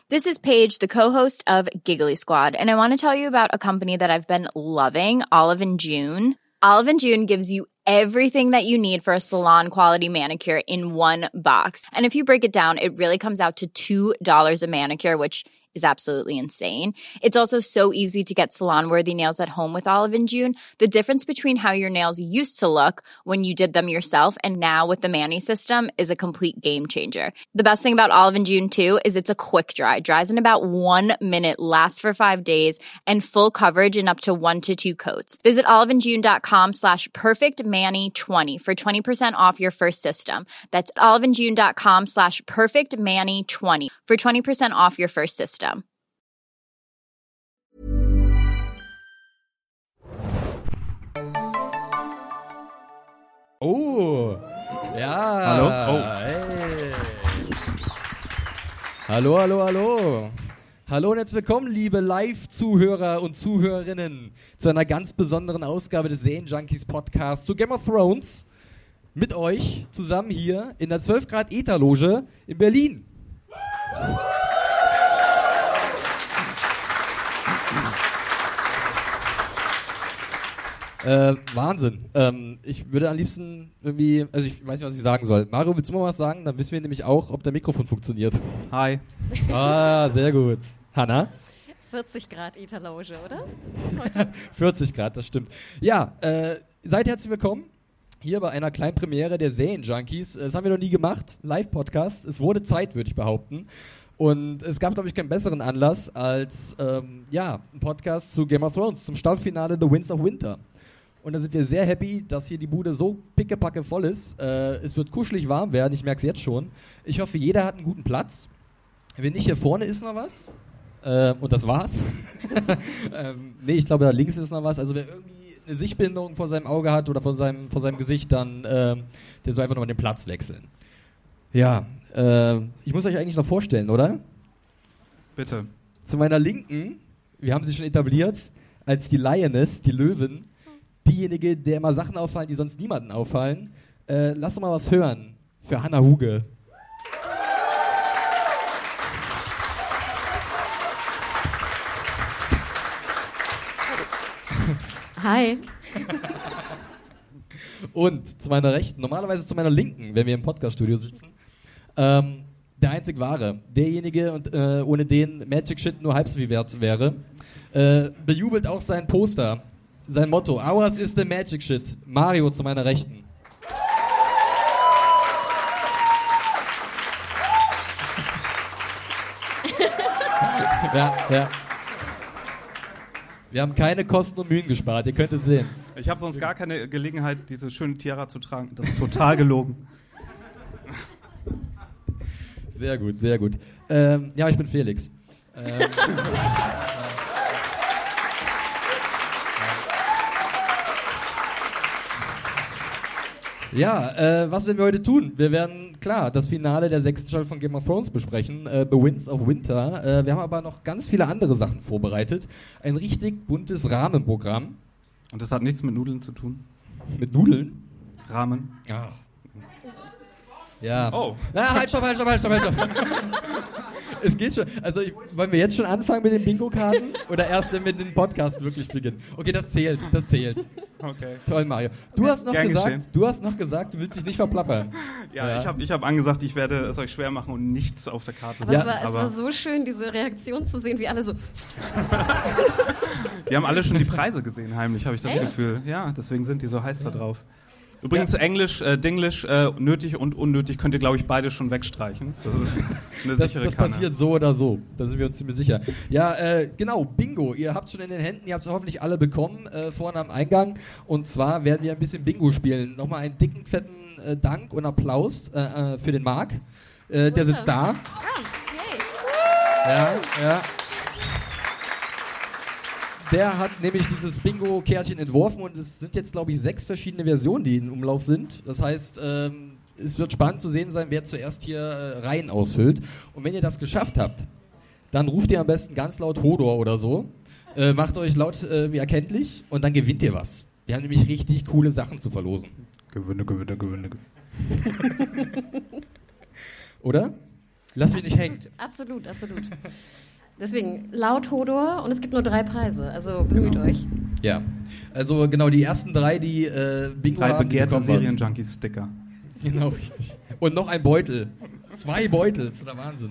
This is Paige, the co-host of Giggly Squad, and I want to tell you about a company that I've been loving, Olive & June. Olive & June gives you everything that you need for a salon-quality manicure in one box. And if you break it down, it really comes out to $2 a manicure, which is absolutely insane. It's also so easy to get salon-worthy nails at home with Olive & June. The difference between how your nails used to look when you did them yourself and now with the Mani system is a complete game changer. The best thing about Olive & June, too, is it's a quick dry. Dries in about 1 minute, lasts for 5 days, and full coverage in up to 1 to 2 coats. Visit oliveandjune.com/perfectmani20 for 20% off your first system. That's oliveandjune.com/perfectmani20 for 20% off your first system. Oh, ja. Hallo? Oh. Hey. Hallo, hallo, hallo. Hallo und herzlich willkommen, liebe Live-Zuhörer und Zuhörerinnen, zu einer ganz besonderen Ausgabe des Serienjunkies Podcasts zu Game of Thrones. Mit euch zusammen hier in der 12 Grad Ether-Loge in Berlin. Wahnsinn. Ich würde am liebsten irgendwie, also ich weiß nicht, was ich sagen soll. Mario, willst du mal was sagen? Dann wissen wir nämlich auch, ob der Mikrofon funktioniert. Hi. Ah, sehr gut. Hanna? 40 Grad Ether-Loge, oder? 40 Grad, das stimmt. Ja, seid herzlich willkommen hier bei einer kleinen Premiere der Serienjunkies. Das haben wir noch nie gemacht, Live-Podcast. Es wurde Zeit, würde ich behaupten. Und es gab, glaube ich, keinen besseren Anlass als ein Podcast zu Game of Thrones, zum Staffelfinale The Winds of Winter. Und da sind wir sehr happy, dass hier die Bude so pickepacke voll ist. Es wird kuschelig warm werden, ich merke es jetzt schon. Ich hoffe, jeder hat einen guten Platz. Wenn nicht, hier vorne ist noch was. Und das war's. Nee, ich glaube, da links ist noch was. Also wer irgendwie eine Sichtbehinderung vor seinem Auge hat oder vor seinem Gesicht, dann der soll einfach nochmal den Platz wechseln. Ja, ich muss euch eigentlich noch vorstellen, oder? Bitte. Zu meiner Linken, wir haben sie schon etabliert, als die Lioness, die Löwin, diejenige, der immer Sachen auffallen, die sonst niemanden auffallen. Lass doch mal was hören für Hannah Huge. Hi. Und zu meiner Rechten, normalerweise zu meiner Linken, wenn wir im Podcaststudio sitzen, der einzig wahre, derjenige, und ohne den Magic Shit nur halb so viel wert wäre, bejubelt auch sein Poster, sein Motto, ours is the Magic Shit. Mario zu meiner Rechten. Ja. Wir haben keine Kosten und Mühen gespart, ihr könnt es sehen. Ich habe sonst gar keine Gelegenheit, diese schöne Tiara zu tragen. Das ist total gelogen. Sehr gut, sehr gut. Ja, ich bin Felix. Was werden wir heute tun? Wir werden, klar, das Finale der 6. Staffel von Game of Thrones besprechen, The Winds of Winter. Wir haben aber noch ganz viele andere Sachen vorbereitet. Ein richtig buntes Rahmenprogramm. Und das hat nichts mit Nudeln zu tun? Mit Nudeln? Rahmen? Ach. Ja. Oh. Halt, stopp. Es geht schon. Also, wollen wir jetzt schon anfangen mit den Bingo-Karten? Oder erst, wenn wir den Podcast wirklich beginnen? Okay, das zählt. Okay. Toll, Mario. Du hast noch gesagt, du willst dich nicht verplappern. Ja. Ich hab angesagt, ich werde es euch schwer machen und nichts auf der Karte Aber setzen. es war so schön, diese Reaktion zu sehen, wie alle so... Die haben alle schon die Preise gesehen, heimlich, habe ich das Echt? Gefühl. Ja, deswegen sind die so heiß da drauf. Übrigens, Englisch, Dinglish, nötig und unnötig könnt ihr, glaube ich, beide schon wegstreichen. Das ist eine sichere Das Kanne. passiert so oder so, da sind wir uns ziemlich sicher. Ja, genau, Bingo, ihr habt schon in den Händen, ihr habt es hoffentlich alle bekommen, vorne am Eingang. Und zwar werden wir ein bisschen Bingo spielen. Nochmal einen dicken, fetten Dank und Applaus für den Marc. Der sitzt da. Ja. Der hat nämlich dieses Bingo-Kärtchen entworfen und es sind jetzt, glaube ich, 6 verschiedene Versionen, die in Umlauf sind. Das heißt, es wird spannend zu sehen sein, wer zuerst hier Reihen ausfüllt. Und wenn ihr das geschafft habt, dann ruft ihr am besten ganz laut Hodor oder so, macht euch laut wie erkenntlich und dann gewinnt ihr was. Wir haben nämlich richtig coole Sachen zu verlosen. Gewinne. Oder? Lass mich nicht hängen. Absolut. Deswegen laut Hodor und es gibt nur 3 Preise, also bemüht euch. Ja, also genau, die ersten 3, die Bingo 3 haben, begehrte bekommen was. Serienjunkies-Sticker. Genau, richtig. Und noch ein Beutel. 2 Beutel, das ist der Wahnsinn.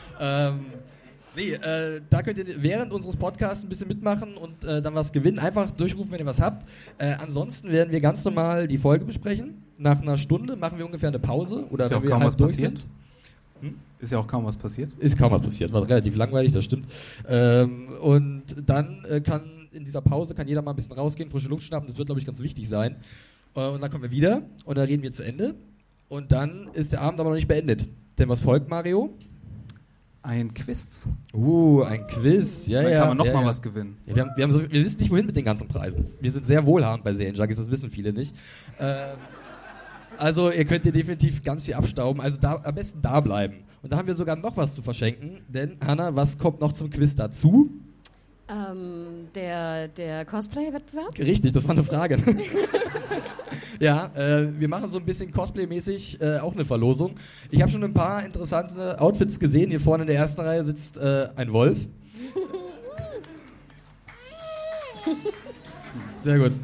Da könnt ihr während unseres Podcasts ein bisschen mitmachen und dann was gewinnen. Einfach durchrufen, wenn ihr was habt. Ansonsten werden wir ganz normal die Folge besprechen. Nach einer Stunde machen wir ungefähr eine Pause. Oder Ist ja wenn auch wir kaum halb was durch passiert. sind. Ist ja auch kaum was passiert. Ist kaum was passiert, war relativ langweilig, das stimmt. Und dann kann in dieser Pause jeder mal ein bisschen rausgehen, frische Luft schnappen, das wird, glaube ich, ganz wichtig sein. Und dann kommen wir wieder und dann reden wir zu Ende. Und dann ist der Abend aber noch nicht beendet. Denn was folgt, Mario? Ein Quiz. Ein Quiz. Ja, Dann ja. kann man noch ja, mal ja. was gewinnen. Ja, wir wissen nicht, wohin mit den ganzen Preisen. Wir sind sehr wohlhabend bei Serienjunkies, das wissen viele nicht. Also ihr könnt hier definitiv ganz viel abstauben. Also am besten da bleiben. Und da haben wir sogar noch was zu verschenken. Denn, Hanna, was kommt noch zum Quiz dazu? Der Cosplay-Wettbewerb? Richtig, das war eine Frage. Ja, wir machen so ein bisschen Cosplay-mäßig auch eine Verlosung. Ich habe schon ein paar interessante Outfits gesehen. Hier vorne in der ersten Reihe sitzt ein Wolf. Sehr gut.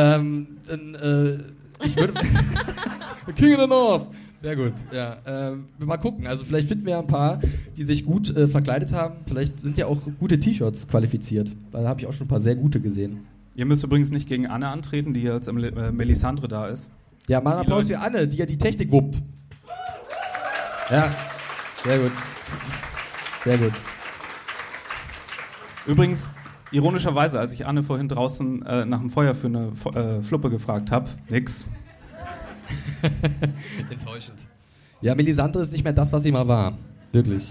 Ich würde... King of the North! Sehr gut, ja. Mal gucken, also vielleicht finden wir ja ein paar, die sich gut verkleidet haben. Vielleicht sind ja auch gute T-Shirts qualifiziert. Da habe ich auch schon ein paar sehr gute gesehen. Ihr müsst übrigens nicht gegen Anne antreten, die jetzt Melisandre da ist. Ja, mal einen Applaus für Anne, die ja die Technik wuppt. Ja, sehr gut. Sehr gut. Übrigens, ironischerweise, als ich Anne vorhin draußen nach dem Feuer für eine Fluppe gefragt habe, nix. Enttäuschend. Ja, Melisandre ist nicht mehr das, was sie mal war. Wirklich.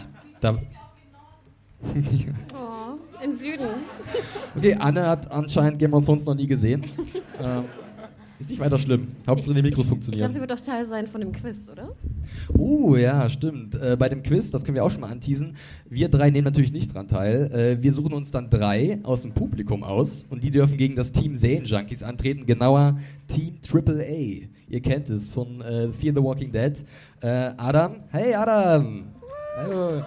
Im Süden. Okay, Anne hat anscheinend Game of Thrones noch nie gesehen. Ist nicht weiter schlimm. Hauptsache die Mikros Ich funktionieren. glaube, sie wird doch Teil sein von dem Quiz, oder? Ja, stimmt. Bei dem Quiz, das können wir auch schon mal anteasen, wir 3 nehmen natürlich nicht dran teil. Wir suchen uns dann 3 aus dem Publikum aus und die dürfen gegen das Team Serienjunkies antreten, genauer Team AAA. Ihr kennt es von Fear the Walking Dead. Adam. Hey Adam! Hallo.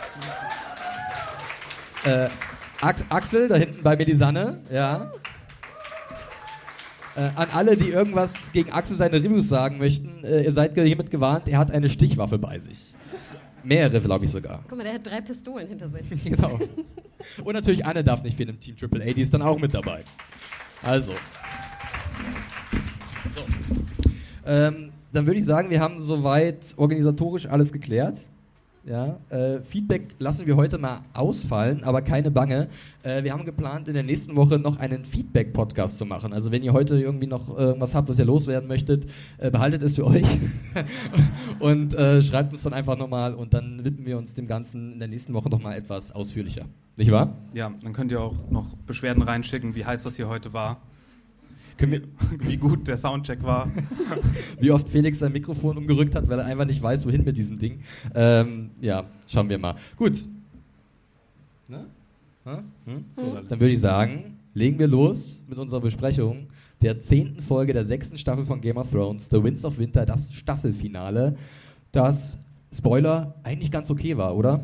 Axel, da hinten bei Melisandre, ja. An alle, die irgendwas gegen Axel seine Reviews sagen möchten, ihr seid hiermit gewarnt, er hat eine Stichwaffe bei sich. Mehrere, glaube ich sogar. Guck mal, der hat 3 Pistolen hinter sich. Genau. Und natürlich Anne darf nicht fehlen im Team AAA, die ist dann auch mit dabei. Also. So. Dann würde ich sagen, wir haben soweit organisatorisch alles geklärt. Ja, Feedback lassen wir heute mal ausfallen, aber keine Bange. Wir haben geplant, in der nächsten Woche noch einen Feedback-Podcast zu machen. Also wenn ihr heute irgendwie noch irgendwas habt, was ihr loswerden möchtet, behaltet es für euch und schreibt uns dann einfach nochmal und dann widmen wir uns dem Ganzen in der nächsten Woche nochmal etwas ausführlicher. Nicht wahr? Ja, dann könnt ihr auch noch Beschwerden reinschicken, wie heiß das hier heute war. Können Wie gut der Soundcheck war. Wie oft Felix sein Mikrofon umgerückt hat, weil er einfach nicht weiß, wohin mit diesem Ding. Ja, schauen wir mal. Gut. Ne? So, dann würde ich sagen, legen wir los mit unserer Besprechung der 10. Folge der 6. Staffel von Game of Thrones, The Winds of Winter, das Staffelfinale, das, Spoiler, eigentlich ganz okay war, oder?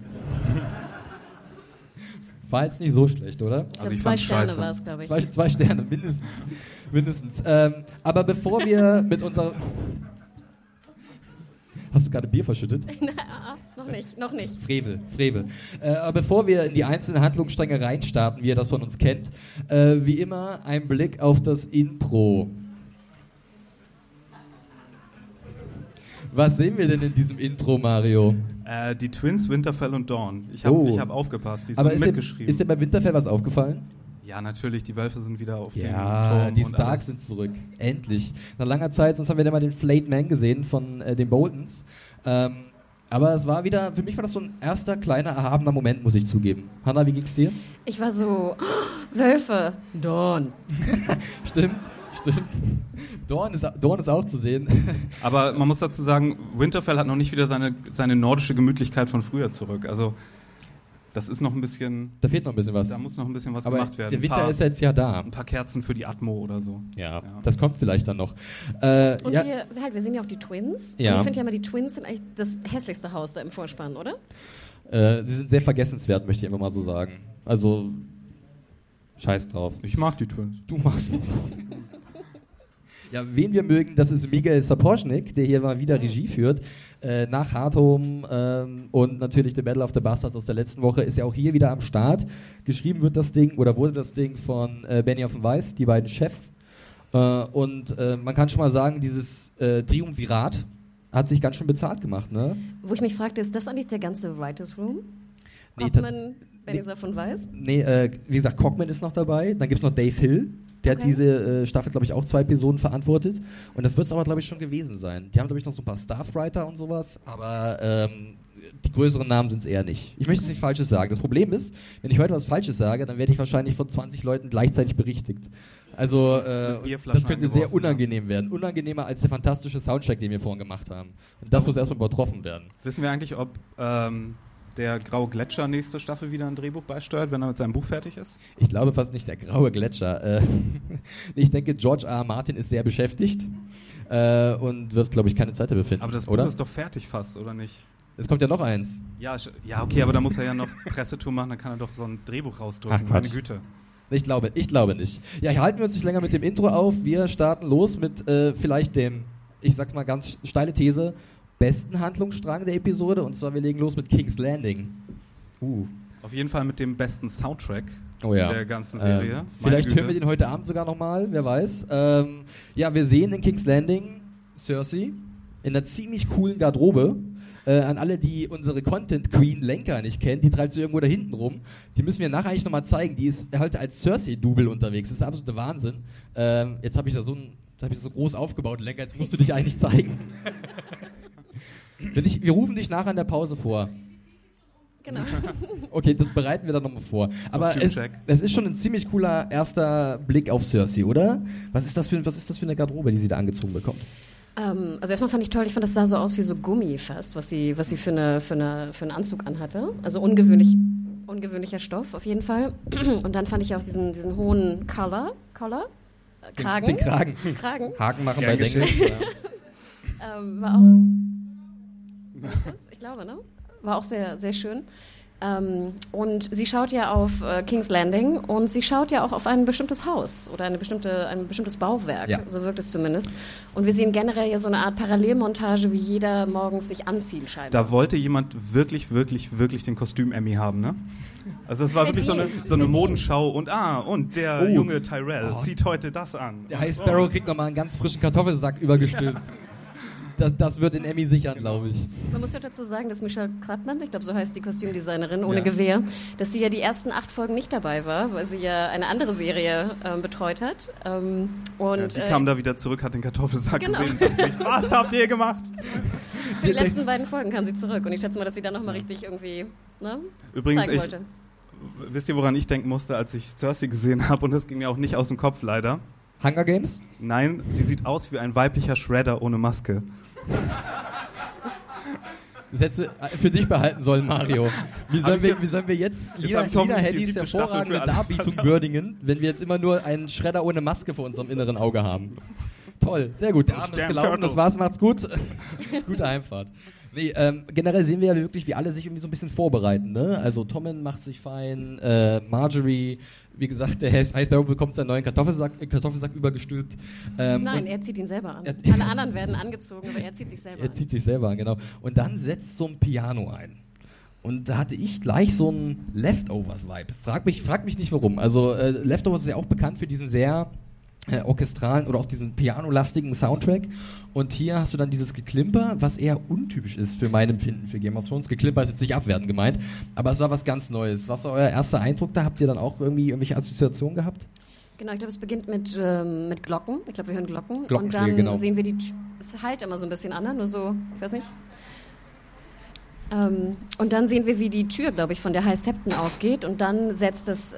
War jetzt nicht so schlecht, oder? Also ich 2 fand's Sterne scheiße. war es, glaube ich. 2 Sterne, mindestens. Aber bevor wir mit unserer... Hast du gerade Bier verschüttet? Noch nicht. Frevel. Aber bevor wir in die einzelnen Handlungsstränge reinstarten, wie ihr das von uns kennt, wie immer ein Blick auf das Intro. Was sehen wir denn in diesem Intro, Mario? Die Twins, Winterfell und Dawn. Ich hab aufgepasst, die sind Aber mitgeschrieben. ist dir bei Winterfell was aufgefallen? Ja, natürlich, die Wölfe sind wieder auf dem Ja, Turm. die und Starks alles. sind zurück. Endlich. Nach langer Zeit, sonst haben wir ja mal den Flayed Man gesehen von den Boltons. Aber es war wieder, für mich war das so ein erster kleiner, erhabener Moment, muss ich zugeben. Hanna, wie ging's dir? Ich war so, Wölfe, Dawn. Stimmt. Dorn ist auch zu sehen. Aber man muss dazu sagen, Winterfell hat noch nicht wieder seine nordische Gemütlichkeit von früher zurück. Also Das ist noch ein bisschen... Da fehlt noch ein bisschen was. Da muss noch ein bisschen was Aber gemacht werden. der Winter ist jetzt ja da. Ein paar Kerzen für die Atmo oder so. Ja, das kommt vielleicht dann noch. Und wir sehen ja auch die Twins. Ja. Und ich finde ja immer, die Twins sind eigentlich das hässlichste Haus da im Vorspann, oder? Sie sind sehr vergessenswert, möchte ich einfach mal so sagen. Also, scheiß drauf. Ich mag die Twins. Du machst es. Ja, wen wir mögen, das ist Miguel Sapochnik, der hier mal wieder Regie führt. Nach Hard Home und natürlich The Battle of the Bastards aus der letzten Woche ist ja auch hier wieder am Start. Geschrieben wird das Ding oder wurde das Ding von Benioff und Weiss, die beiden Chefs. Und man kann schon mal sagen, dieses Triumvirat hat sich ganz schön bezahlt gemacht, ne? Wo ich mich fragte, ist das eigentlich der ganze Writers Room? Nee, Kochman, Benioff und Weiss? Nee, wie gesagt, Cockman ist noch dabei. Dann gibt es noch Dave Hill. Der hat diese Staffel, glaube ich, auch 2 Episoden verantwortet. Und das wird es aber, glaube ich, schon gewesen sein. Die haben, glaube ich, noch so ein paar Staffwriter und sowas. Aber die größeren Namen sind es eher nicht. Ich möchte jetzt nichts Falsches sagen. Das Problem ist, wenn ich heute was Falsches sage, dann werde ich wahrscheinlich von 20 Leuten gleichzeitig berichtigt. Also das könnte sehr unangenehm werden. Unangenehmer als der fantastische Soundtrack, den wir vorhin gemacht haben. Und das muss erstmal übertroffen werden. Wissen wir eigentlich, ob der Graue Gletscher nächste Staffel wieder ein Drehbuch beisteuert, wenn er mit seinem Buch fertig ist? Ich glaube fast nicht der Graue Gletscher. Ich denke, George R. R. Martin ist sehr beschäftigt und wird, glaube ich, keine Zeit dafür finden. Aber das Buch oder? ist doch fertig fast, oder nicht? Es kommt ja noch eins. Ja, okay, aber da muss er ja noch Pressetour machen, dann kann er doch so ein Drehbuch rausdrücken. Ach, Quatsch. Meine Güte. Ich glaube nicht. Ja, hier halten wir uns nicht länger mit dem Intro auf. Wir starten los mit vielleicht dem, ich sag's mal ganz steile These, besten Handlungsstrang der Episode. Und zwar, wir legen los mit King's Landing. Auf jeden Fall mit dem besten Soundtrack der ganzen Serie. Vielleicht hören wir den heute Abend sogar nochmal, wer weiß. Ja, wir sehen in King's Landing Cersei in einer ziemlich coolen Garderobe. An alle, die unsere Content Queen Lenka nicht kennen, die treibt sie irgendwo da hinten rum. Die müssen wir nachher eigentlich nochmal zeigen. Die ist heute als Cersei-Double unterwegs. Das ist der absolute Wahnsinn. Jetzt habe ich das so groß aufgebaut, Lenka, jetzt musst du dich eigentlich zeigen. Wir rufen dich nachher in der Pause vor. Genau. Okay, das bereiten wir dann nochmal vor. Aber es ist schon ein ziemlich cooler erster Blick auf Cersei, oder? Was ist das für eine Garderobe, die sie da angezogen bekommt? Also erstmal fand ich toll, das sah so aus wie so Gummi fast, was sie für einen Anzug anhatte. Also ungewöhnlicher Stoff auf jeden Fall. Und dann fand ich auch diesen hohen Collar, Kragen. Den Kragen. Haken machen bei Englisch. War auch, ich glaube, ne? War auch sehr, sehr schön. Und sie schaut ja auf King's Landing und sie schaut ja auch auf ein bestimmtes Haus oder ein bestimmtes Bauwerk, so wirkt es zumindest. Und wir sehen generell ja so eine Art Parallelmontage, wie jeder morgens sich anzieht scheinbar. Da wollte jemand wirklich, wirklich, wirklich den Kostüm-Emmy haben, ne? Also das war wirklich so eine Modenschau und der junge Tyrell zieht heute das an. Der High Sparrow kriegt nochmal einen ganz frischen Kartoffelsack übergestülpt. Das wird den Emmy sichern, glaube ich. Man muss ja dazu sagen, dass Michelle Kratman, ich glaube, so heißt die Kostümdesignerin ohne Gewehr, dass sie ja die ersten 8 Folgen nicht dabei war, weil sie ja eine andere Serie betreut hat. Die kam da wieder zurück, hat den Kartoffelsack gesehen und dachte sich, was habt ihr gemacht? Für die letzten beiden Folgen kam sie zurück und ich schätze mal, dass sie dann nochmal richtig irgendwie zeigen wollte. Wisst ihr, woran ich denken musste, als ich Cersei gesehen habe? Und das ging mir auch nicht aus dem Kopf, leider. Hunger Games? Nein, sie sieht aus wie ein weiblicher Shredder ohne Maske. Das hättest du für dich behalten sollen, Mario. Wie sollen wir jetzt Lina Headys hervorragende Darbietung würdigen, wenn wir jetzt immer nur einen Shredder ohne Maske vor unserem inneren Auge haben? Toll, sehr gut. Der Abend ist gelaufen, das war's, macht's gut. Gute Heimfahrt. Nee, generell sehen wir ja wirklich, wie alle sich irgendwie so ein bisschen vorbereiten, ne? Also Tommen macht sich fein, Marjorie, wie gesagt, der High Sparrow bekommt seinen neuen Kartoffelsack übergestülpt. Nein, er zieht ihn selber an. Alle anderen werden angezogen, aber er zieht sich selber an. Er zieht sich selber an, genau. Und dann setzt so ein Piano ein. Und da hatte ich gleich so einen Leftovers-Vibe. Frag mich nicht warum. Also Leftovers ist ja auch bekannt für diesen sehr orchestralen oder auch diesen pianolastigen Soundtrack. Und hier hast du dann dieses Geklimper, was eher untypisch ist für mein Empfinden für Game of Thrones. Geklimper ist jetzt nicht abwertend gemeint, aber es war was ganz Neues. Was war euer erster Eindruck da? Habt ihr dann auch irgendwelche Assoziationen gehabt? Genau, ich glaube, es beginnt mit Glocken. Ich glaube, wir hören Glocken. Und dann sehen wir es halt immer so ein bisschen an, nur so, ich weiß nicht. Und dann sehen wir, wie die Tür, glaube ich, von der High Septon aufgeht und dann setzt das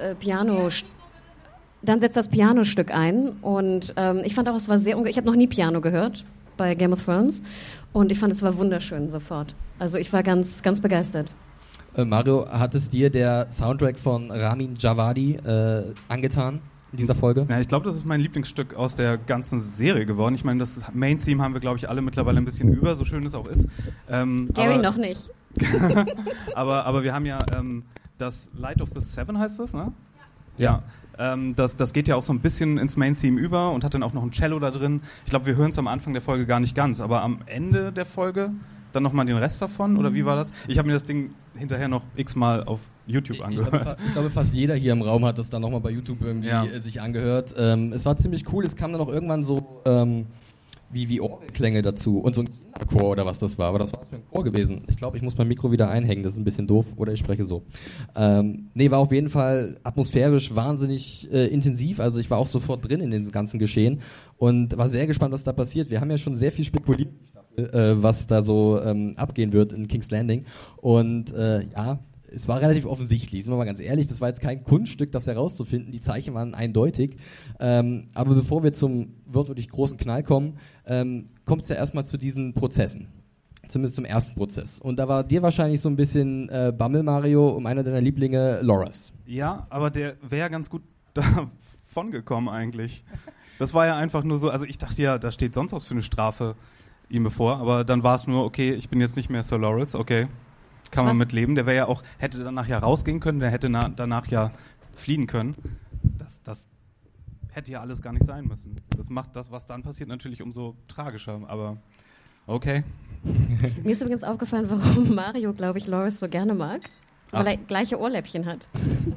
Pianostück ein und ich fand auch, es war sehr ich habe noch nie Piano gehört bei Game of Thrones und ich fand, es war wunderschön sofort. Also ich war ganz, ganz begeistert. Mario, hat es dir der Soundtrack von Ramin Djawadi angetan in dieser Folge? Ja, ich glaube, das ist mein Lieblingsstück aus der ganzen Serie geworden. Ich meine, das Main-Theme haben wir, glaube ich, alle mittlerweile ein bisschen über, so schön es auch ist. Gary noch nicht. aber wir haben ja das Light of the Seven, heißt das, ne? Ja. Das geht ja auch so ein bisschen ins Main-Theme über und hat dann auch noch ein Cello da drin. Ich glaube, wir hören es am Anfang der Folge gar nicht ganz, aber am Ende der Folge dann nochmal den Rest davon, oder wie war das? Ich habe mir das Ding hinterher noch x-mal auf YouTube angehört. Ich glaube, fast jeder hier im Raum hat das dann nochmal bei YouTube irgendwie sich angehört. Es war ziemlich cool, es kam dann auch irgendwann so wie Orgelklänge dazu und so ein Kinderchor oder was das war, aber das war für ein Chor gewesen. Ich glaube, ich muss mein Mikro wieder einhängen, das ist ein bisschen doof, oder ich spreche so. War auf jeden Fall atmosphärisch wahnsinnig intensiv, also ich war auch sofort drin in dem ganzen Geschehen und war sehr gespannt, was da passiert. Wir haben ja schon sehr viel spekuliert, was da so abgehen wird in King's Landing und es war relativ offensichtlich, sind wir mal ganz ehrlich, das war jetzt kein Kunststück, das herauszufinden, die Zeichen waren eindeutig. Aber bevor wir zum wirklich großen Knall kommen, kommt es ja erstmal zu diesen Prozessen. Zumindest zum ersten Prozess. Und da war dir wahrscheinlich so ein bisschen Bammel, Mario, um einer deiner Lieblinge, Loras. Ja, aber der wäre ganz gut davon gekommen eigentlich. Das war ja einfach nur so, also ich dachte ja, da steht sonst was für eine Strafe ihm bevor, aber dann war es nur, okay, ich bin jetzt nicht mehr Sir Loras, okay. Kann man mit leben. Der wäre ja auch, hätte danach ja rausgehen können, der hätte danach ja fliehen können. Das hätte ja alles gar nicht sein müssen. Das macht das, was dann passiert, natürlich umso tragischer, aber okay. Mir ist übrigens aufgefallen, warum Mario, glaube ich, Loras so gerne mag. Weil er gleiche Ohrläppchen hat.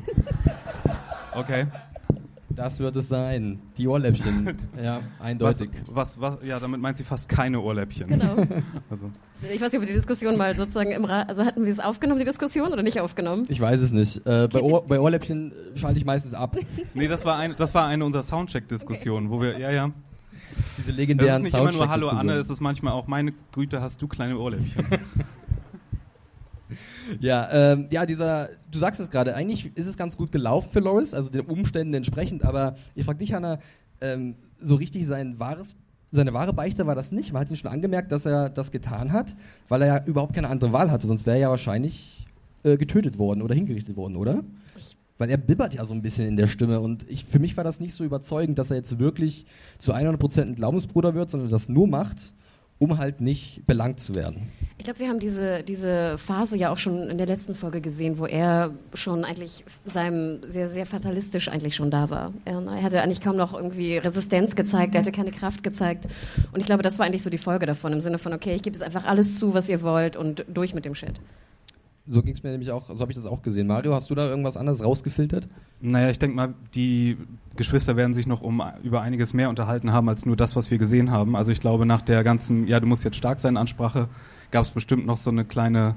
Okay. Das wird es sein. Die Ohrläppchen. Ja, eindeutig. Ja, damit meint sie fast keine Ohrläppchen. Genau. Also. Ich weiß nicht, ob wir die Diskussion mal sozusagen also hatten wir es aufgenommen, die Diskussion, oder nicht aufgenommen? Ich weiß es nicht. Bei Ohrläppchen schalte ich meistens ab. Nee, das war eine unserer Soundcheck-Diskussionen, wo wir, diese legendären Soundcheck-Diskussionen. Das ist nicht immer nur Hallo Anne, es ist manchmal auch meine Güte, hast du kleine Ohrläppchen. Du sagst es gerade, eigentlich ist es ganz gut gelaufen für Loras, also den Umständen entsprechend, aber ich frage dich, Hanna, so richtig seine wahre Beichte war das nicht. Man hat ihn schon angemerkt, dass er das getan hat, weil er ja überhaupt keine andere Wahl hatte, sonst wäre er ja wahrscheinlich getötet worden oder hingerichtet worden, oder? Weil er bibbert ja so ein bisschen in der Stimme und für mich war das nicht so überzeugend, dass er jetzt wirklich zu 100% ein Glaubensbruder wird, sondern das nur macht, um halt nicht belangt zu werden. Ich glaube, wir haben diese Phase ja auch schon in der letzten Folge gesehen, wo er schon eigentlich seinem sehr, sehr fatalistisch eigentlich schon da war. Er hatte eigentlich kaum noch irgendwie Resistenz gezeigt, er hatte keine Kraft gezeigt. Und ich glaube, das war eigentlich so die Folge davon, im Sinne von, okay, ich gebe jetzt einfach alles zu, was ihr wollt und durch mit dem Shit. So ging es mir nämlich auch, so habe ich das auch gesehen. Mario, hast du da irgendwas anderes rausgefiltert? Naja, ich denke mal, die Geschwister werden sich noch über einiges mehr unterhalten haben, als nur das, was wir gesehen haben. Also ich glaube, nach der ganzen, du musst jetzt stark sein, Ansprache, gab es bestimmt noch so ein kleines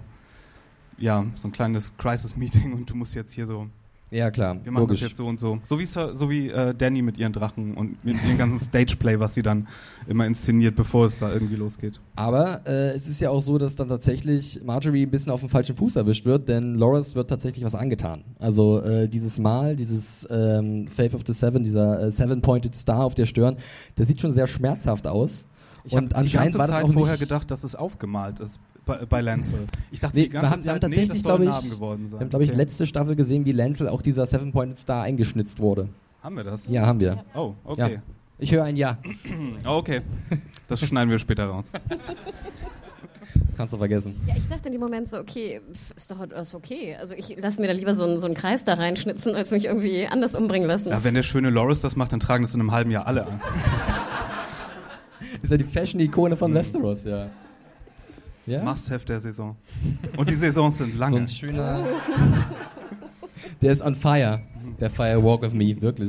Crisis-Meeting und du musst jetzt hier so... Ja, klar. Wir machen das jetzt so und so. So wie Danny mit ihren Drachen und mit ihrem ganzen Stageplay, was sie dann immer inszeniert, bevor es da irgendwie losgeht. Aber es ist ja auch so, dass dann tatsächlich Marjorie ein bisschen auf dem falschen Fuß erwischt wird, denn Loras wird tatsächlich was angetan. Also dieses Faith of the Seven, dieser Seven-Pointed Star auf der Stirn, der sieht schon sehr schmerzhaft aus. Ich habe die ganze Zeit vorher gedacht, dass es aufgemalt ist. Bei Lancel. Ich dachte die ganze Zeit, das soll ein Narben geworden sein. Wir haben, glaube ich, letzte Staffel gesehen, wie Lancel auch dieser Seven-Pointed Star eingeschnitzt wurde. Haben wir das? Ja, haben wir. Oh, okay. Ja. Ich höre ein Ja. Oh, okay. Das schneiden wir später raus. Kannst du vergessen. Ja, ich dachte in dem Moment so, okay, ist doch okay. Also ich lasse mir da lieber so einen Kreis da reinschnitzen, als mich irgendwie anders umbringen lassen. Ja, wenn der schöne Loras das macht, dann tragen das in einem halben Jahr alle an. Ist ja die Fashion-Ikone von Westeros, ja. Ja? Must-have der Saison. Und die Saisons sind lange. So ein schöner... Der ist on fire. Der Fire Walk of Me, wirklich.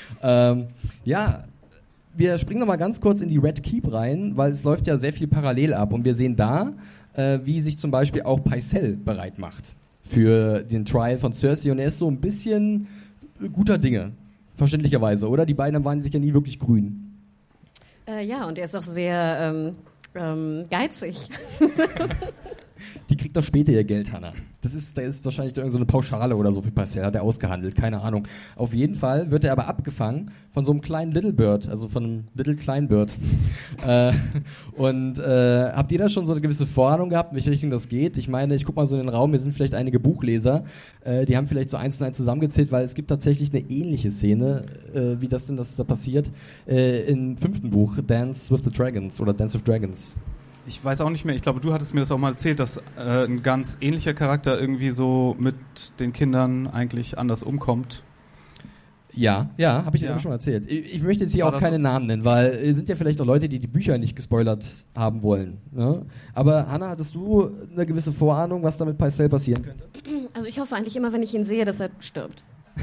Wir springen nochmal ganz kurz in die Red Keep rein, weil es läuft ja sehr viel parallel ab. Und wir sehen da, wie sich zum Beispiel auch Pycelle bereit macht für den Trial von Cersei. Und er ist so ein bisschen guter Dinge, verständlicherweise, oder? Die beiden waren sich ja nie wirklich grün. Und er ist auch sehr... geizig. Die kriegt doch später ihr Geld, Hannah. Da ist wahrscheinlich irgend so eine Pauschale oder so für Parcell, hat er ausgehandelt, keine Ahnung. Auf jeden Fall wird er aber abgefangen von so einem kleinen Little Bird, also von einem Little Kleinbird. Habt ihr da schon so eine gewisse Vorahnung gehabt, in welche Richtung das geht? Ich meine, ich guck mal so in den Raum, hier sind vielleicht einige Buchleser, die haben vielleicht so 1 und 1 zusammengezählt, weil es gibt tatsächlich eine ähnliche Szene, wie das da passiert, im 5. Buch, Dance with the Dragons oder Dance with Dragons. Ich weiß auch nicht mehr, ich glaube, du hattest mir das auch mal erzählt, dass ein ganz ähnlicher Charakter irgendwie so mit den Kindern eigentlich anders umkommt. Ja, habe ich dir schon erzählt. Ich möchte jetzt hier auch keine Namen nennen, weil es sind ja vielleicht auch Leute, die die Bücher nicht gespoilert haben wollen. Ne? Aber Hannah, hattest du eine gewisse Vorahnung, was da mit Pycelle passieren könnte? Also ich hoffe eigentlich immer, wenn ich ihn sehe, dass er stirbt.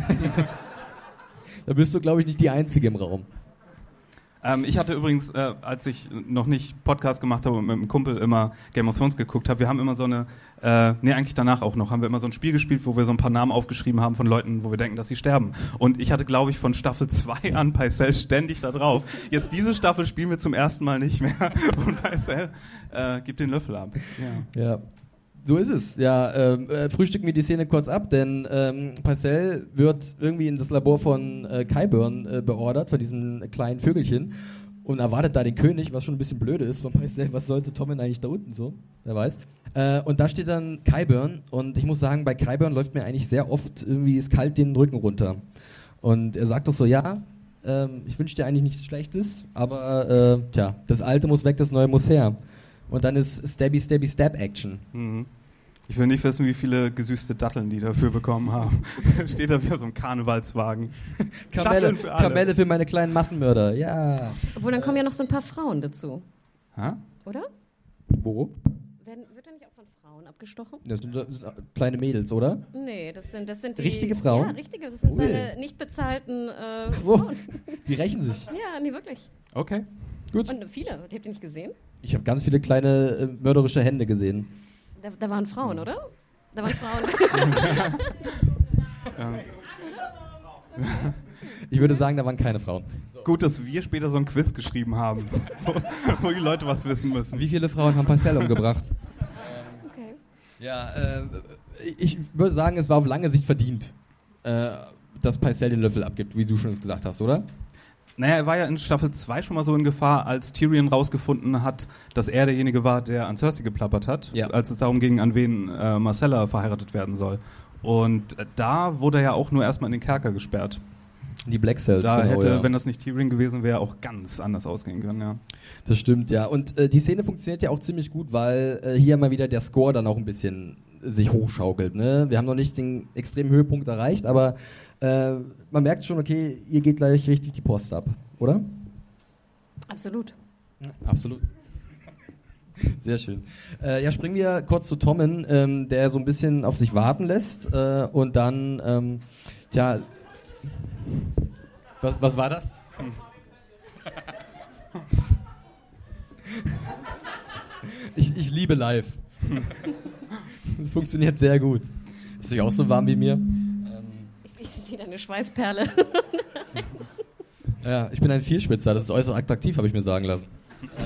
Da bist du, glaube ich, nicht die Einzige im Raum. Ich hatte übrigens, als ich noch nicht Podcast gemacht habe und mit einem Kumpel immer Game of Thrones geguckt habe, wir haben immer so eine, eigentlich danach auch noch, haben wir immer so ein Spiel gespielt, wo wir so ein paar Namen aufgeschrieben haben von Leuten, wo wir denken, dass sie sterben. Und ich hatte, glaube ich, von Staffel 2 an Pycelle ständig da drauf. Jetzt diese Staffel spielen wir zum ersten Mal nicht mehr und Pycelle gibt den Löffel ab. Ja. So ist es. Ja, frühstücken wir die Szene kurz ab, denn Pycelle wird irgendwie in das Labor von Qyburn beordert, von diesem kleinen Vögelchen, und erwartet da den König, was schon ein bisschen blöde ist von Pycelle. Was sollte Tommen eigentlich da unten so? Wer weiß. Und da steht dann Qyburn, und ich muss sagen, bei Qyburn läuft mir eigentlich sehr oft irgendwie ist kalt den Rücken runter. Und er sagt doch so, ja, ich wünsche dir eigentlich nichts Schlechtes, aber das Alte muss weg, das Neue muss her. Und dann ist Stabby, Stabby, Stab Action. Mhm. Ich will nicht wissen, wie viele gesüßte Datteln die dafür bekommen haben. Steht da wie auf so einem Karnevalswagen. Kamelle für meine kleinen Massenmörder, ja. Obwohl, dann kommen ja noch so ein paar Frauen dazu. Ha? Oder? Wo? Wird er nicht auch von Frauen abgestochen? Das sind kleine Mädels, oder? Nee, das sind die... Richtige Frauen? Ja, richtige. Das sind seine nicht bezahlten so, Frauen. Die rächen sich. Ja, nee, wirklich. Okay. Gut. Und viele, die habt ihr nicht gesehen? Ich habe ganz viele kleine mörderische Hände gesehen. Da waren Frauen, oder? Da waren Frauen. Ich würde sagen, da waren keine Frauen. Gut, dass wir später so ein Quiz geschrieben haben, wo die Leute was wissen müssen. Wie viele Frauen haben Pycelle umgebracht? Okay. Ja, ich würde sagen, es war auf lange Sicht verdient, dass Pycelle den Löffel abgibt, wie du schon gesagt hast, oder? Naja, er war ja in Staffel 2 schon mal so in Gefahr, als Tyrion rausgefunden hat, dass er derjenige war, der an Cersei geplappert hat, als es darum ging, an wen Myrcella verheiratet werden soll. Und da wurde er ja auch nur erstmal in den Kerker gesperrt. In die Black Cells. Da hätte, wenn das nicht Tyrion gewesen wäre, auch ganz anders ausgehen können, ja. Das stimmt, ja. Und die Szene funktioniert ja auch ziemlich gut, weil hier mal wieder der Score dann auch ein bisschen sich hochschaukelt. Ne? Wir haben noch nicht den extremen Höhepunkt erreicht, aber man merkt schon, okay, ihr geht gleich richtig die Post ab, oder? Absolut. Ja, absolut. Sehr schön. Springen wir kurz zu Tommen, der so ein bisschen auf sich warten lässt und dann, was war das? Ich liebe live. Es funktioniert sehr gut. Ist euch auch so warm wie mir? Ich sehe deine Schweißperle. Ja, ich bin ein Vierspitzer, das ist äußerst attraktiv, habe ich mir sagen lassen.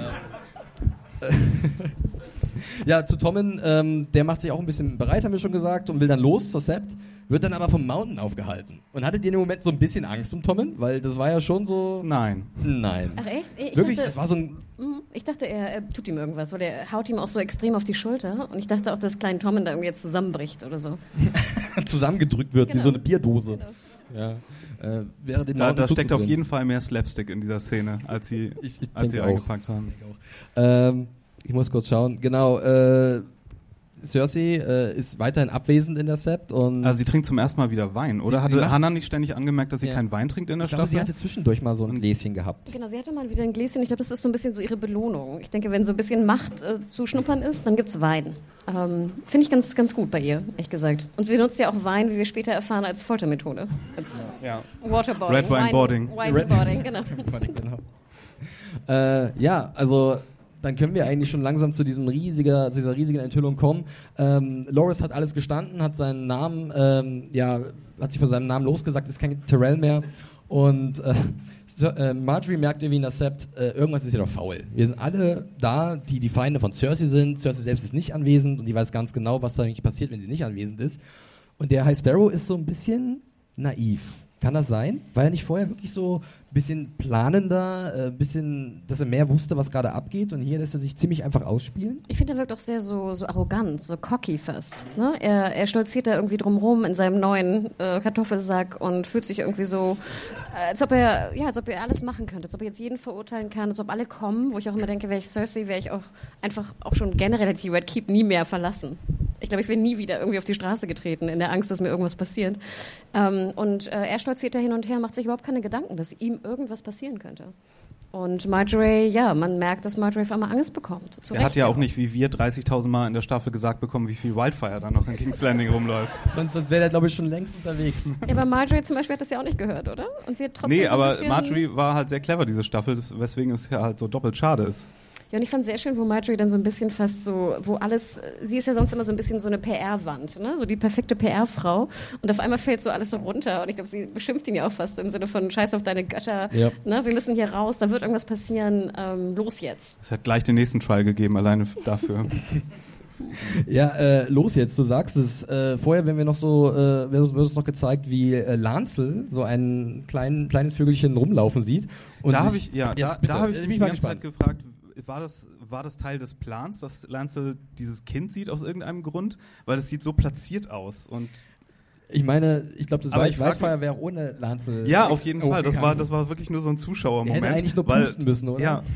Ja, zu Tommen, der macht sich auch ein bisschen bereit, haben wir schon gesagt, und will dann los zur Sept, wird dann aber vom Mountain aufgehalten. Und hattet ihr in dem Moment so ein bisschen Angst um Tommen? Weil das war ja schon so... Nein. Ach echt? Wirklich, das war so ein... Ich dachte, er tut ihm irgendwas, weil er haut ihm auch so extrem auf die Schulter. Und ich dachte auch, dass kleine Tommen da irgendwie jetzt zusammenbricht oder so. Zusammengedrückt wird, wie so eine Bierdose. Genau. Ja. Da steckt auf jeden Fall mehr Slapstick in dieser Szene, als sie eingepackt haben. Ich muss kurz schauen. Genau, Cersei ist weiterhin abwesend in der Sept. Also sie trinkt zum ersten Mal wieder Wein, oder? Hatte Hannah nicht ständig angemerkt, dass sie keinen Wein trinkt in der Staffel? Sie hatte zwischendurch mal so ein Gläschen gehabt. Genau, sie hatte mal wieder ein Gläschen. Ich glaube, das ist so ein bisschen so ihre Belohnung. Ich denke, wenn so ein bisschen Macht zu schnuppern ist, dann gibt's Wein. Finde ich ganz, ganz gut bei ihr, ehrlich gesagt. Und wir nutzen ja auch Wein, wie wir später erfahren, als Foltermethode. Als Waterboarding. Red Wine Boarding. Wineboarding, genau. Also... Dann können wir eigentlich schon langsam zu dieser riesigen Enthüllung kommen. Loras hat alles gestanden, hat seinen Namen, hat sich von seinem Namen losgesagt, ist kein Tyrell mehr. Und Marjorie merkt irgendwie in der Sept, irgendwas ist hier doch faul. Wir sind alle da, die Feinde von Cersei sind. Cersei selbst ist nicht anwesend und die weiß ganz genau, was da eigentlich passiert, wenn sie nicht anwesend ist. Und der High Sparrow ist so ein bisschen naiv. Kann das sein? War er nicht vorher wirklich so ein bisschen planender, dass er mehr wusste, was gerade abgeht und hier lässt er sich ziemlich einfach ausspielen? Ich finde, er wirkt auch sehr so arrogant, so cocky fast. Ne? Er stolziert da irgendwie drumrum in seinem neuen Kartoffelsack und fühlt sich irgendwie so, als ob er alles machen könnte, als ob er jetzt jeden verurteilen kann, als ob alle kommen, wo ich auch immer denke, wäre ich Cersei, wäre ich auch einfach auch schon generell die Red Keep nie mehr verlassen. Ich glaube, ich wäre nie wieder irgendwie auf die Straße getreten, in der Angst, dass mir irgendwas passiert. Und er stolziert da hin und her, macht sich überhaupt keine Gedanken, dass ihm irgendwas passieren könnte. Und Marjorie, man merkt, dass Marjorie auf einmal Angst bekommt. Er hat ja auch nicht, wie wir, 30.000 Mal in der Staffel gesagt bekommen, wie viel Wildfire da noch in King's Landing rumläuft. Sonst wäre der, glaube ich, schon längst unterwegs. Ja, aber Marjorie zum Beispiel hat das ja auch nicht gehört, oder? Und sie hat trotzdem aber Marjorie war halt sehr clever, diese Staffel, weswegen es ja halt so doppelt schade ist. Ja, und ich fand sehr schön, wo Marjorie dann so ein bisschen fast so, sie ist ja sonst immer so ein bisschen so eine PR-Wand, ne? So die perfekte PR-Frau. Und auf einmal fällt so alles so runter. Und ich glaube, sie beschimpft ihn ja auch fast so im Sinne von Scheiß auf deine Götter. Ja. Ne? Wir müssen hier raus, da wird irgendwas passieren. Los jetzt. Es hat gleich den nächsten Trial gegeben, alleine dafür. Ja, los jetzt, du sagst es. Vorher, wenn wir noch so, wird uns noch gezeigt, wie Lancel so ein kleines Vögelchen rumlaufen sieht. Und da habe ich mich die ganze Zeit gefragt, war das Teil des Plans, dass Lancel dieses Kind sieht aus irgendeinem Grund? Weil es sieht so platziert aus. Und ich meine, ich glaube, das Wildfire wäre ohne Lancel. Ja, auf jeden Fall. Das war wirklich nur so ein Zuschauermoment. Er hätte eigentlich nur pusten müssen, oder? Ja.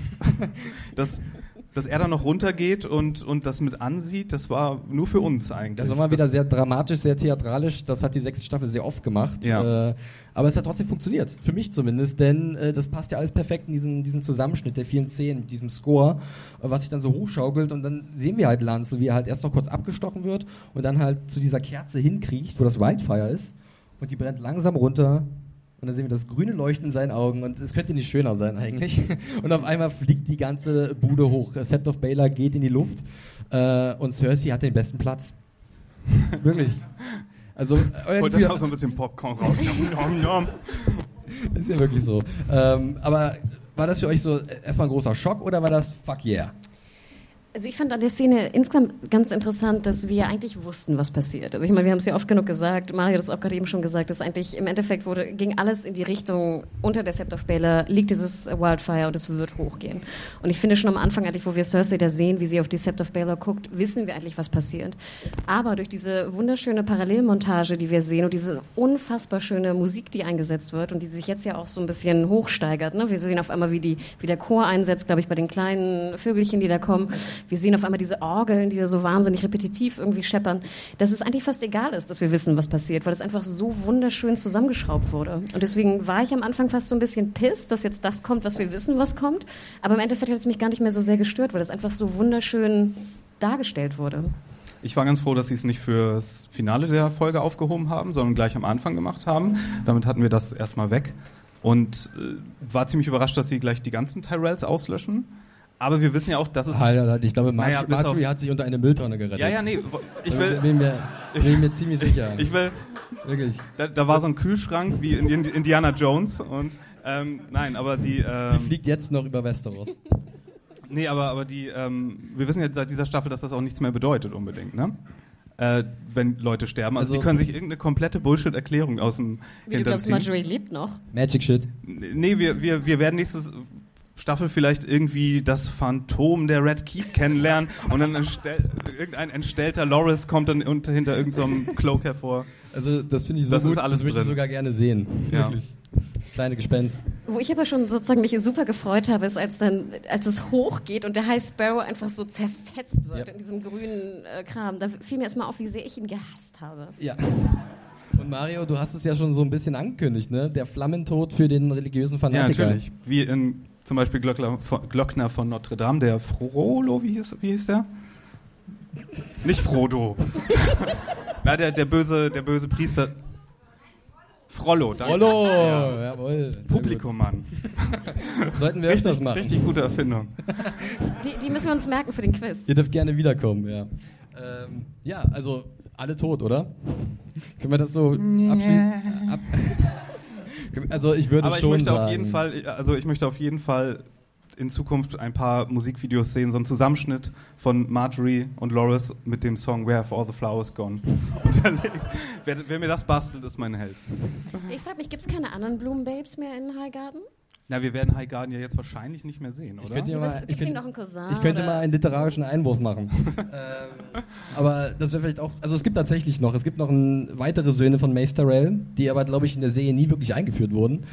Dass er da noch runtergeht und das mit ansieht, das war nur für uns eigentlich. Das war mal wieder sehr dramatisch, sehr theatralisch. Das hat die 6. Staffel sehr oft gemacht. Ja. Aber es hat trotzdem funktioniert, für mich zumindest, denn das passt ja alles perfekt in diesen Zusammenschnitt der vielen Szenen, diesem Score, was sich dann so hochschaukelt und dann sehen wir halt Lancel, wie er halt erst noch kurz abgestochen wird und dann halt zu dieser Kerze hinkriecht, wo das Wildfire ist und die brennt langsam runter. Und dann sehen wir das grüne Leuchten in seinen Augen und es könnte nicht schöner sein eigentlich. Und auf einmal fliegt die ganze Bude hoch. Sept of Baelor geht in die Luft und Cersei hat den besten Platz. Wirklich. Also, und dann auch so ein bisschen Popcorn raus. Ist ja wirklich so. Aber war das für euch so erstmal ein großer Schock oder war das fuck yeah? Also ich fand an der Szene insgesamt ganz interessant, dass wir eigentlich wussten, was passiert. Also ich meine, wir haben es ja oft genug gesagt, Mario hat es auch gerade eben schon gesagt, dass eigentlich im Endeffekt ging alles in die Richtung, unter der Sept of Baelor liegt dieses Wildfire und es wird hochgehen. Und ich finde schon am Anfang eigentlich, wo wir Cersei da sehen, wie sie auf die Sept of Baelor guckt, wissen wir eigentlich, was passiert. Aber durch diese wunderschöne Parallelmontage, die wir sehen und diese unfassbar schöne Musik, die eingesetzt wird und die sich jetzt ja auch so ein bisschen hochsteigert, ne? Wir sehen auf einmal, wie der Chor einsetzt, glaube ich, bei den kleinen Vögelchen, die da kommen. Wir sehen auf einmal diese Orgeln, die da so wahnsinnig repetitiv irgendwie scheppern, dass es eigentlich fast egal ist, dass wir wissen, was passiert, weil es einfach so wunderschön zusammengeschraubt wurde. Und deswegen war ich am Anfang fast so ein bisschen pissed, dass jetzt das kommt, was wir wissen, was kommt. Aber im Endeffekt hat es mich gar nicht mehr so sehr gestört, weil es einfach so wunderschön dargestellt wurde. Ich war ganz froh, dass sie es nicht fürs Finale der Folge aufgehoben haben, sondern gleich am Anfang gemacht haben. Damit hatten wir das erstmal weg. Und war ziemlich überrascht, dass sie gleich die ganzen Tyrells auslöschen. Aber wir wissen ja auch, dass es... Ich glaube, Marjorie hat sich unter eine Mülltonne gerettet. Ja, nee, ich will... Bin mir ziemlich sicher. Wirklich. Da war so ein Kühlschrank wie in Indiana Jones und... nein, aber die fliegt jetzt noch über Westeros. Nee, aber die... wir wissen jetzt seit dieser Staffel, dass das auch nichts mehr bedeutet unbedingt, ne? Wenn Leute sterben. Also die können sich irgendeine komplette Bullshit-Erklärung aus dem Wie, du glaubst, Marjorie lebt noch? Magic Shit. Nee, wir werden nächstes... Staffel vielleicht irgendwie das Phantom der Red Keep kennenlernen und dann irgendein entstellter Loras kommt dann hinter irgendeinem so Cloak hervor. Also das finde ich so gut, das würde ich sogar gerne sehen. Ja. Wirklich. Das kleine Gespenst. Wo ich aber schon sozusagen mich super gefreut habe, ist, als es hochgeht und der High Sparrow einfach so zerfetzt wird in diesem grünen Kram. Da fiel mir erstmal auf, wie sehr ich ihn gehasst habe. Ja. Und Mario, du hast es ja schon so ein bisschen angekündigt, ne? Der Flammentod für den religiösen Fanatiker. Ja, natürlich. Wie in zum Beispiel Glockner von Notre Dame, der Frollo, wie hieß der? Nicht Frodo. Na, der böse Priester. Frollo, danke. Frollo, jawohl. Publikum, Mann. Sollten wir öfters machen. Richtig gute Erfindung. Die müssen wir uns merken für den Quiz. Ihr dürft gerne wiederkommen, ja. Ja, also alle tot, oder? Können wir das so abschließen? Also ich würde Aber schon ich möchte sagen. auf jeden Fall in Zukunft ein paar Musikvideos sehen, so ein Zusammenschnitt von Marjorie und Loris mit dem Song Where Have All the Flowers Gone. Wer mir das bastelt, ist mein Held. Ich frage mich, gibt es keine anderen Blumenbabes mehr in Highgarden? Na, wir werden Highgarden ja jetzt wahrscheinlich nicht mehr sehen, oder? Gibt es noch einen Cousin? Ich könnte mal einen literarischen Einwurf machen. Aber das wäre vielleicht auch... Also es gibt tatsächlich noch weitere Söhne von Mace Tyrell, die aber, glaube ich, in der Serie nie wirklich eingeführt wurden.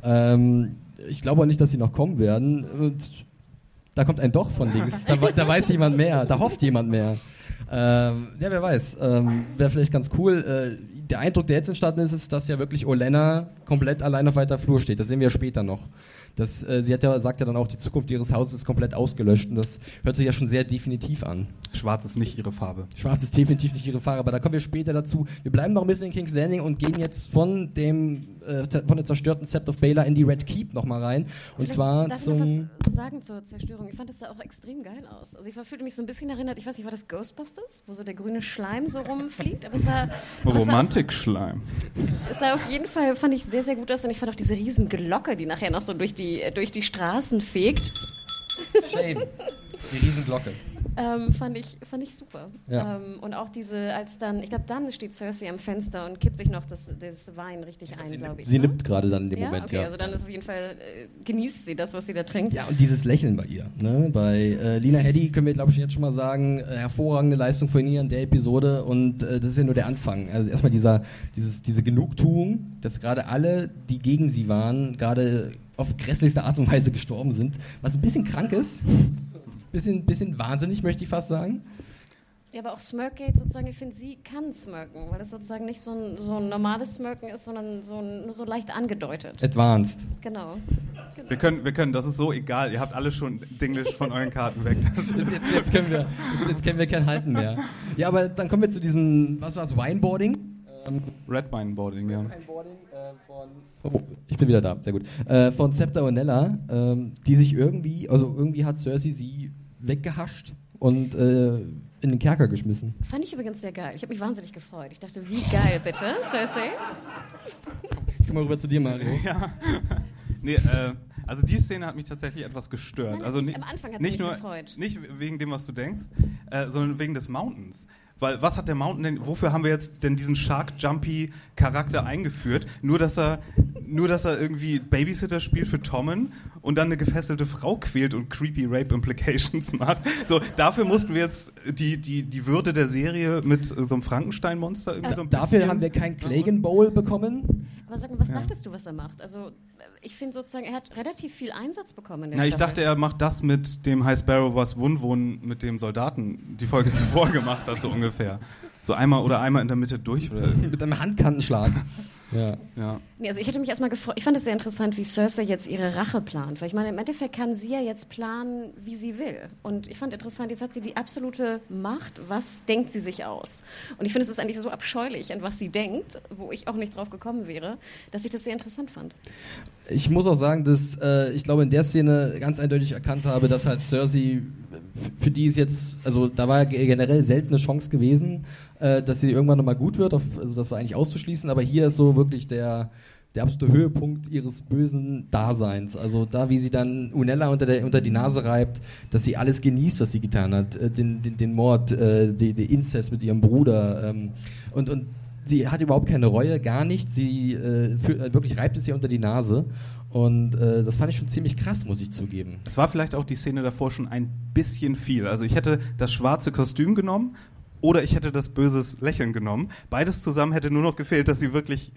Ich glaube auch nicht, dass sie noch kommen werden. Und da kommt ein Doch von Dings. Da weiß jemand mehr. Da hofft jemand mehr. Ja, wer weiß. Wäre vielleicht ganz cool. Der Eindruck, der jetzt entstanden ist, dass ja wirklich Olenna komplett allein auf weiter Flur steht. Das sehen wir ja später noch. Sie sagt ja dann auch, die Zukunft ihres Hauses ist komplett ausgelöscht. Und das hört sich ja schon sehr definitiv an. Schwarz ist nicht ihre Farbe. Schwarz ist definitiv nicht ihre Farbe, aber da kommen wir später dazu. Wir bleiben noch ein bisschen in King's Landing und gehen jetzt von der zerstörten Sept of Baelor in die Red Keep nochmal rein. Und zwar darf ich noch was sagen zur Zerstörung? Ich fand das sah auch extrem geil aus. Also ich fühlte mich so ein bisschen erinnert, ich weiß nicht, war das Ghostbusters? Wo so der grüne Schleim so rumfliegt? Aber es sah... Romantik-Schleim. Es sah auf jeden Fall, fand ich, sehr, sehr gut aus. Und ich fand auch diese riesen Glocke, die nachher noch so durch die Straßen fegt. Shame. Die Riesenglocke. Fand ich super. Ja. Und auch ich glaube, dann steht Cersei am Fenster und kippt sich noch das Wein richtig ein, glaube ich. Sie nippt gerade dann in dem Moment, okay, also dann ist auf jeden Fall, genießt sie das, was sie da trinkt. Ja, und dieses Lächeln bei ihr. Ne? Bei Lena Headey können wir, glaube ich, jetzt schon mal sagen, hervorragende Leistung von ihr in der Episode und das ist ja nur der Anfang. Also erstmal diese Genugtuung, dass gerade alle, die gegen sie waren, gerade auf grässlichste Art und Weise gestorben sind, was ein bisschen krank ist. Bisschen wahnsinnig, möchte ich fast sagen. Ja, aber auch Smirkgate sozusagen, ich finde, sie kann smirken, weil das sozusagen nicht so ein normales Smirken ist, sondern nur so leicht angedeutet. Advanced. Genau. Wir können, das ist so egal, ihr habt alle schon Dinglish von euren Karten weg. Jetzt können wir kein Halten mehr. Ja, aber dann kommen wir zu diesem, was war's, Wineboarding? Red Wineboarding, ja. Ich bin wieder da, sehr gut. Von Septa Ornella, die sich irgendwie hat Cersei sie weggehascht und in den Kerker geschmissen. Fand ich übrigens sehr geil. Ich habe mich wahnsinnig gefreut. Ich dachte, wie geil, bitte, Cersei? Ich komm mal rüber zu dir, Mario. Ja. Nee, also die Szene hat mich tatsächlich etwas gestört. Nein, also am Anfang hat mich gefreut. Nicht wegen dem, was du denkst, sondern wegen des Mountains. Weil was hat der Mountain denn, wofür haben wir jetzt denn diesen Shark-Jumpy-Charakter eingeführt? Nur, dass er irgendwie Babysitter spielt für Tommen und dann eine gefesselte Frau quält und creepy Rape-Implications macht. So, dafür mussten wir jetzt die Würde der Serie mit so einem Frankenstein-Monster irgendwie so ein bisschen... Dafür haben wir kein Clegane Bowl bekommen. Aber sag mal, was dachtest du, was er macht? Also, ich finde sozusagen, er hat relativ viel Einsatz bekommen in der ich dachte, er macht das mit dem High Sparrow, was Wun mit dem Soldaten die Folge zuvor gemacht hat, so ungefähr. So einmal in der Mitte durch. Oder mit einem Handkantenschlag. Ja. Nee, also ich hätte mich erstmal gefreut, ich fand es sehr interessant, wie Cersei jetzt ihre Rache plant, weil ich meine, im Endeffekt kann sie ja jetzt planen, wie sie will. Und ich fand interessant, jetzt hat sie die absolute Macht, was denkt sie sich aus? Und ich finde, es ist eigentlich so abscheulich, an was sie denkt, wo ich auch nicht drauf gekommen wäre, dass ich das sehr interessant fand. Ich muss auch sagen, dass ich glaube, in der Szene ganz eindeutig erkannt habe, dass halt Cersei, für die ist jetzt, also da war generell seltene Chance gewesen, dass sie irgendwann nochmal gut wird, also das war eigentlich auszuschließen, aber hier ist so wirklich der absolute Höhepunkt ihres bösen Daseins. Also da, wie sie dann Unella unter die Nase reibt, dass sie alles genießt, was sie getan hat, den Mord, den Inzest mit ihrem Bruder und sie hat überhaupt keine Reue, gar nichts, sie wirklich reibt es ihr unter die Nase. Und das fand ich schon ziemlich krass, muss ich zugeben. Es war vielleicht auch die Szene davor schon ein bisschen viel. Also ich hätte das schwarze Kostüm genommen oder ich hätte das böses Lächeln genommen. Beides zusammen hätte nur noch gefehlt, dass sie wirklich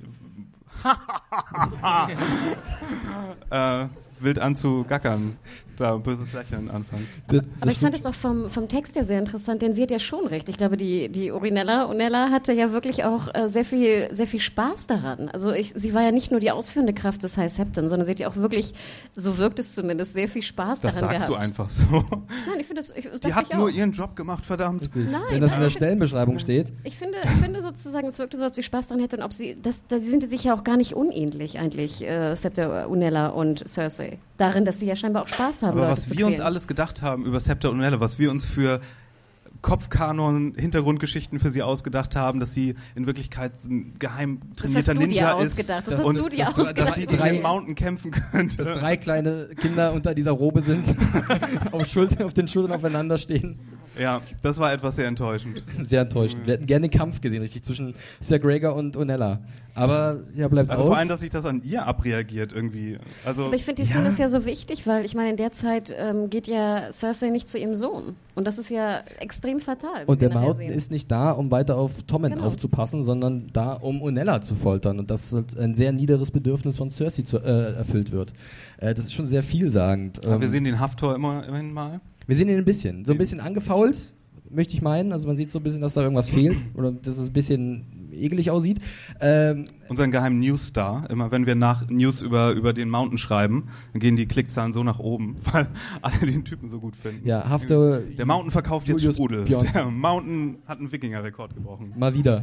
wild anzugackern, da böses Lächeln anfangen. Aber ich fand es auch vom Text her sehr interessant, denn sie hat ja schon recht. Ich glaube, die Ornella hatte ja wirklich auch sehr viel Spaß daran. Also sie war ja nicht nur die ausführende Kraft des High Septon, sondern sie hat ja auch wirklich, so wirkt es zumindest, sehr viel Spaß daran gehabt. Das sagst du einfach so. Nein, ich finde das... Die hat nur ihren Job gemacht, verdammt. Nein, wenn das in der Stellenbeschreibung steht. Ich finde sozusagen, es wirkte so, ob sie Spaß daran hätte und ob sie sind sich ja auch gar nicht unähnlich eigentlich, Septa Unella und Cersei. Darin, dass sie ja scheinbar auch Spaß haben, aber Leute was wir uns alles gedacht haben über Septa Unella, was wir uns für Kopfkanon, Hintergrundgeschichten für sie ausgedacht haben, dass sie in Wirklichkeit ein geheim trainierter Ninja ist. Das hast du dir ausgedacht. Dass sie gegen den Mountain kämpfen könnte. Dass 3 kleine Kinder unter dieser Robe sind, auf den Schultern aufeinander stehen. Ja, das war etwas sehr enttäuschend. Sehr enttäuschend. Wir hätten gerne den Kampf gesehen, richtig, zwischen Sir Gregor und Onella. Aber ja, bleibt aus. Vor allem, dass sich das an ihr abreagiert irgendwie. Also, aber ich finde, die Szene ist ja so wichtig, weil ich meine, in der Zeit geht ja Cersei nicht zu ihrem Sohn. Und das ist ja extrem fatal. Und der Mountain ist nicht da, um weiter auf Tommen aufzupassen, sondern da, um Onella zu foltern. Und dass ein sehr niederes Bedürfnis von Cersei erfüllt wird. Das ist schon sehr vielsagend. Aber wir sehen den Haftor immerhin mal. Wir sehen ihn ein bisschen. So ein bisschen angefault, möchte ich meinen. Also man sieht so ein bisschen, dass da irgendwas fehlt oder dass es ein bisschen eklig aussieht. Unseren geheimen News-Star, immer wenn wir nach News über den Mountain schreiben, dann gehen die Klickzahlen so nach oben, weil alle den Typen so gut finden. Ja, Haftor. Der Mountain verkauft jetzt Julius Sprudel. Björnsson. Der Mountain hat einen Wikinger-Rekord gebrochen. Mal wieder.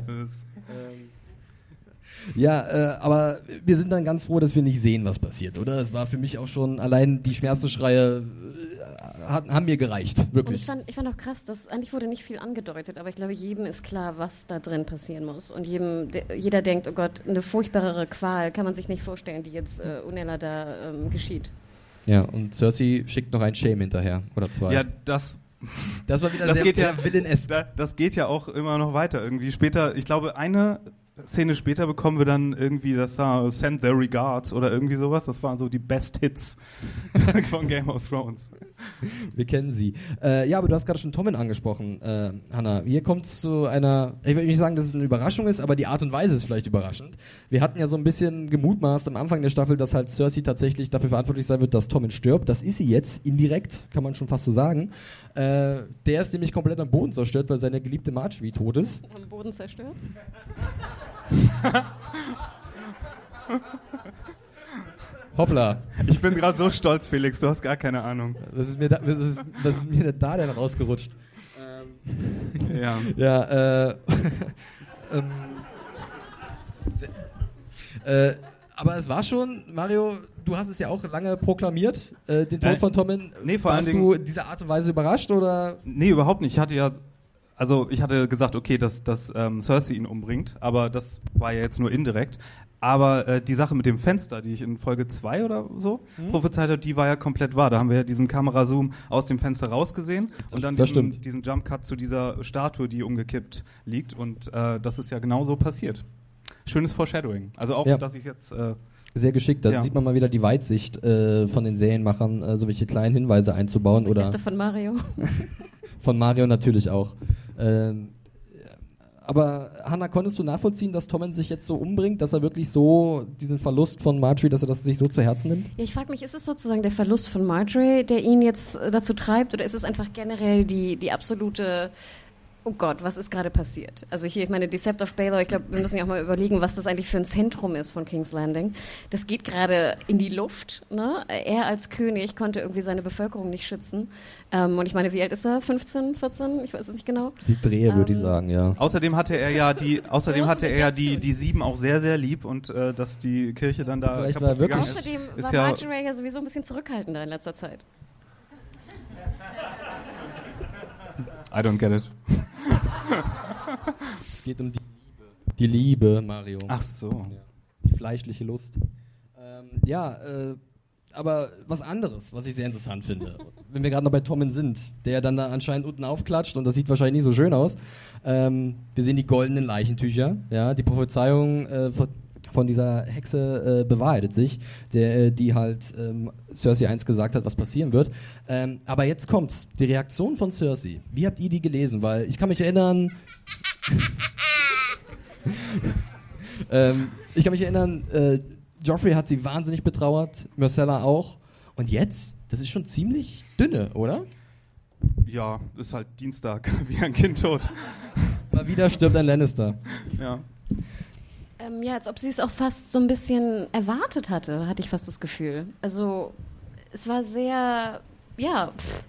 Ja, aber wir sind dann ganz froh, dass wir nicht sehen, was passiert, oder? Es war für mich auch schon, allein die Schmerzensschreie haben mir gereicht, wirklich. Und ich fand auch krass, dass eigentlich wurde nicht viel angedeutet, aber ich glaube, jedem ist klar, was da drin passieren muss. Und jeder denkt, oh Gott, eine furchtbarere Qual kann man sich nicht vorstellen, die jetzt Onella da geschieht. Ja, und Cersei schickt noch ein Shame hinterher, oder 2. Ja, das war wieder das sehr geht ja, Villain-esque. Das geht ja auch immer noch weiter irgendwie. Später, ich glaube, eine Szene später bekommen wir dann irgendwie das Send Their Regards oder irgendwie sowas. Das waren so die Best Hits von Game of Thrones. Wir kennen sie. Ja, aber du hast gerade schon Tommen angesprochen, Hannah. Hier kommt es zu einer, ich will nicht sagen, dass es eine Überraschung ist, aber die Art und Weise ist vielleicht überraschend. Wir hatten ja so ein bisschen gemutmaßt am Anfang der Staffel, dass halt Cersei tatsächlich dafür verantwortlich sein wird, dass Tommen stirbt. Das ist sie jetzt, indirekt, kann man schon fast so sagen. Der ist nämlich komplett am Boden zerstört, weil seine geliebte Marjorie tot ist. Am Boden zerstört? Hoppla. Ich bin gerade so stolz, Felix, du hast gar keine Ahnung. Was ist mir da denn rausgerutscht? Ja. Ja, aber es war schon, Mario, du hast es ja auch lange proklamiert, den Tod von Tommen. Nee, vor Warst allen du diese Art und Weise überrascht, oder? Nee, überhaupt nicht. Ich hatte gesagt, okay, dass Cersei ihn umbringt, aber das war ja jetzt nur indirekt. Aber die Sache mit dem Fenster, die ich in Folge 2 oder so prophezeit habe, die war ja komplett wahr. Da haben wir ja diesen Kamerazoom aus dem Fenster rausgesehen und dann diesen Jump-Cut zu dieser Statue, die umgekippt liegt. Und das ist ja genau so passiert. Schönes Foreshadowing. Also auch, dass ich jetzt... sehr geschickt. Da sieht man mal wieder die Weitsicht von den Serienmachern, so welche kleinen Hinweise einzubauen. Ich dachte von Mario. Von Mario natürlich auch. Aber Hannah, konntest du nachvollziehen, dass Tommen sich jetzt so umbringt, dass er wirklich so diesen Verlust von Marjorie, dass er das sich so zu Herzen nimmt? Ja, ich frage mich, ist es sozusagen der Verlust von Marjorie, der ihn jetzt dazu treibt, oder ist es einfach generell die absolute... Oh Gott, was ist gerade passiert? Also hier, ich meine, die Sept of Baelor, ich glaube, wir müssen ja auch mal überlegen, was das eigentlich für ein Zentrum ist von King's Landing. Das geht gerade in die Luft, ne? Er als König konnte irgendwie seine Bevölkerung nicht schützen. Und ich meine, wie alt ist er? 15, 14? Ich weiß es nicht genau. Die Drehe, würde ich sagen, ja. Außerdem hatte er ja die 7 auch sehr, sehr lieb und dass die Kirche dann da vielleicht kaputt gegangen ist. Außerdem war Marjorie ja sowieso ein bisschen zurückhaltender in letzter Zeit. I don't get it. Es geht um die Liebe, Mario. Ach so. Ja. Die fleischliche Lust. Aber was anderes, was ich sehr interessant finde, wenn wir gerade noch bei Tommen sind, der dann da anscheinend unten aufklatscht und das sieht wahrscheinlich nicht so schön aus. Wir sehen die goldenen Leichentücher, ja, die Prophezeiung von dieser Hexe bewahrheitet sich, die halt Cersei 1 gesagt hat, was passieren wird. Aber jetzt kommt's, die Reaktion von Cersei. Wie habt ihr die gelesen? Weil ich kann mich erinnern... Joffrey hat sie wahnsinnig betrauert, Myrcella auch. Und jetzt? Das ist schon ziemlich dünne, oder? Ja, ist halt Dienstag, wie ein Kind tot. Mal wieder stirbt ein Lannister. Ja. Ja, als ob sie es auch fast so ein bisschen erwartet hatte ich fast das Gefühl. Also es war sehr,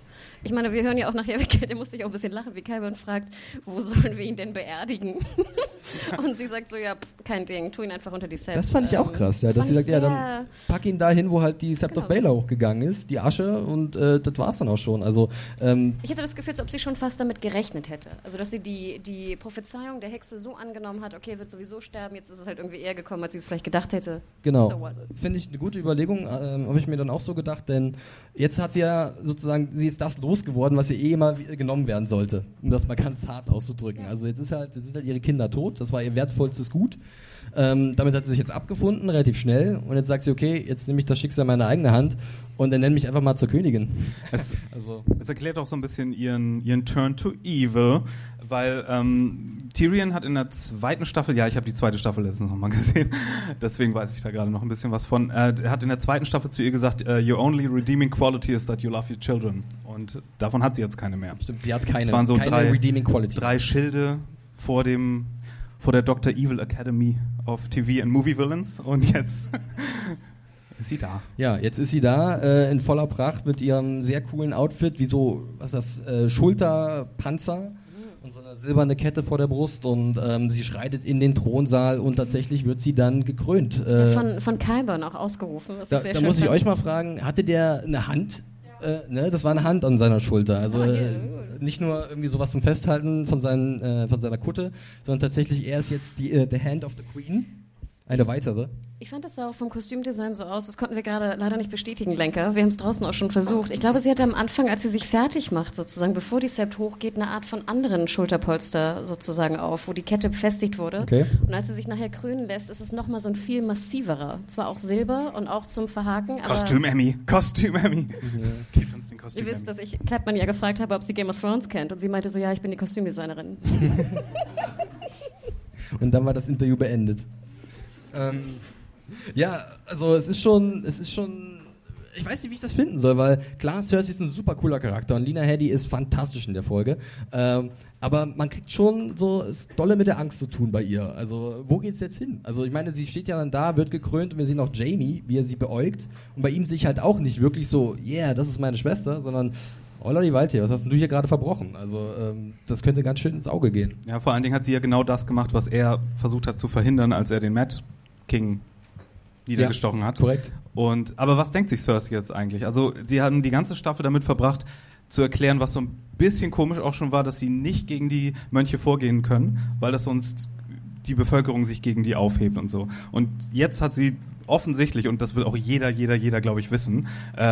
Ich meine, wir hören ja auch nachher, der musste ich auch ein bisschen lachen, wie Qyburn fragt, wo sollen wir ihn denn beerdigen? Und sie sagt so, ja, kein Ding, tu ihn einfach unter die Sept. Das fand ich auch krass, ja, dass sie sagt, ja, dann pack ihn da hin, wo halt die Sept of Baelor hochgegangen ist, die Asche, und das war's dann auch schon. Also, ich hatte das Gefühl, als ob sie schon fast damit gerechnet hätte. Also, dass sie die Prophezeiung der Hexe so angenommen hat, okay, er wird sowieso sterben, jetzt ist es halt irgendwie eher gekommen, als sie es vielleicht gedacht hätte. Genau, So finde ich eine gute Überlegung, habe ich mir dann auch so gedacht, denn jetzt hat sie ja sozusagen, sie ist das losgeworden, was ihr immer genommen werden sollte, um das mal ganz hart auszudrücken. Ja. Also jetzt sind halt ihre Kinder tot, das war ihr wertvollstes Gut. Damit hat sie sich jetzt abgefunden, relativ schnell, und jetzt sagt sie, okay, jetzt nehme ich das Schicksal in meine eigene Hand und dann nenne mich einfach mal zur Königin. Es erklärt auch so ein bisschen ihren Turn to Evil, weil Tyrion hat in der zweiten Staffel, ja, ich habe die zweite Staffel letztens nochmal gesehen, deswegen weiß ich da gerade noch ein bisschen was von, er hat in der zweiten Staffel zu ihr gesagt, your only redeeming quality is that you love your children. Und davon hat sie jetzt keine mehr. Stimmt, sie hat keine, es waren so keine redeeming quality. 3 Schilde vor der Dr. Evil Academy of TV and Movie Villains, und jetzt ist sie da. Ja, jetzt ist sie da in voller Pracht mit ihrem sehr coolen Outfit, wie so, was ist das, Schulterpanzer und so eine silberne Kette vor der Brust, und sie schreitet in den Thronsaal und tatsächlich wird sie dann gekrönt. Von Qyburn auch ausgerufen. Da muss ich euch mal fragen, hatte der eine Hand? Ne, das war eine Hand an seiner Schulter. Also nicht nur irgendwie sowas zum Festhalten von seiner Kutte, sondern tatsächlich, er ist jetzt the Hand of the Queen. Eine weitere. Ich fand das sah auch vom Kostümdesign so aus, das konnten wir gerade leider nicht bestätigen, Lenker. Wir haben es draußen auch schon versucht. Ich glaube, sie hatte am Anfang, als sie sich fertig macht, sozusagen, bevor die Sept hochgeht, eine Art von anderen Schulterpolster sozusagen auf, wo die Kette befestigt wurde. Okay. Und als sie sich nachher krönen lässt, ist es nochmal so ein viel massiverer. Zwar auch Silber und auch zum Verhaken, aber... Kostüm-Emmy. Gebt uns den Kostüm-Emmy. Ihr wisst, dass ich Kleppmann ja gefragt habe, ob sie Game of Thrones kennt. Und sie meinte so, ja, ich bin die Kostümdesignerin. Und dann war das Interview beendet. Ja, also es ist schon, ich weiß nicht, wie ich das finden soll, weil klar, Cersei ist ein super cooler Charakter und Lena Headey ist fantastisch in der Folge, aber man kriegt schon so es dolle mit der Angst zu tun bei ihr. Also wo geht's jetzt hin? Also ich meine, sie steht ja dann da, wird gekrönt und wir sehen auch Jaime, wie er sie beäugt, und bei ihm sehe ich halt auch nicht wirklich so, yeah, das ist meine Schwester, sondern Ola die Waldtier, was hast denn du hier gerade verbrochen? Also das könnte ganz schön ins Auge gehen. Ja, vor allen Dingen hat sie ja genau das gemacht, was er versucht hat zu verhindern, als er den Mad King niedergestochen hat. Korrekt. Aber was denkt sich Cersei jetzt eigentlich? Also sie haben die ganze Staffel damit verbracht, zu erklären, was so ein bisschen komisch auch schon war, dass sie nicht gegen die Mönche vorgehen können, weil das sonst die Bevölkerung sich gegen die aufhebt und so. Und jetzt hat sie offensichtlich, und das will auch jeder, glaube ich, wissen,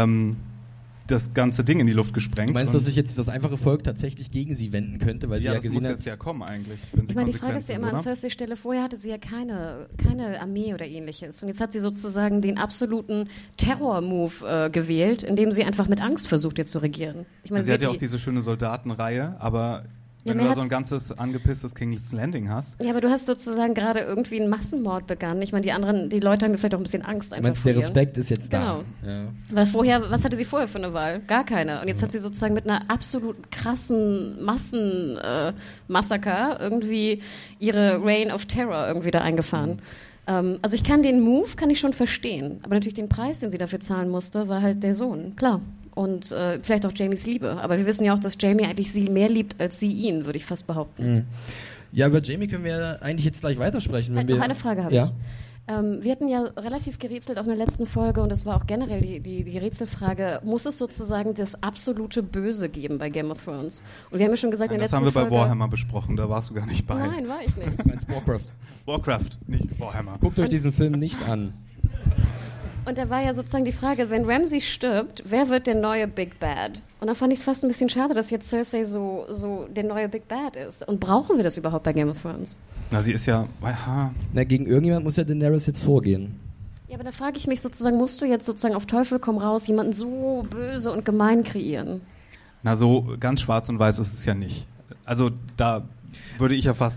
das ganze Ding in die Luft gesprengt. Du meinst, dass sich jetzt das einfache Volk tatsächlich gegen sie wenden könnte, weil sie ja gesehen hat... Ja, das muss jetzt ja kommen eigentlich. Wenn ich meine, die Frage ist ja immer an Cersei Stelle, vorher hatte sie ja keine Armee oder ähnliches. Und jetzt hat sie sozusagen den absoluten Terror-Move gewählt, indem sie einfach mit Angst versucht, jetzt zu regieren. Ich meine, sie hat ja auch diese schöne Soldatenreihe, aber... Wenn du da so ein ganzes angepisstes King's Landing hast. Ja, aber du hast sozusagen gerade irgendwie einen Massenmord begangen. Ich meine, die Leute haben vielleicht auch ein bisschen Angst einfach vor ihr. Der Respekt ist jetzt da. Genau. Ja. Weil vorher, was hatte sie vorher für eine Wahl? Gar keine. Und jetzt hat sie sozusagen mit einer absolut krassen Massenmassaker irgendwie ihre Reign of Terror irgendwie da eingefahren. Also ich kann den Move schon verstehen. Aber natürlich den Preis, den sie dafür zahlen musste, war halt der Sohn. Klar. Und vielleicht auch Jaimies Liebe. Aber wir wissen ja auch, dass Jaime eigentlich sie mehr liebt als sie ihn, würde ich fast behaupten. Mhm. Ja, über Jaime können wir eigentlich jetzt gleich weitersprechen. Noch eine Frage habe ich. Wir hatten ja relativ gerätselt auf einer letzten Folge, und das war auch generell die Rätselfrage, muss es sozusagen das absolute Böse geben bei Game of Thrones? Und wir haben ja schon gesagt, in der letzten Folge... Das haben wir bei Warhammer besprochen, da warst du gar nicht bei. Nein, war ich nicht. Du meinst Warcraft. Warcraft, nicht Warhammer. Guckt euch diesen Film nicht an. Und da war ja sozusagen die Frage, wenn Ramsay stirbt, wer wird der neue Big Bad? Und da fand ich es fast ein bisschen schade, dass jetzt Cersei so der neue Big Bad ist. Und brauchen wir das überhaupt bei Game of Thrones? Na, sie ist ja... Na, gegen irgendjemand muss ja Daenerys jetzt vorgehen. Ja, aber da frage ich mich sozusagen, musst du jetzt sozusagen auf Teufel komm raus jemanden so böse und gemein kreieren? Na, so ganz schwarz und weiß ist es ja nicht. Also da würde ich ja fast noch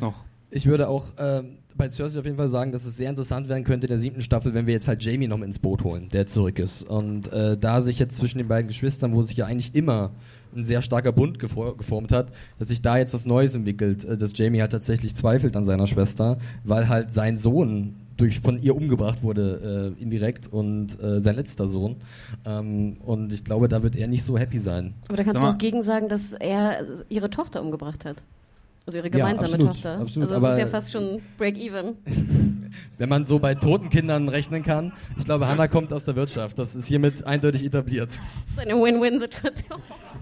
Ich würde auch bei Cersei auf jeden Fall sagen, dass es sehr interessant werden könnte in der 7. Staffel, wenn wir jetzt halt Jaime noch ins Boot holen, der zurück ist. Und da sich jetzt zwischen den beiden Geschwistern, wo sich ja eigentlich immer ein sehr starker Bund geformt hat, dass sich da jetzt was Neues entwickelt, dass Jaime halt tatsächlich zweifelt an seiner Schwester, weil halt sein Sohn von ihr umgebracht wurde, indirekt, und sein letzter Sohn. Und ich glaube, da wird er nicht so happy sein. Aber da kannst du auch gegen sagen, dass er ihre Tochter umgebracht hat. Also ihre gemeinsame absolut, Tochter. Absolut, also das ist ja fast schon Break-Even. Wenn man so bei toten Kindern rechnen kann. Ich glaube, Hannah kommt aus der Wirtschaft. Das ist hiermit eindeutig etabliert. Das ist eine Win-Win-Situation.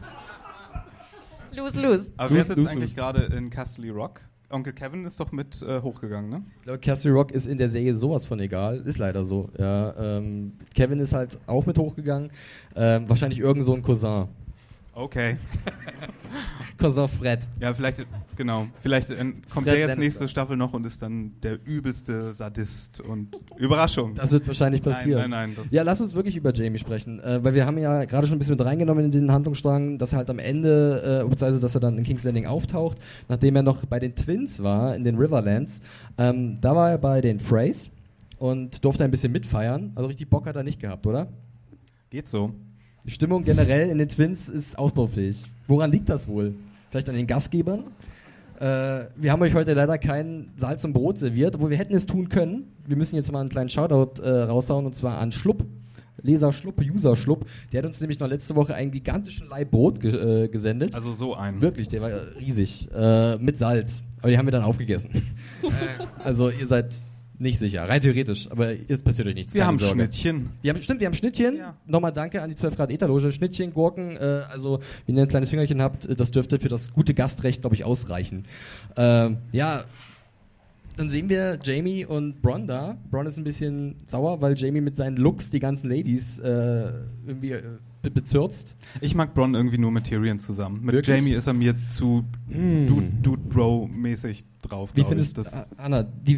Lose-lose. Aber wer sitzt eigentlich gerade in Castle Rock? Onkel Kevin ist doch mit hochgegangen, ne? Ich glaube, Castle Rock ist in der Serie sowas von egal. Ist leider so. Ja, Kevin ist halt auch mit hochgegangen. Wahrscheinlich irgend so ein Cousin. Okay. Cousin Fred. Ja, vielleicht, genau. Vielleicht kommt der jetzt nächste Staffel noch und ist dann der übelste Sadist und Überraschung. Das wird wahrscheinlich passieren. Nein. Ja, lass uns wirklich über Jaime sprechen, weil wir haben ja gerade schon ein bisschen mit reingenommen in den Handlungsstrang, dass er halt am Ende, beziehungsweise dass er dann in King's Landing auftaucht, nachdem er noch bei den Twins war, in den Riverlands. Da war er bei den Freys und durfte ein bisschen mitfeiern. Also richtig Bock hat er nicht gehabt, oder? Geht so. Die Stimmung generell in den Twins ist ausbaufähig. Woran liegt das wohl? Vielleicht an den Gastgebern? Wir haben euch heute leider kein Salz und Brot serviert, obwohl wir hätten es tun können. Wir müssen jetzt mal einen kleinen Shoutout raushauen, und zwar an Schlupp. Leser Schlupp, User Schlupp. Der hat uns nämlich noch letzte Woche einen gigantischen Laib Brot gesendet. Also so einen. Wirklich, der war riesig. Mit Salz. Aber die haben wir dann aufgegessen. Also ihr seid nicht sicher, rein theoretisch, aber jetzt passiert euch nichts. Wir haben Sorge. Schnittchen. Wir haben Schnittchen. Ja. Nochmal danke an die 12 Grad Etaloge. Schnittchen, Gurken, also wenn ihr ein kleines Fingerchen habt, das dürfte für das gute Gastrecht, glaube ich, ausreichen. Ja, dann sehen wir Jaime und Bronn da. Bronn ist ein bisschen sauer, weil Jaime mit seinen Looks die ganzen Ladies irgendwie bezürzt. Ich mag Bronn irgendwie nur mit Tyrion zusammen. Mit Wirklich? Jaime ist er mir zu Dude-Bro-mäßig drauf, Wie findest du, Anna, die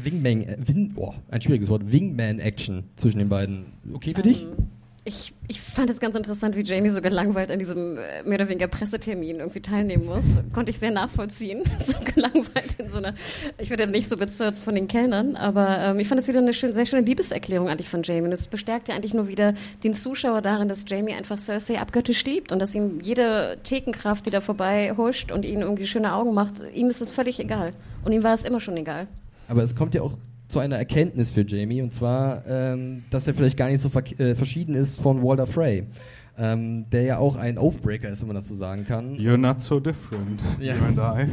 ein schwieriges Wort, Wingman-Action zwischen den beiden, okay für dich? Ich fand es ganz interessant, wie Jaime so gelangweilt an diesem mehr oder weniger Pressetermin irgendwie teilnehmen muss. Konnte ich sehr nachvollziehen. So gelangweilt in so einer, ich werde nicht so bezirzt von den Kellnern, aber ich fand es wieder eine sehr schöne Liebeserklärung eigentlich von Jaime. Und es bestärkt ja eigentlich nur wieder den Zuschauer darin, dass Jaime einfach Cersei abgöttisch liebt und dass ihm jede Thekenkraft, die da vorbei huscht und ihn irgendwie schöne Augen macht, ihm ist es völlig egal. Und ihm war es immer schon egal. Aber es kommt ja auch zu einer Erkenntnis für Jaime, und zwar, dass er vielleicht gar nicht so verschieden ist von Walder Frey, der ja auch ein Oathbreaker ist, wenn man das so sagen kann. You're not so different, ja. You and I.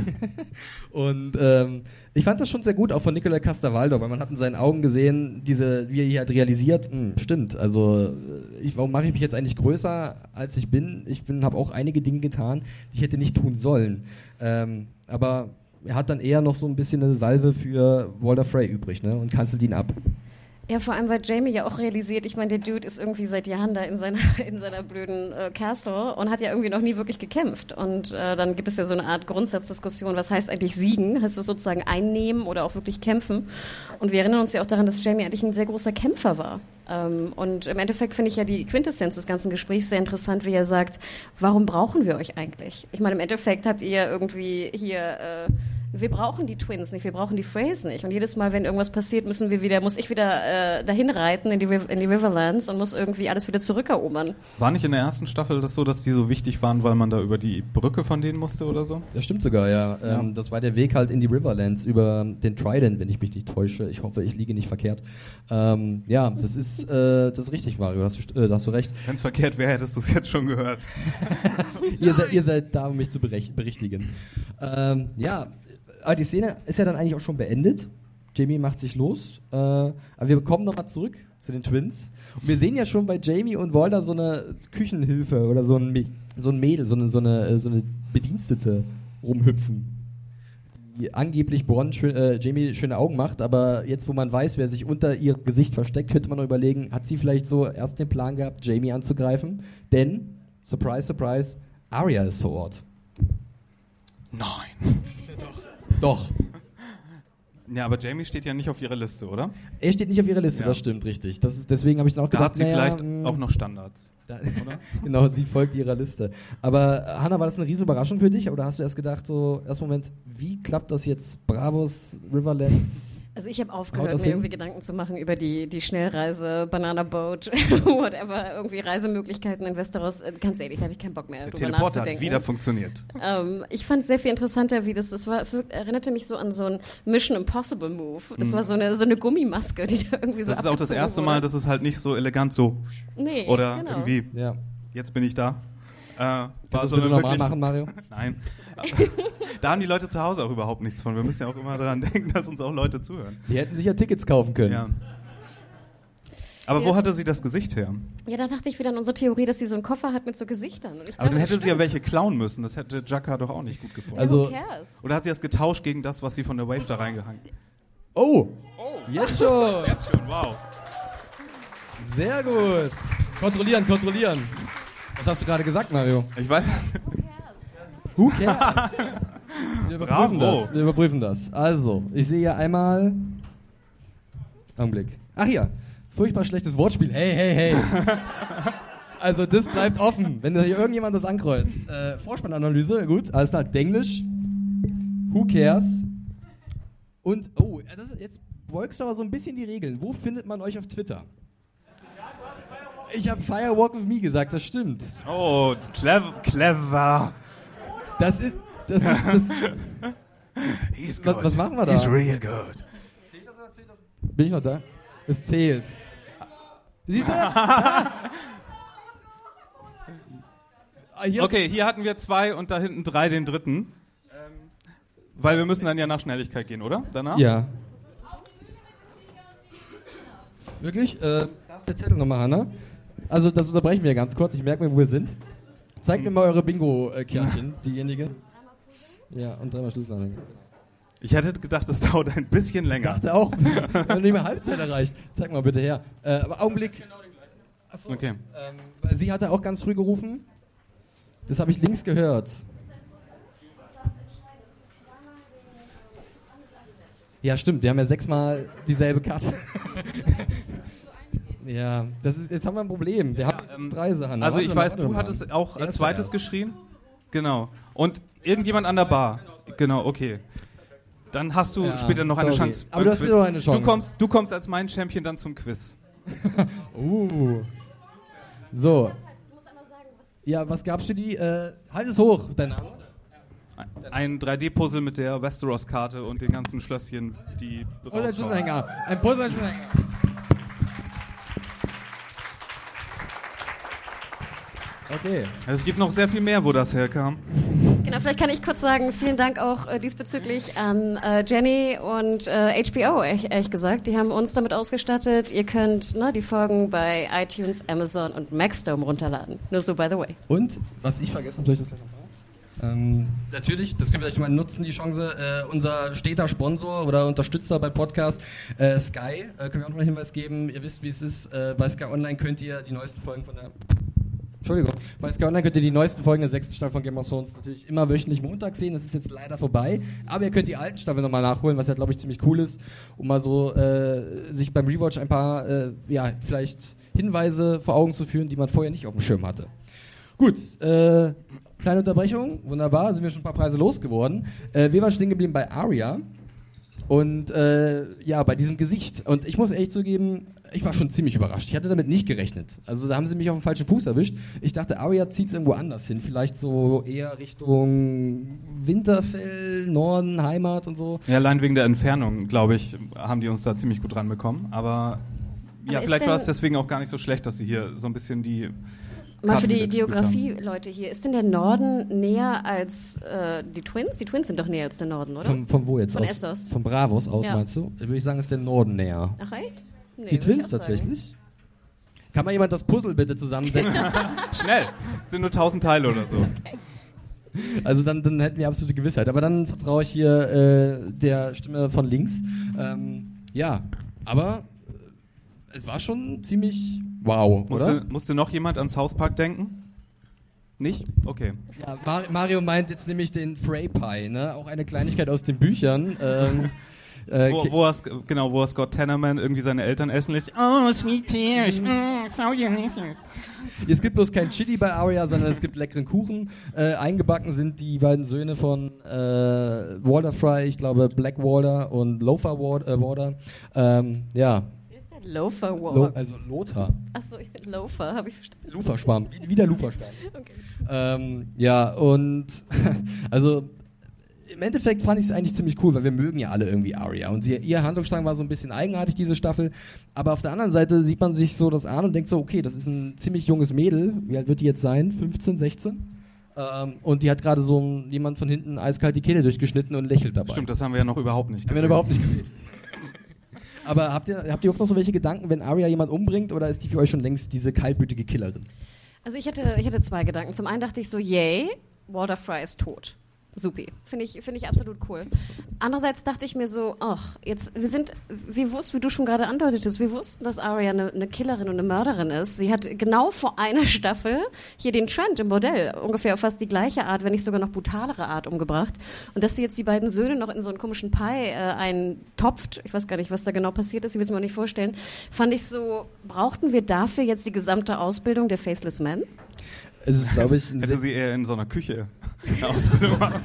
Und ich fand das schon sehr gut, auch von Nikolai Coster-Waldau, weil man hat in seinen Augen gesehen, wie er hier halt realisiert, stimmt, also warum mache ich mich jetzt eigentlich größer, als ich bin? Ich habe auch einige Dinge getan, die ich hätte nicht tun sollen. Aber er hat dann eher noch so ein bisschen eine Salve für Walder Frey übrig, ne? Und kanzelt ihn ab. Ja, vor allem, weil Jaime ja auch realisiert, ich meine, der Dude ist irgendwie seit Jahren da in seiner blöden Castle und hat ja irgendwie noch nie wirklich gekämpft. Und dann gibt es ja so eine Art Grundsatzdiskussion, was heißt eigentlich siegen? Heißt es sozusagen einnehmen oder auch wirklich kämpfen? Und wir erinnern uns ja auch daran, dass Jaime eigentlich ein sehr großer Kämpfer war. Und im Endeffekt finde ich ja die Quintessenz des ganzen Gesprächs sehr interessant, wie er sagt, warum brauchen wir euch eigentlich? Ich meine, im Endeffekt habt ihr irgendwie hier... wir brauchen die Twins nicht, wir brauchen die Freys nicht. Und jedes Mal, wenn irgendwas passiert, muss ich wieder dahin reiten in die Riverlands und muss irgendwie alles wieder zurückerobern. War nicht in der ersten Staffel das so, dass die so wichtig waren, weil man da über die Brücke von denen musste oder so? Das stimmt sogar, ja. Das war der Weg halt in die Riverlands über den Trident, wenn ich mich nicht täusche. Ich hoffe, ich liege nicht verkehrt. Ja, das ist richtig, Mario, da hast du recht. Wenn es verkehrt wäre, hättest du es jetzt schon gehört. ihr seid da, um mich zu berichtigen. Ja, aber die Szene ist ja dann eigentlich auch schon beendet. Jaime macht sich los. Aber wir kommen nochmal zurück zu den Twins. Und wir sehen ja schon bei Jaime und Walder so eine Küchenhilfe oder so ein Mädel, so eine Bedienstete rumhüpfen. Die angeblich Bronn Jaime schöne Augen macht, aber jetzt, wo man weiß, wer sich unter ihr Gesicht versteckt, könnte man noch überlegen, hat sie vielleicht so erst den Plan gehabt, Jaime anzugreifen? Denn, surprise, surprise, Arya ist vor Ort. Nein. Doch. Ja, aber Jamie steht ja nicht auf ihrer Liste, oder? Er steht nicht auf ihrer Liste, das stimmt, richtig. Deswegen habe ich dann auch Da gedacht, hat sie vielleicht auch noch Standards. oder? Genau, sie folgt ihrer Liste. Aber Hannah, war das eine riesen Überraschung für dich? Oder hast du erst gedacht, Moment, wie klappt das jetzt? Bravos, Riverlands? Also ich habe aufgehört, mir irgendwie Gedanken zu machen über die Schnellreise, Banana Boat, whatever, irgendwie Reisemöglichkeiten in Westeros. Ganz ehrlich, da habe ich keinen Bock mehr Der drüber Teleporter nachzudenken. hat wieder funktioniert. Ich fand sehr viel interessanter, wie das erinnerte mich so an so einen Mission Impossible Move. Das war so eine Gummimaske, die da irgendwie so Das ist auch das erste Mal, dass es halt nicht so elegant so nee, oder genau. irgendwie, Ja. jetzt bin ich da. Kannst du das bitte nochmal machen, Mario? Nein. Da haben die Leute zu Hause auch überhaupt nichts von. Wir müssen ja auch immer daran denken, dass uns auch Leute zuhören. Die hätten sich ja Tickets kaufen können. Ja. Aber wo hatte sie das Gesicht her? Ja, da dachte ich wieder an unsere Theorie, dass sie so einen Koffer hat mit so Gesichtern. Und ich Aber glaube, dann hätte das sie ja stimmt. welche klauen müssen. Das hätte Jaka doch auch nicht gut gefunden. Also- Who cares? Oder hat sie das getauscht gegen das, was sie von der Wave da reingehangen hat? Oh, jetzt schon. Jetzt schon, wow. Sehr gut. Kontrollieren. Was hast du gerade gesagt, Mario? Ich weiß. Who cares? Wir überprüfen Bravo. das. Wir überprüfen das. Also, ich sehe hier einmal... Augenblick. Ach ja, furchtbar schlechtes Wortspiel. Hey. Also das bleibt offen, wenn da hier irgendjemand das ankreuzt. Vorspannanalyse, gut, alles klar. Denglisch. Who cares? Und, jetzt beugst du aber so ein bisschen die Regeln. Wo findet man euch auf Twitter? Ich habe Firewalk with Me gesagt, das stimmt. Oh, clever. Das ist. He's Was machen wir da? He's real good. Bin ich noch da? Es zählt. Siehst du? Hier. Okay, hier hatten wir 2 und da hinten 3 den dritten. Weil wir müssen dann ja nach Schnelligkeit gehen, oder? Danach? Ja. Wirklich? Da ist der Zettel nochmal, Hanna. Also, das unterbrechen wir ganz kurz. Ich merke mir, wo wir sind. Zeigt mir mal eure Bingo-Kärtchen, diejenige. Ja, und 3-mal Schlüsselanhänger. Ich hätte gedacht, das dauert ein bisschen Ich länger. dachte auch, wenn du nicht mehr Halbzeit erreicht. Zeig mal bitte her. Aber Augenblick. Achso. Okay. Sie hatte auch ganz früh gerufen. Das habe ich links gehört. Ja, stimmt. Wir haben ja 6-mal dieselbe Karte. Ja, jetzt haben wir ein Problem. Wir haben Preise, Hanna. Also Warte ich mal, weiß, warte du mal. hattest auch Ja, als zweites zuerst. geschrien. Genau. Und irgendjemand an der Bar. Genau, okay. Dann hast du Ja, später noch eine sorry. Chance. Aber beim du hast Quiz. wieder noch eine Chance. Du kommst als mein Champion dann zum Quiz. So. Ja, was gab's für die? Halt es hoch, dein Name. Ein 3D-Puzzle mit der Westeros-Karte und den ganzen Schlösschen, die Und ein rausschauen. Schlüsselanhänger. Ein Puzzle, ein Schlüsselanhänger. Okay. Es gibt noch sehr viel mehr, wo das herkam. Genau, vielleicht kann ich kurz sagen, vielen Dank auch diesbezüglich an Jenny und HBO, ehrlich gesagt. Die haben uns damit ausgestattet. Ihr könnt die Folgen bei iTunes, Amazon und Maxdome runterladen. Nur so, by the way. Und, was ich vergessen habe, soll ich das gleich noch natürlich, das können wir gleich mal nutzen, die Chance, unser steter Sponsor oder Unterstützer beim Podcast, Sky, können wir auch noch einen Hinweis geben. Ihr wisst, wie es ist. Bei Sky Online könnt ihr die neuesten Folgen bei Sky Online könnt ihr die neuesten Folgen der 6. Staffel von Game of Thrones natürlich immer wöchentlich montags sehen. Das ist jetzt leider vorbei. Aber ihr könnt die alten Staffeln nochmal nachholen, was ja, glaube ich, ziemlich cool ist, um mal so sich beim Rewatch ein paar, vielleicht Hinweise vor Augen zu führen, die man vorher nicht auf dem Schirm hatte. Gut, kleine Unterbrechung, wunderbar, sind wir schon ein paar Preise losgeworden. Wir waren stehen geblieben bei Arya und bei diesem Gesicht. Und ich muss ehrlich zugeben, ich war schon ziemlich überrascht. Ich hatte damit nicht gerechnet. Also da haben sie mich auf den falschen Fuß erwischt. Ich dachte, Arya zieht es irgendwo anders hin. Vielleicht so eher Richtung Winterfell, Norden, Heimat und so. Ja, allein wegen der Entfernung, glaube ich, haben die uns da ziemlich gut ranbekommen. Aber ja, ist vielleicht war denn- es deswegen auch gar nicht so schlecht, dass sie hier so ein bisschen die Mal für Karten die wieder gespielt Geografie-Leute hier. Ist denn der Norden näher als die Twins? Die Twins sind doch näher als der Norden, oder? Von wo jetzt Von aus? Essos. Von Bravos aus, Ja. meinst du? Würde ich sagen, ist der Norden näher. Ach, echt? Nee, Die würde ich Twins auch sagen. tatsächlich? Kann mal jemand das Puzzle bitte zusammensetzen? Schnell! Sind nur 1000 Teile oder so. Also dann hätten wir absolute Gewissheit. Aber dann vertraue ich hier der Stimme von links. Aber es war schon ziemlich wow, oder? Musste noch jemand an South Park denken? Nicht? Okay. Ja, Mario meint jetzt nämlich den Frey Pie, ne? Auch eine Kleinigkeit aus den Büchern. Wo er Scott Tenorman irgendwie seine Eltern essen lässt. Oh, sweet tears. So delicious. Es gibt bloß kein Chili bei Arya, sondern es gibt leckeren Kuchen. Eingebacken sind die beiden Söhne von Walder Frey, ich glaube Black Walder und Lothar Walder. Ja. Lothar Walder. Also Lothar. Achso, ich bin Lothar, habe ich verstanden. Luferschwamm, wie der Luferschwamm. Okay. Ja, und also im Endeffekt fand ich es eigentlich ziemlich cool, weil wir mögen ja alle irgendwie Arya. Und ihr Handlungsstrang war so ein bisschen eigenartig, diese Staffel. Aber auf der anderen Seite sieht man sich so das an und denkt so, okay, das ist ein ziemlich junges Mädel. Wie alt wird die jetzt sein? 15, 16? Und die hat gerade so jemand von hinten eiskalt die Kehle durchgeschnitten und lächelt dabei. Stimmt, das haben wir ja noch überhaupt nicht gesehen. Haben wir überhaupt nicht gesehen. Aber habt ihr überhaupt noch so welche Gedanken, wenn Arya jemand umbringt, oder ist die für euch schon längst diese kaltblütige Killerin? Also ich hatte zwei Gedanken. Zum einen dachte ich so, yay, Walder Frey ist tot. Supi. Finde ich absolut cool. Andererseits dachte ich mir so, ach, jetzt, wir wussten, wie du schon gerade andeutetest, wir wussten, dass Arya eine Killerin und eine Mörderin ist. Sie hat genau vor einer Staffel hier den Trent im Bordell ungefähr auf fast die gleiche Art, wenn nicht sogar noch brutalere Art umgebracht. Und dass sie jetzt die beiden Söhne noch in so einen komischen Pie eintopft, ich weiß gar nicht, was da genau passiert ist, ich will es mir auch nicht vorstellen, fand ich so, brauchten wir dafür jetzt die gesamte Ausbildung der Faceless Men? Es ist, glaube ich, hätte sie eher in so einer Küche eine Ausbildung machen.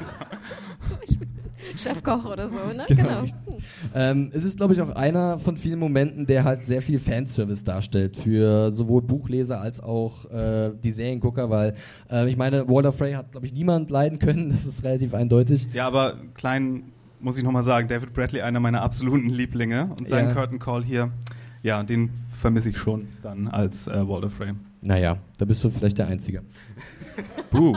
Chefkoch oder so, ne? Genau. Es ist, glaube ich, auch einer von vielen Momenten, der halt sehr viel Fanservice darstellt für sowohl Buchleser als auch die Seriengucker, weil ich meine, Walder Frey hat, glaube ich, niemand leiden können, das ist relativ eindeutig. Ja, aber muss ich nochmal sagen, David Bradley, einer meiner absoluten Lieblinge, und sein Curtain Call hier, ja, den vermisse ich schon dann als Walder Frey. Naja, da bist du vielleicht der Einzige. Buh.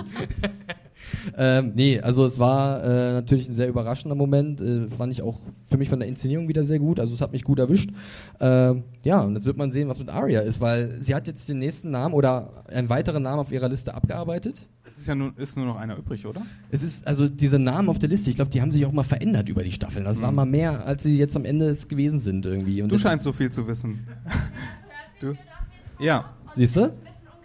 Nee, also es war natürlich ein sehr überraschender Moment, fand ich auch für mich von der Inszenierung wieder sehr gut, also es hat mich gut erwischt. Ja, und jetzt wird man sehen, was mit Arya ist, weil sie hat jetzt den nächsten Namen oder einen weiteren Namen auf ihrer Liste abgearbeitet. Es ist ja nur noch einer übrig, oder? Es ist, also diese Namen auf der Liste, ich glaube, die haben sich auch mal verändert über die Staffeln. Das war mal mehr, als sie jetzt am Ende es gewesen sind irgendwie. Und du scheinst so viel zu wissen. Du? Ja. Siehst du?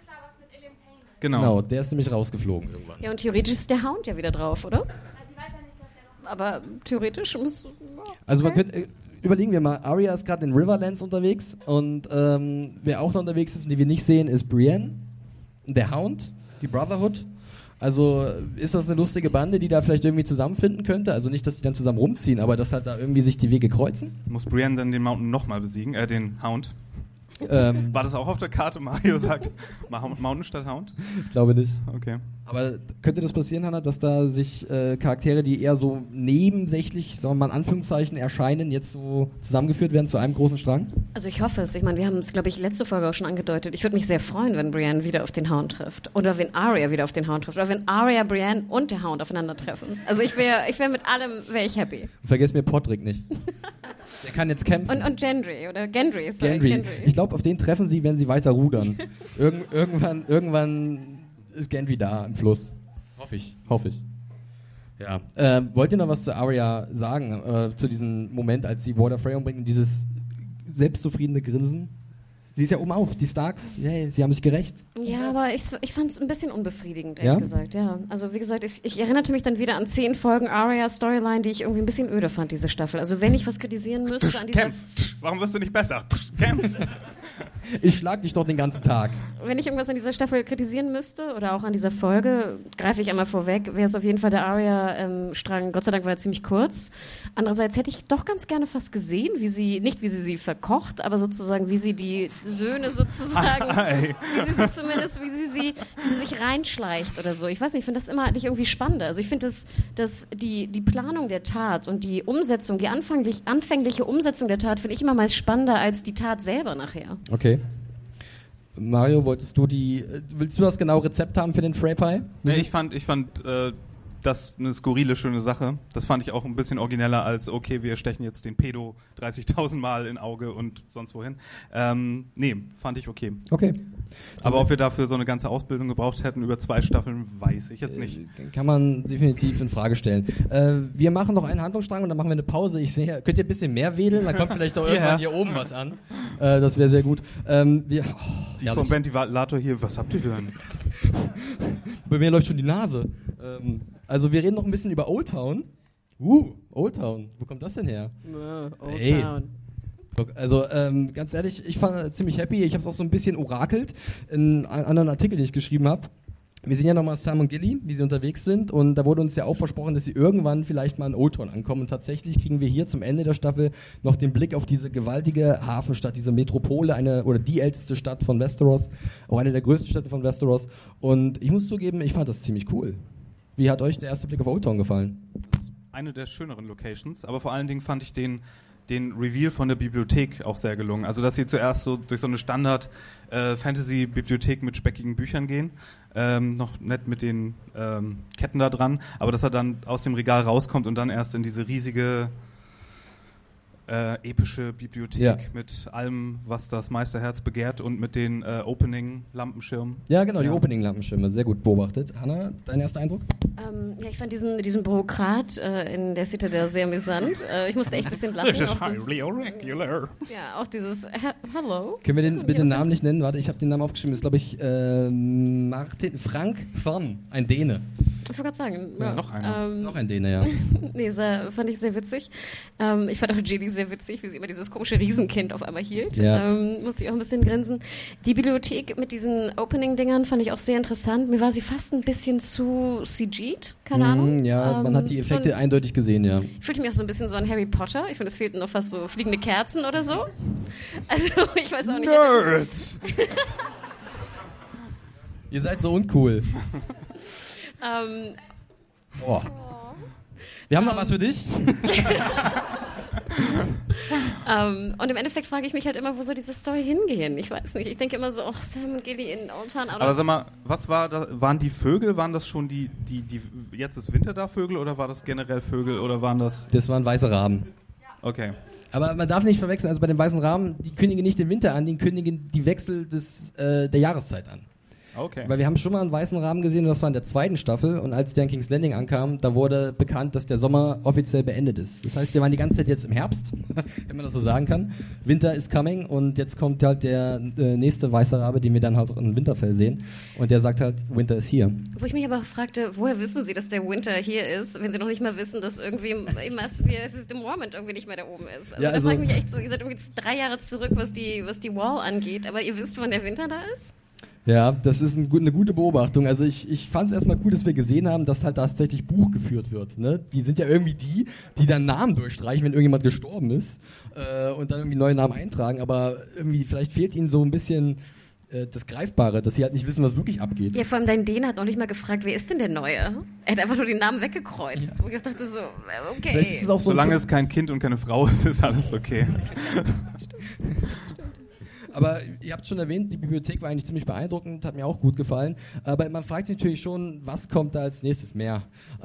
Genau, der ist nämlich rausgeflogen irgendwann. Ja, und theoretisch ist der Hound ja wieder drauf, oder? Also ich weiß ja nicht, dass der noch... Aber theoretisch muss... Okay. Also man könnte... Überlegen wir mal, Arya ist gerade in Riverlands unterwegs und wer auch noch unterwegs ist und die wir nicht sehen, ist Brienne, der Hound, die Brotherhood. Also ist das eine lustige Bande, die da vielleicht irgendwie zusammenfinden könnte? Also nicht, dass die dann zusammen rumziehen, aber dass halt da irgendwie sich die Wege kreuzen? Muss Brienne dann den Mountain nochmal besiegen, den Hound? War das auch auf der Karte? Mario sagt Mountain statt Hound? Ich glaube nicht. Okay. Aber könnte das passieren, Hannah, dass da sich Charaktere, die eher so nebensächlich, sagen wir mal in Anführungszeichen, erscheinen, jetzt so zusammengeführt werden zu einem großen Strang? Also ich hoffe es. Ich meine, wir haben es, glaube ich, letzte Folge auch schon angedeutet. Ich würde mich sehr freuen, wenn Brienne wieder auf den Hound trifft. Oder wenn Arya wieder auf den Hound trifft. Oder wenn Arya, Brienne und der Hound aufeinandertreffen. Also ich wär mit allem wäre ich happy. Und vergiss mir Podrick nicht. Der kann jetzt kämpfen. Und Gendry, oder Gendry. Gendry. Ich glaube, auf den treffen sie, wenn sie weiter rudern. Irgendwann ist Gendry da im Fluss. Hoffe ich. Ja. Wollt ihr noch was zu Arya sagen, zu diesem Moment, als sie Walder Frey umbringt und dieses selbstzufriedene Grinsen? Sie ist ja oben auf, die Starks, hey, sie haben sich gerecht. Ja, aber ich fand es ein bisschen unbefriedigend, ehrlich gesagt, ja. Also wie gesagt, ich erinnerte mich dann wieder an 10 Folgen Arya-Storyline, die ich irgendwie ein bisschen öde fand, diese Staffel. Also wenn ich was kritisieren müsste an dieser... Kämpf! Warum wirst du nicht besser? Kämpf! Ich schlag dich doch den ganzen Tag. Wenn ich irgendwas an dieser Staffel kritisieren müsste oder auch an dieser Folge, greife ich einmal vorweg, wäre es auf jeden Fall der Arya-Strang. Gott sei Dank war er ziemlich kurz. Andererseits hätte ich doch ganz gerne fast gesehen, wie sie verkocht, aber sozusagen, wie sie die Söhne sozusagen, wie sie sich reinschleicht oder so. Ich weiß nicht, ich finde das immer eigentlich irgendwie spannender. Also ich finde, dass die Planung der Tat und die Umsetzung, die anfängliche Umsetzung der Tat, finde ich immer meist spannender als die Tat selber nachher. Okay. Mario, willst du das genaue Rezept haben für den Frey Pie? Nee, ich fand das eine skurrile, schöne Sache. Das fand ich auch ein bisschen origineller als, okay, wir stechen jetzt den Pedo 30.000 Mal in Auge und sonst wohin. Nee, fand ich okay. Okay. Aber ob wir dafür so eine ganze Ausbildung gebraucht hätten über 2 Staffeln, weiß ich jetzt nicht. Kann man definitiv in Frage stellen. Wir machen noch einen Handlungsstrang und dann machen wir eine Pause. Ich sehe, könnt ihr ein bisschen mehr wedeln? Dann kommt vielleicht auch irgendwann hier oben was an. Das wäre sehr gut. Die vom Ventilator hier, was habt ihr denn? Bei mir läuft schon die Nase. Also wir reden noch ein bisschen über Old Town. Old Town. Wo kommt das denn her? Old Ey. Town. Also ganz ehrlich, ich fand ziemlich happy. Ich habe es auch so ein bisschen orakelt in einem anderen Artikel, den ich geschrieben habe. Wir sehen ja nochmal Sam und Gilly, wie sie unterwegs sind, und da wurde uns ja auch versprochen, dass sie irgendwann vielleicht mal in Old Town ankommen, und tatsächlich kriegen wir hier zum Ende der Staffel noch den Blick auf diese gewaltige Hafenstadt, diese Metropole, oder die älteste Stadt von Westeros, auch eine der größten Städte von Westeros, und ich muss zugeben, ich fand das ziemlich cool. Wie hat euch der erste Blick auf Old Town gefallen? Das ist eine der schöneren Locations, aber vor allen Dingen fand ich den Reveal von der Bibliothek auch sehr gelungen. Also, dass sie zuerst so durch so eine Standard-Fantasy-Bibliothek mit speckigen Büchern gehen, noch nett mit den Ketten da dran, aber dass er dann aus dem Regal rauskommt und dann erst in diese riesige epische Bibliothek mit allem, was das Meisterherz begehrt, und mit den Opening-Lampenschirmen. Ja, genau, die Opening-Lampenschirme, sehr gut beobachtet. Hanna, dein erster Eindruck? Ja, ich fand diesen Bürokrat in der Citadel sehr amüsant. Ich musste echt ein bisschen lachen. This is highly irregular. Ja, auch dieses Hello. Können wir den bitte den Namen nicht nennen? Warte, ich habe den Namen aufgeschrieben. Das ist, glaube ich, Frank Vorn, ein Däne. Ich wollte gerade sagen. Ja, noch einer. Noch ein Däne, ja. Nee, fand ich sehr witzig. Ich fand auch Gilly sehr witzig, wie sie immer dieses komische Riesenkind auf einmal hielt. Ja. Musste ich auch ein bisschen grinsen. Die Bibliothek mit diesen Opening-Dingern fand ich auch sehr interessant. Mir war sie fast ein bisschen zu CG'd, keine Ahnung. Ja, man hat die Effekte eindeutig gesehen, ja. Ich fühlte mich auch so ein bisschen so an Harry Potter. Ich finde, es fehlten noch fast so fliegende Kerzen oder so. Also, ich weiß auch nicht. Nerds! Ihr seid so uncool. Oh. Wir haben noch was für dich. Und im Endeffekt frage ich mich halt immer, wo soll diese Story hingehen? Ich weiß nicht. Ich denke immer so, Sam und Gilly in Old Town. Aber sag mal, was war da? Waren die Vögel, waren das schon die jetzt ist Winter da Vögel, oder war das generell Vögel, oder waren das... Das waren weiße Raben. Okay. Aber man darf nicht verwechseln, also bei den weißen Raben, die kündigen nicht den Winter an, die kündigen die Wechsel der Jahreszeit an. Okay. Weil wir haben schon mal einen weißen Raben gesehen, und das war in der zweiten Staffel, und als der in King's Landing ankam, da wurde bekannt, dass der Sommer offiziell beendet ist. Das heißt, wir waren die ganze Zeit jetzt im Herbst, wenn man das so sagen kann. Winter is coming, und jetzt kommt halt der nächste weiße Rabe, den wir dann halt in Winterfell sehen, und der sagt halt, Winter is here. Wo ich mich aber fragte, woher wissen Sie, dass der Winter hier ist, wenn Sie noch nicht mal wissen, dass irgendwie im Mormont irgendwie nicht mehr da oben ist. Also, Ja, also da frage ich mich echt so, ihr seid irgendwie 3 Jahre zurück, was die Wall angeht, aber ihr wisst, wann der Winter da ist? Ja, das ist eine gute Beobachtung. Also ich fand es erstmal cool, dass wir gesehen haben, dass halt tatsächlich Buch geführt wird. Ne? Die sind ja irgendwie die dann Namen durchstreichen, wenn irgendjemand gestorben ist und dann irgendwie neue Namen eintragen. Aber irgendwie vielleicht fehlt ihnen so ein bisschen das Greifbare, dass sie halt nicht wissen, was wirklich abgeht. Ja, vor allem dein Däne hat noch nicht mal gefragt, wer ist denn der Neue? Er hat einfach nur den Namen weggekreuzt. Ja. Wo ich dachte so, okay. Vielleicht ist es auch so solange es kein Kind und keine Frau ist, ist alles okay. Stimmt. Aber ihr habt schon erwähnt, die Bibliothek war eigentlich ziemlich beeindruckend, hat mir auch gut gefallen. Aber man fragt sich natürlich schon, was kommt da als nächstes mehr?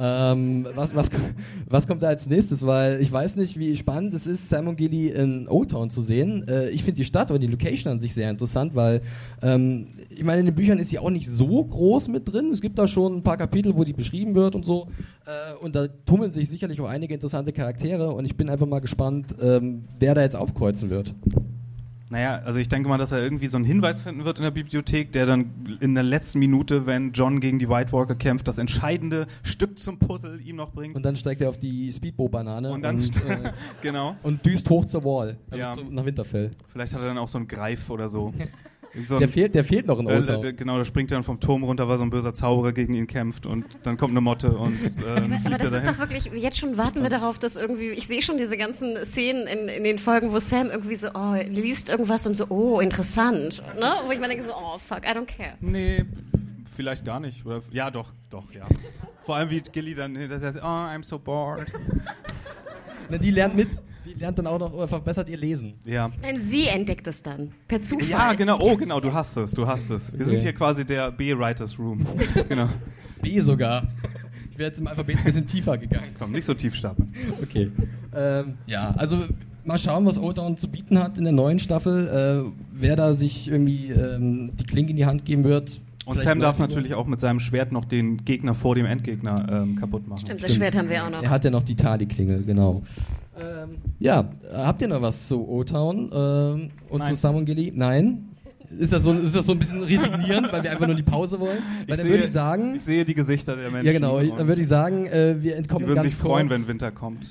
Was kommt da als nächstes? Weil ich weiß nicht, wie spannend es ist, Sam und Gilly in Old Town zu sehen. Ich finde die Stadt oder die Location an sich sehr interessant, weil ich meine, in den Büchern ist sie auch nicht so groß mit drin. Es gibt da schon ein paar Kapitel, wo die beschrieben wird und so. Und da tummeln sich sicherlich auch einige interessante Charaktere. Und ich bin einfach mal gespannt, wer da jetzt aufkreuzen wird. Naja, also ich denke mal, dass er irgendwie so einen Hinweis finden wird in der Bibliothek, der dann in der letzten Minute, wenn Jon gegen die White Walker kämpft, das entscheidende Stück zum Puzzle ihm noch bringt. Und dann steigt er auf die Speedboat-Banane und genau. Und düst hoch zur Wall, also ja. Nach Winterfell. Vielleicht hat er dann auch so einen Greif oder so. So der fehlt noch in Old Town. Genau, da springt er dann vom Turm runter, weil so ein böser Zauberer gegen ihn kämpft, und dann kommt eine Motte und aber das ist doch wirklich, jetzt schon warten wir darauf, dass irgendwie, ich sehe schon diese ganzen Szenen in den Folgen, wo Sam irgendwie so, liest irgendwas und so, interessant, ne? Wo ich mir denke so, fuck, I don't care. Nee, vielleicht gar nicht. Oder, ja, doch, ja. Vor allem wie Gilly dann hinterher sagt, I'm so bored. Na, die lernt dann auch noch oder verbessert ihr Lesen. Ja. Nein, sie entdeckt es dann. Per Zufall. Ja, genau. Genau, du hast es. Wir sind hier quasi der B-Writers Room. Genau. B sogar. Ich wäre jetzt im Alphabet ein bisschen tiefer gegangen. Komm, nicht so tief stapeln. Okay. Ja, also mal schauen, was Old Town zu bieten hat in der neuen Staffel. Wer da sich irgendwie die Klinke in die Hand geben wird. Und Sam darf natürlich auch mit seinem Schwert noch den Gegner vor dem Endgegner kaputt machen. Stimmt, das Schwert haben wir auch noch. Er hat ja noch die Tali-Klingel, genau. Ja, habt ihr noch was zu Old Town und zu Sam und Gilly? Nein? Ist das so ein bisschen resignierend, weil wir einfach nur die Pause wollen? Weil dann würde ich sagen... Ich sehe die Gesichter der Menschen. Ja, genau. Dann würde ich sagen, wir entkommen Die würden ganz sich freuen, kurz. wenn Winter kommt.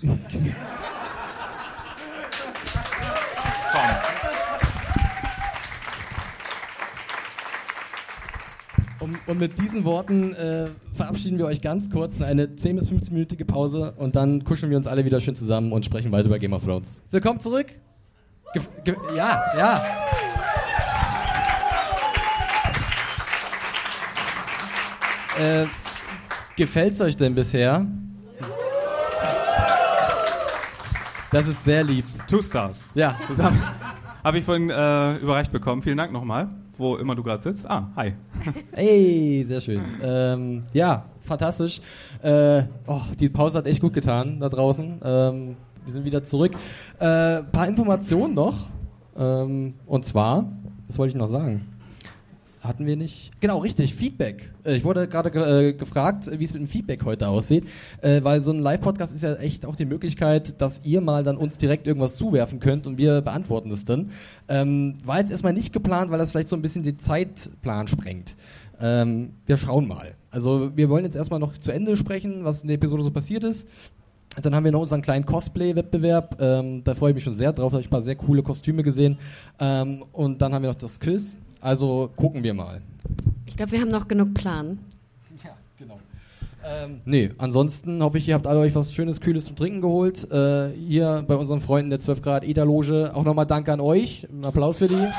Und mit diesen Worten verabschieden wir euch ganz kurz in eine 10- bis 15-minütige Pause und dann kuscheln wir uns alle wieder schön zusammen und sprechen weiter über Game of Thrones. Willkommen zurück. Ja. Gefällt's euch denn bisher? Das ist sehr lieb. 2 Stars. Ja. Das habe ich vorhin überreicht bekommen. Vielen Dank nochmal, wo immer du gerade sitzt. Hi. Hey, sehr schön. Ja, fantastisch. Die Pause hat echt gut getan da draußen. Wir sind wieder zurück. Paar Informationen noch. Und zwar, was wollte ich noch sagen? Hatten wir nicht? Genau, richtig, Feedback. Ich wurde gerade gefragt, wie es mit dem Feedback heute aussieht, weil so ein Live-Podcast ist ja echt auch die Möglichkeit, dass ihr mal dann uns direkt irgendwas zuwerfen könnt und wir beantworten das dann. War jetzt erstmal nicht geplant, weil das vielleicht so ein bisschen den Zeitplan sprengt. Wir schauen mal. Also wir wollen jetzt erstmal noch zu Ende sprechen, was in der Episode so passiert ist. Dann haben wir noch unseren kleinen Cosplay-Wettbewerb. Da freue ich mich schon sehr drauf, da habe ich ein paar sehr coole Kostüme gesehen. Und dann haben wir noch das Quiz. Also gucken wir mal. Ich glaube, wir haben noch genug Plan. Ja, genau. Ansonsten hoffe ich, ihr habt alle euch was Schönes, Kühles zum Trinken geholt. Hier bei unseren Freunden der 12 Grad ETA-Loge. Auch nochmal Danke an euch. Ein Applaus für die.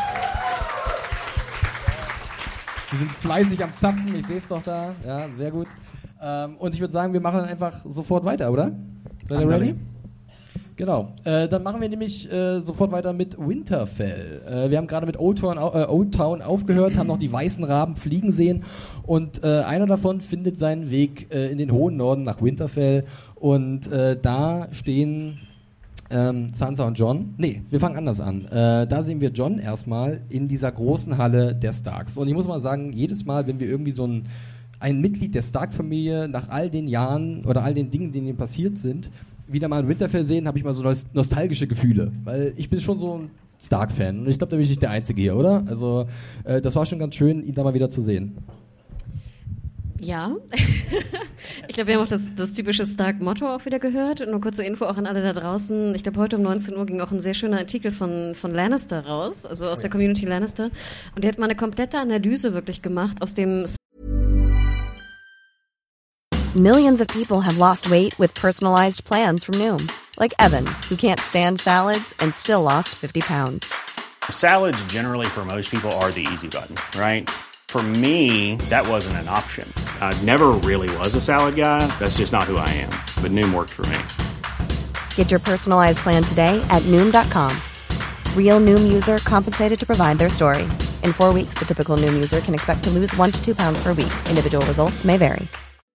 Die sind fleißig am Zapfen, ich sehe es doch da. Ja, sehr gut. Und ich würde sagen, wir machen dann einfach sofort weiter, oder? Seid ihr ready? Genau. Dann machen wir nämlich sofort weiter mit Winterfell. Wir haben gerade mit Old Town aufgehört, haben noch die weißen Raben fliegen sehen und einer davon findet seinen Weg in den hohen Norden nach Winterfell und da stehen Sansa und Jon. Nee, wir fangen anders an. Da sehen wir Jon erstmal in dieser großen Halle der Starks. Und ich muss mal sagen, jedes Mal, wenn wir irgendwie so ein Mitglied der Stark-Familie nach all den Jahren oder all den Dingen, die ihnen passiert sind, wieder mal in Winterfell sehen, habe ich mal so nostalgische Gefühle. Weil ich bin schon so ein Stark-Fan. Und ich glaube, da bin ich nicht der Einzige hier, oder? Also, das war schon ganz schön, ihn da mal wieder zu sehen. Ja. Ich glaube, wir haben auch das typische Stark-Motto auch wieder gehört. Nur kurze Info auch an alle da draußen. Ich glaube, heute um 19 Uhr ging auch ein sehr schöner Artikel von Lannister raus, also aus der Community Lannister. Und der hat mal eine komplette Analyse wirklich gemacht aus dem... Millions of people have lost weight with personalized plans from Noom. Like Evan, who can't stand salads and still lost 50 pounds. Salads generally for most people are the easy button, right? For me, that wasn't an option. I never really was a salad guy. That's just not who I am. But Noom worked for me. Get your personalized plan today at Noom.com. Real Noom user compensated to provide their story. In 4 weeks, the typical Noom user can expect to lose 1 to 2 pounds per week. Individual results may vary.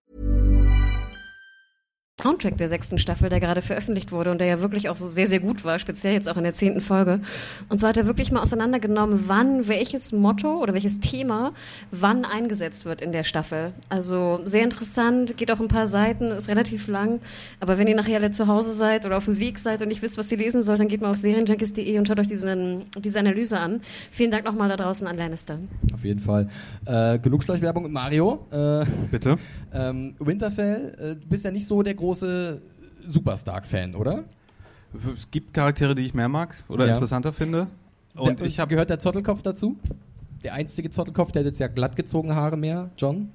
Soundtrack der 6. Staffel, der gerade veröffentlicht wurde und der ja wirklich auch so sehr, sehr gut war, speziell jetzt auch in der 10. Folge. Und so hat er wirklich mal auseinandergenommen, wann welches Motto oder welches Thema wann eingesetzt wird in der Staffel. Also sehr interessant, geht auch ein paar Seiten, ist relativ lang, aber wenn ihr nachher alle zu Hause seid oder auf dem Weg seid und nicht wisst, was ihr lesen sollt, dann geht mal auf serienjunkies.de und schaut euch diese Analyse an. Vielen Dank nochmal da draußen an Lannister. Auf jeden Fall. Genug Schleichwerbung mit Mario. Bitte. Winterfell, du bist ja nicht so der große Super Stark-Fan, oder? Es gibt Charaktere, die ich mehr mag oder interessanter finde. Und gehört der Zottelkopf dazu? Der einzige Zottelkopf, der hat jetzt ja glatt gezogene Haare mehr, Jon?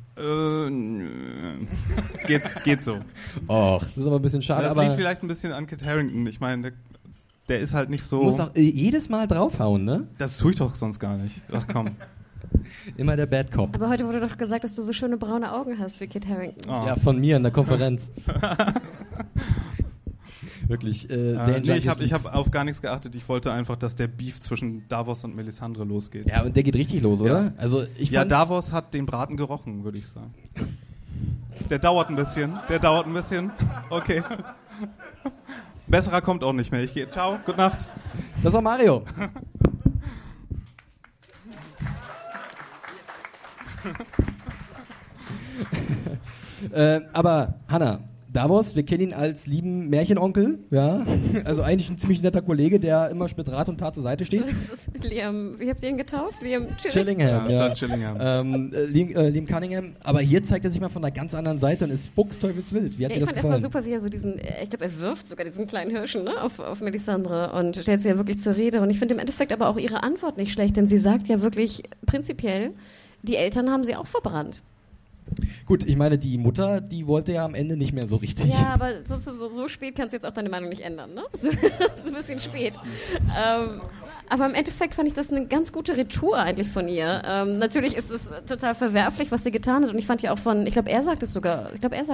Geht so. Och, das ist aber ein bisschen schade. Das aber liegt vielleicht ein bisschen an Kit Harington. Ich meine, der ist halt nicht so... Du musst auch jedes Mal draufhauen, ne? Das tue ich doch sonst gar nicht. Ach komm. Immer der Bad Cop. Aber heute wurde doch gesagt, dass du so schöne braune Augen hast wie Kit Harington. Oh. Ja, von mir in der Konferenz. Wirklich sehr nee, ich hab auf gar nichts geachtet. Ich wollte einfach, dass der Beef zwischen Davos und Melisandre losgeht. Ja, und der geht richtig los, oder? Ja. Also Davos hat den Braten gerochen, würde ich sagen. Der dauert ein bisschen. Okay. Besserer kommt auch nicht mehr. Ich gehe. Ciao, gute Nacht. Das war Mario. Aber Hannah, Davos, wir kennen ihn als lieben Märchenonkel, ja. Also eigentlich ein ziemlich netter Kollege, der immer mit Rat und Tat zur Seite steht. Das ist Liam, wie habt ihr ihn getauft? Liam Chillingham. Ja. Chillingham. Liam Cunningham. Aber hier zeigt er sich mal von einer ganz anderen Seite und ist fuchsteufelswild. Wie hat dir ich das fand gefallen? erstmal super, wie er so ich glaube, er wirft sogar diesen kleinen Hirschen, ne, auf Melisandre und stellt sie ja wirklich zur Rede. Und ich finde im Endeffekt aber auch ihre Antwort nicht schlecht, denn sie sagt ja wirklich prinzipiell, die Eltern haben sie auch verbrannt. Gut, ich meine, die Mutter, die wollte ja am Ende nicht mehr so richtig. Ja, aber so spät kannst du jetzt auch deine Meinung nicht ändern, ne? So ein bisschen spät. Aber im Endeffekt fand ich das eine ganz gute Retour eigentlich von ihr. Natürlich ist es total verwerflich, was sie getan hat. Und ich fand ja auch ich glaube, er sagt es sogar,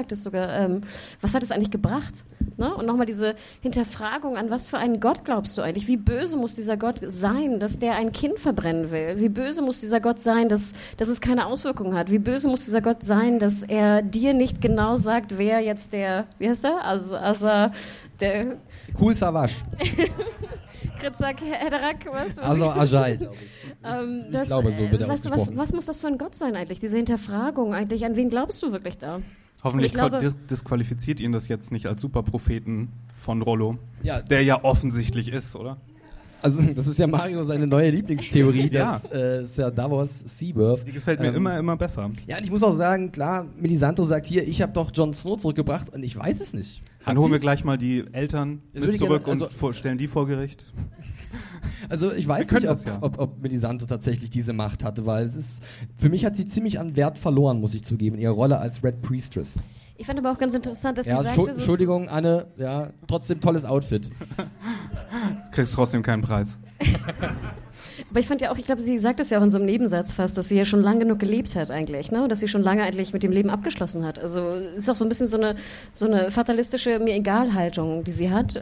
was hat es eigentlich gebracht? Ne? Und nochmal diese Hinterfragung, an was für einen Gott glaubst du eigentlich? Wie böse muss dieser Gott sein, dass der ein Kind verbrennen will? Wie böse muss dieser Gott sein, dass es keine Auswirkungen hat? Wie böse muss dieser Gott sein, dass er dir nicht genau sagt, wer jetzt wie heißt der? Also der... Cool Savage. Kritzak, Hederak, was? Also Ajay, glaube ich. Ich glaube, so wird er ausgesprochen. Was muss das für ein Gott sein eigentlich? Diese Hinterfragung eigentlich, an wen glaubst du wirklich da? Hoffentlich disqualifiziert ihn das jetzt nicht als Superpropheten von Rollo, ja, der ja offensichtlich ist, oder? Also das ist ja Mario seine neue Lieblingstheorie, Ja. das ist ja Davos Seaworth. Die gefällt mir immer besser. Ja, und ich muss auch sagen, klar, Melisandre sagt hier, ich habe doch Jon Snow zurückgebracht und ich weiß es nicht. Dann holen wir gleich mal die Eltern mit zurück und stellen die vor Gericht. Also ich weiß nicht, ob Melisandre tatsächlich diese Macht hatte, weil für mich hat sie ziemlich an Wert verloren, muss ich zugeben, in ihrer Rolle als Red Priestess. Ich fand aber auch ganz interessant, dass sie ja, sagte... Entschuldigung, Anne, ja, trotzdem tolles Outfit. Kriegst trotzdem keinen Preis. Aber ich fand ja auch, ich glaube, sie sagt es ja auch in so einem Nebensatz fast, dass sie ja schon lang genug gelebt hat eigentlich, ne? Dass sie schon lange eigentlich mit dem Leben abgeschlossen hat. Also ist auch so ein bisschen so eine fatalistische Mir-Egal-Haltung, die sie hat.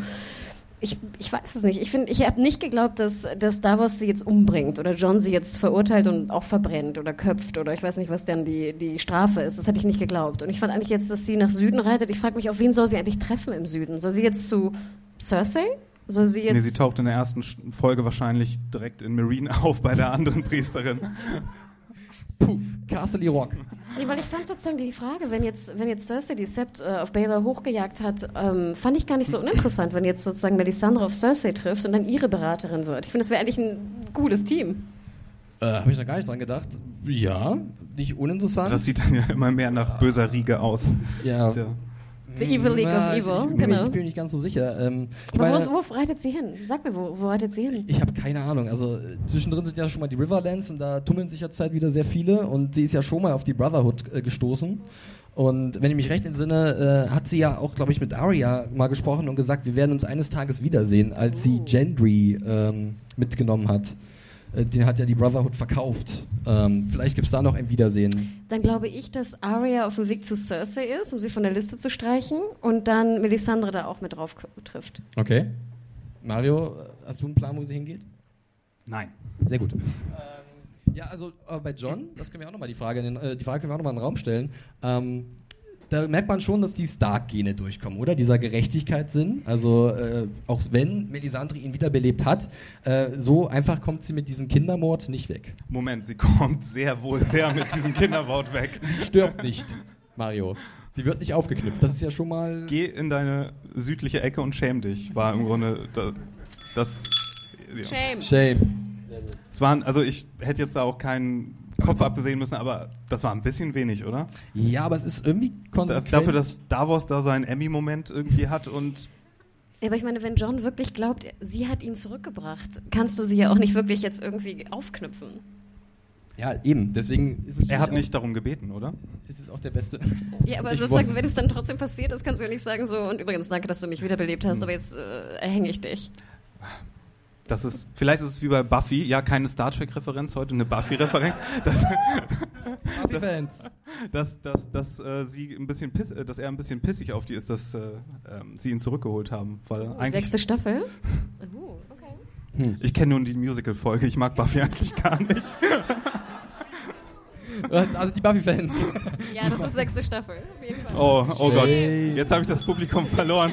Ich weiß es nicht. Ich habe nicht geglaubt, dass Davos sie jetzt umbringt oder Jon sie jetzt verurteilt und auch verbrennt oder köpft oder ich weiß nicht, was dann die Strafe ist. Das hätte ich nicht geglaubt. Und ich fand eigentlich jetzt, dass sie nach Süden reitet. Ich frage mich, auf wen soll sie eigentlich treffen im Süden? Soll sie jetzt zu Cersei? Soll sie jetzt... Nee, sie taucht in der ersten Folge wahrscheinlich direkt in Meereen auf bei der anderen Priesterin. Puff, Castle Rock. Nee, weil ich fand sozusagen die Frage, wenn jetzt Cersei die Sept auf Baelor hochgejagt hat, fand ich gar nicht so uninteressant, wenn jetzt sozusagen Melisandre auf Cersei trifft und dann ihre Beraterin wird. Ich finde, das wäre eigentlich ein cooles Team. Habe ich noch gar nicht dran gedacht. Ja, nicht uninteressant. Das sieht dann ja immer mehr nach böser Riege aus. Ja. The Evil League of Evil, genau. Ich bin mir nicht ganz so sicher. Aber wo reitet sie hin? Sag mir, wo reitet sie hin? Ich habe keine Ahnung. Also zwischendrin sind ja schon mal die Riverlands und da tummeln sich jetzt halt wieder sehr viele und sie ist ja schon mal auf die Brotherhood gestoßen. Und wenn ich mich recht entsinne, hat sie ja auch, glaube ich, mit Arya mal gesprochen und gesagt, wir werden uns eines Tages wiedersehen, als sie Gendry mitgenommen hat. Den hat ja die Brotherhood verkauft. Vielleicht gibt es da noch ein Wiedersehen. Dann glaube ich, dass Arya auf dem Weg zu Cersei ist, um sie von der Liste zu streichen und dann Melisandre da auch mit drauf trifft. Okay. Mario, hast du einen Plan, wo sie hingeht? Nein. Sehr gut. Ja, also bei Jon, das können wir auch nochmal die Frage können wir auch nochmal in den Raum stellen. Da merkt man schon, dass die Stark-Gene durchkommen, oder? Dieser Gerechtigkeitssinn. Also auch wenn Melisandre ihn wiederbelebt hat, so einfach kommt sie mit diesem Kindermord nicht weg. Moment, sie kommt sehr mit diesem Kindermord weg. Sie stirbt nicht, Mario. Sie wird nicht aufgeknüpft. Das ist ja schon mal... Geh in deine südliche Ecke und schäm dich, war im Grunde das... Ja. Shame. Also ich hätte jetzt da auch keinen Kopf abgesehen müssen, aber das war ein bisschen wenig, oder? Ja, aber es ist irgendwie konsequent. Dafür, dass Davos da seinen Emmy-Moment irgendwie hat und... Aber ich meine, wenn Jon wirklich glaubt, sie hat ihn zurückgebracht, kannst du sie ja auch nicht wirklich jetzt irgendwie aufknüpfen. Ja, eben. Deswegen ist es... Er hat nicht darum gebeten, oder? Ist es auch der Beste... Ja, aber sozusagen, wenn es dann trotzdem passiert ist, kannst du ja nicht sagen so, und übrigens, danke, dass du mich wiederbelebt hast, aber jetzt erhänge ich dich. Vielleicht ist es wie bei Buffy, ja, keine Star Trek-Referenz heute, eine Buffy-Referenz. Buffy-Fans. Dass er ein bisschen pissig auf die ist, dass sie ihn zurückgeholt haben. Weil eigentlich 6. Staffel? Okay. Ich kenne nur die Musical-Folge, ich mag Buffy eigentlich gar nicht. Also die Buffy-Fans. Ja, das ist 6. Staffel, auf jeden Fall. Oh Gott, jetzt habe ich das Publikum verloren.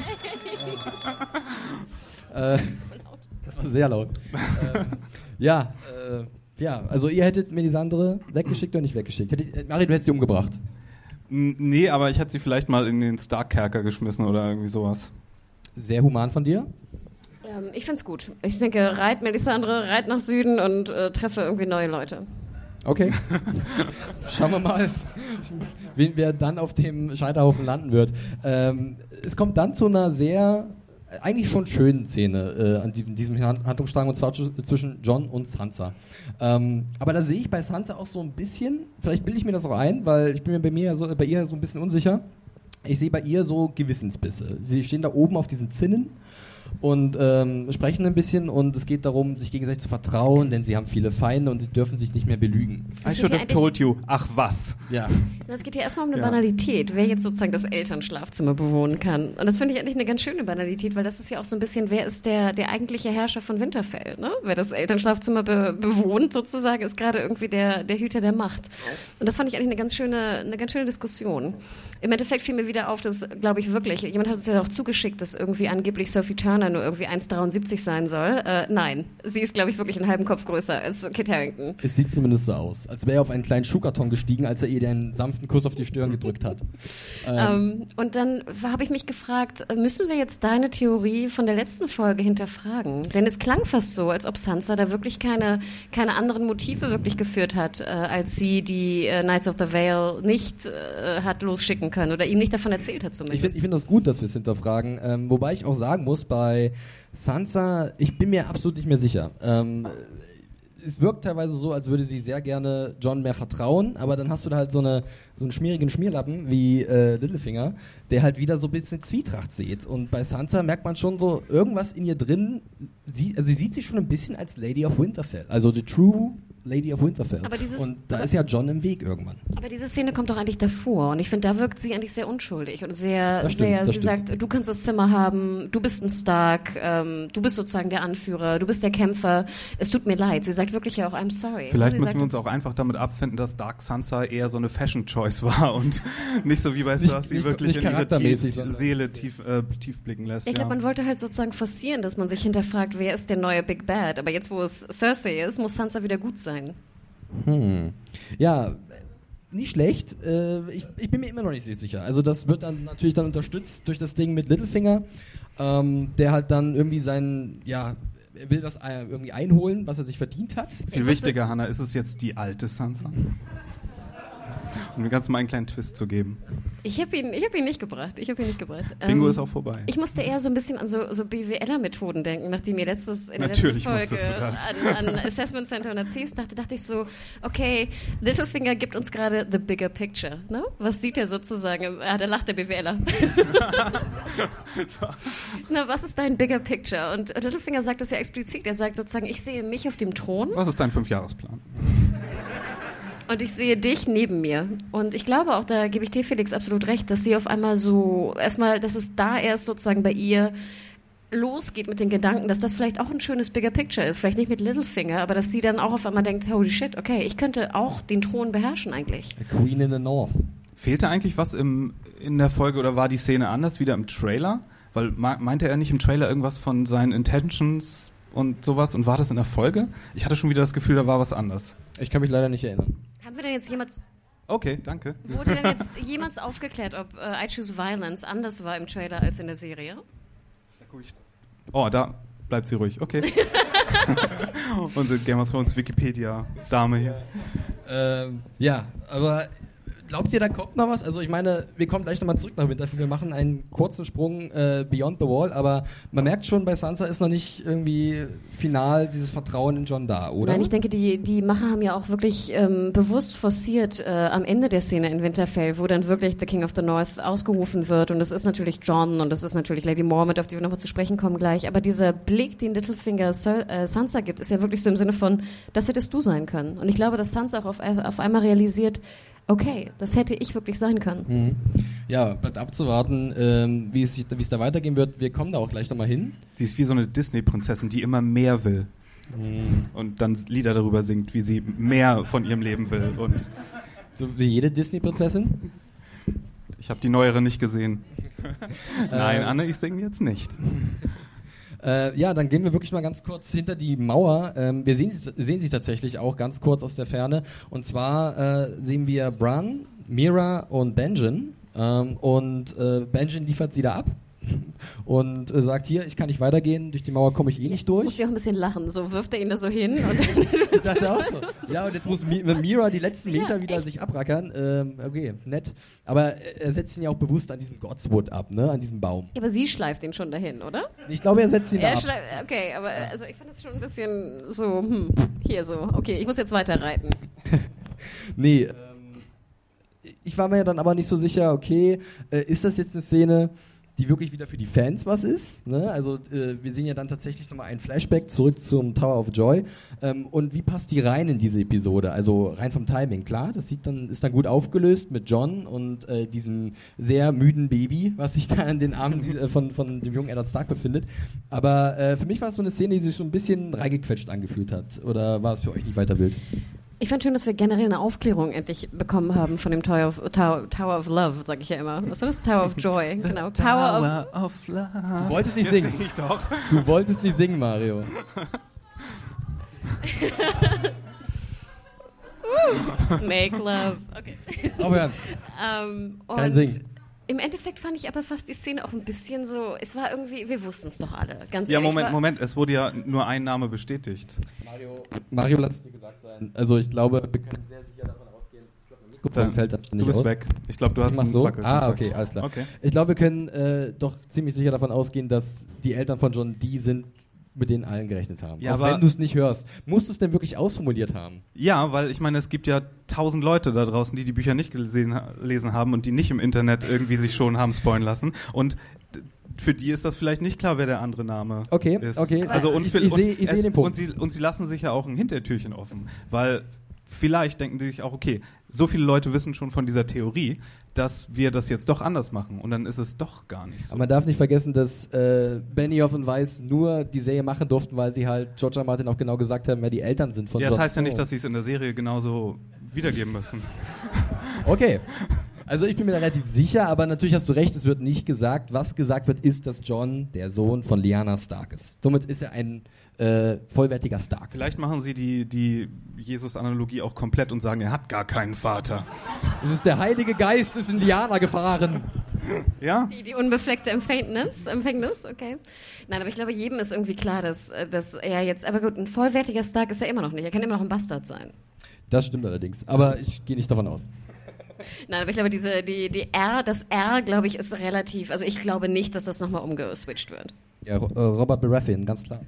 Das war sehr laut. Ja, also ihr hättet Melisandre weggeschickt oder nicht weggeschickt? Mario, du hättest sie umgebracht. Nee, aber ich hätte sie vielleicht mal in den Stark-Kerker geschmissen oder irgendwie sowas. Sehr human von dir. Ich find's gut. Ich denke, reit Melisandre, reit nach Süden und treffe irgendwie neue Leute. Okay. Schauen wir mal, wer dann auf dem Scheiterhaufen landen wird. Es kommt dann zu einer sehr, eigentlich schon schönen Szene an diesem Handlungsstrang, und zwar zwischen Jon und Sansa. Aber da sehe ich bei Sansa auch so ein bisschen, vielleicht bilde ich mir das auch ein, weil ich bin mir bei ihr so ein bisschen unsicher. Ich sehe bei ihr so Gewissensbisse. Sie stehen da oben auf diesen Zinnen und sprechen ein bisschen, und es geht darum, sich gegenseitig zu vertrauen, denn sie haben viele Feinde und sie dürfen sich nicht mehr belügen. I should have told you. Ach was. Ja. Es geht ja erstmal um eine Banalität, wer jetzt sozusagen das Elternschlafzimmer bewohnen kann. Und das finde ich eigentlich eine ganz schöne Banalität, weil das ist ja auch so ein bisschen, wer ist der eigentliche Herrscher von Winterfell, ne? Wer das Elternschlafzimmer bewohnt sozusagen, ist gerade irgendwie der Hüter der Macht. Und das fand ich eigentlich eine ganz schöne Diskussion. Im Endeffekt fiel mir wieder auf, dass, glaube ich wirklich, jemand hat uns ja auch zugeschickt, dass irgendwie angeblich Sophie Turner nur irgendwie 1,73 sein soll. Nein, sie ist, glaube ich, wirklich einen halben Kopf größer als Kit Harington. Es sieht zumindest so aus, als wäre er auf einen kleinen Schuhkarton gestiegen, als er ihr den sanften Kuss auf die Stirn gedrückt hat. Und dann habe ich mich gefragt, müssen wir jetzt deine Theorie von der letzten Folge hinterfragen? Denn es klang fast so, als ob Sansa da wirklich keine anderen Motive wirklich geführt hat, als sie die Knights of the Vale nicht hat losschicken können oder ihm nicht davon erzählt hat zumindest. Ich finde das gut, dass wir es hinterfragen. Wobei ich auch sagen muss, bei Sansa, ich bin mir absolut nicht mehr sicher. Es wirkt teilweise so, als würde sie sehr gerne Jon mehr vertrauen, aber dann hast du da halt so einen schmierigen Schmierlappen wie Littlefinger, der halt wieder so ein bisschen Zwietracht sieht. Und bei Sansa merkt man schon so irgendwas in ihr drin. Sie sieht sich schon ein bisschen als Lady of Winterfell, also the true Lady of Winterfell. Und da ist ja Jon im Weg irgendwann. Aber diese Szene kommt doch eigentlich davor, und ich finde, da wirkt sie eigentlich sehr unschuldig und sie sagt, du kannst das Zimmer haben, du bist ein Stark, du bist sozusagen der Anführer, du bist der Kämpfer, es tut mir leid. Sie sagt wirklich ja auch, I'm sorry. Vielleicht müssen wir uns auch einfach damit abfinden, dass Dark Sansa eher so eine Fashion-Choice war und nicht so wie bei Cersei wirklich in ihre Seele tief blicken lässt. Ich glaube, man wollte halt sozusagen forcieren, dass man sich hinterfragt, wer ist der neue Big Bad, aber jetzt, wo es Cersei ist, muss Sansa wieder gut sein. Ja, nicht schlecht. Ich bin mir immer noch nicht sehr sicher. Also das wird dann natürlich unterstützt durch das Ding mit Littlefinger, der halt dann irgendwie er will das irgendwie einholen, was er sich verdient hat. Viel wichtiger, Hannah, ist es jetzt die alte Sansa? Um mir ganz mal einen kleinen Twist zu geben. Ich hab ihn nicht gebracht. Bingo ist auch vorbei. Ich musste eher so ein bisschen an so BWLer-Methoden denken, nachdem ihr in der letzten Folge an Assessment Center und ACs dachte ich so, okay, Littlefinger gibt uns gerade the bigger picture. Ne? Was sieht er sozusagen? Da lacht der BWLer. Na, was ist dein bigger picture? Und Littlefinger sagt das ja explizit. Er sagt sozusagen, ich sehe mich auf dem Thron. Was ist dein 5-Jahresplan? Und ich sehe dich neben mir. Und ich glaube auch, da gebe ich dir, Felix, absolut recht, dass sie auf einmal dass es da erst sozusagen bei ihr losgeht mit den Gedanken, dass das vielleicht auch ein schönes Bigger Picture ist. Vielleicht nicht mit Littlefinger, aber dass sie dann auch auf einmal denkt, holy shit, okay, ich könnte auch den Thron beherrschen eigentlich. A Queen in the North. Fehlte eigentlich was in der Folge oder war die Szene anders wieder im Trailer? Weil meinte er nicht im Trailer irgendwas von seinen Intentions und sowas, und war das in der Folge? Ich hatte schon wieder das Gefühl, da war was anders. Ich kann mich leider nicht erinnern. Haben wir denn jetzt jemals... Okay, danke. Wurde denn jetzt jemals aufgeklärt, ob I Choose Violence anders war im Trailer als in der Serie? Da bleibt sie ruhig. Okay. Unsere Game of Thrones Wikipedia-Dame hier. Ja, aber glaubt ihr, da kommt noch was? Also ich meine, wir kommen gleich nochmal zurück nach Winterfell. Wir machen einen kurzen Sprung beyond the wall, aber man merkt schon, bei Sansa ist noch nicht irgendwie final dieses Vertrauen in Jon da, oder? Nein, ich denke, die Macher haben ja auch wirklich bewusst forciert am Ende der Szene in Winterfell, wo dann wirklich The King of the North ausgerufen wird, und das ist natürlich Jon und das ist natürlich Lady Mormont, auf die wir nochmal zu sprechen kommen gleich, aber dieser Blick, den Littlefinger Sansa gibt, ist ja wirklich so im Sinne von, das hättest du sein können. Und ich glaube, dass Sansa auch auf einmal realisiert, okay, das hätte ich wirklich sein können. Mhm. Ja, bleibt abzuwarten, wie es da weitergehen wird. Wir kommen da auch gleich nochmal hin. Sie ist wie so eine Disney-Prinzessin, die immer mehr will. Mhm. Und dann Lieder darüber singt, wie sie mehr von ihrem Leben will. Und so wie jede Disney-Prinzessin? Ich habe die neuere nicht gesehen. Nein, Anne, ich singe jetzt nicht. Ja, dann gehen wir wirklich mal ganz kurz hinter die Mauer. Wir sehen sie tatsächlich auch ganz kurz aus der Ferne. Und zwar sehen wir Bran, Mira und Benjen. Und Benjen liefert sie da ab. Und sagt, hier, ich kann nicht weitergehen, durch die Mauer komme ich eh nicht durch. Muss ja auch ein bisschen lachen, so wirft er ihn da so hin. Und dann ich dachte auch so. Ja, und jetzt muss Mira die letzten Meter wieder sich abrackern. Okay, nett. Aber er setzt ihn ja auch bewusst an diesem Godswood ab, ne, an diesem Baum. Ja, aber sie schleift ihn schon dahin, oder? Ich glaube, er setzt ihn da ab. Okay, aber also ich fand das schon ein bisschen so, hier so, okay, ich muss jetzt weiter reiten. Nee, ich war mir ja dann aber nicht so sicher, okay, ist das jetzt eine Szene, die wirklich wieder für die Fans was ist? Ne? Also wir sehen ja dann tatsächlich nochmal einen Flashback zurück zum Tower of Joy. Und wie passt die rein in diese Episode? Also rein vom Timing, klar, das ist dann gut aufgelöst mit Jon und diesem sehr müden Baby, was sich da in den Armen von dem jungen Eddard Stark befindet. Aber für mich war es so eine Szene, die sich so ein bisschen reingequetscht angefühlt hat. Oder war es für euch nicht weiter wild? Ich fand schön, dass wir generell eine Aufklärung endlich bekommen haben von dem Tower of Love, sag ich ja immer. Was war das? Tower of Joy. Genau. Tower of Love. Du wolltest nicht singen. Ich doch. Du wolltest nicht singen, Mario. Make love. Okay. Aber kein Singen. Im Endeffekt fand ich aber fast die Szene auch ein bisschen so, es war irgendwie, wir wussten es doch alle, ganz ja, ehrlich. Moment, es wurde ja nur ein Name bestätigt. Mario, lass es dir gesagt sein. Also ich glaube, wir können sehr sicher davon ausgehen, ich glaube, mein Mikrofon fällt dann nicht aus. Du bist weg. Ich glaube, du hast einen so. Okay, alles klar. Okay. Ich glaube, wir können doch ziemlich sicher davon ausgehen, dass die Eltern von John die sind, mit denen allen gerechnet haben. Ja, auch wenn du es nicht hörst. Musst du es denn wirklich ausformuliert haben? Ja, weil ich meine, es gibt ja 1000 Leute da draußen, die Bücher nicht gelesen haben und die nicht im Internet irgendwie sich schon haben spoilen lassen. Und für die ist das vielleicht nicht klar, wer der andere Name ist. Okay. Also ich sehe den Punkt. Und sie lassen sich ja auch ein Hintertürchen offen, weil vielleicht denken die sich auch, okay, so viele Leute wissen schon von dieser Theorie, dass wir das jetzt doch anders machen und dann ist es doch gar nicht so. Aber man darf nicht vergessen, dass Benioff und Weiss nur die Serie machen durften, weil sie halt George R. R. Martin auch genau gesagt haben, wer die Eltern sind von Ja, Jon das heißt ja Snow. nicht, dass sie es in der Serie genauso wiedergeben müssen. Okay. Also ich bin mir da relativ sicher, aber natürlich hast du recht, es wird nicht gesagt. Was gesagt wird, ist, dass Jon der Sohn von Lyanna Stark ist. Somit ist er ein vollwertiger Stark. Vielleicht machen sie die Jesus-Analogie auch komplett und sagen, er hat gar keinen Vater. Es ist der Heilige Geist, ist in Lyanna gefahren. Ja? Die unbefleckte Empfängnis, okay. Nein, aber ich glaube, jedem ist irgendwie klar, dass er jetzt, aber gut, ein vollwertiger Stark ist er immer noch nicht. Er kann immer noch ein Bastard sein. Das stimmt allerdings, aber ich gehe nicht davon aus. Nein, aber ich glaube, das R, glaube ich, ist relativ, also ich glaube nicht, dass das nochmal umgeswitcht wird. Ja, Robert Baratheon, ganz klar.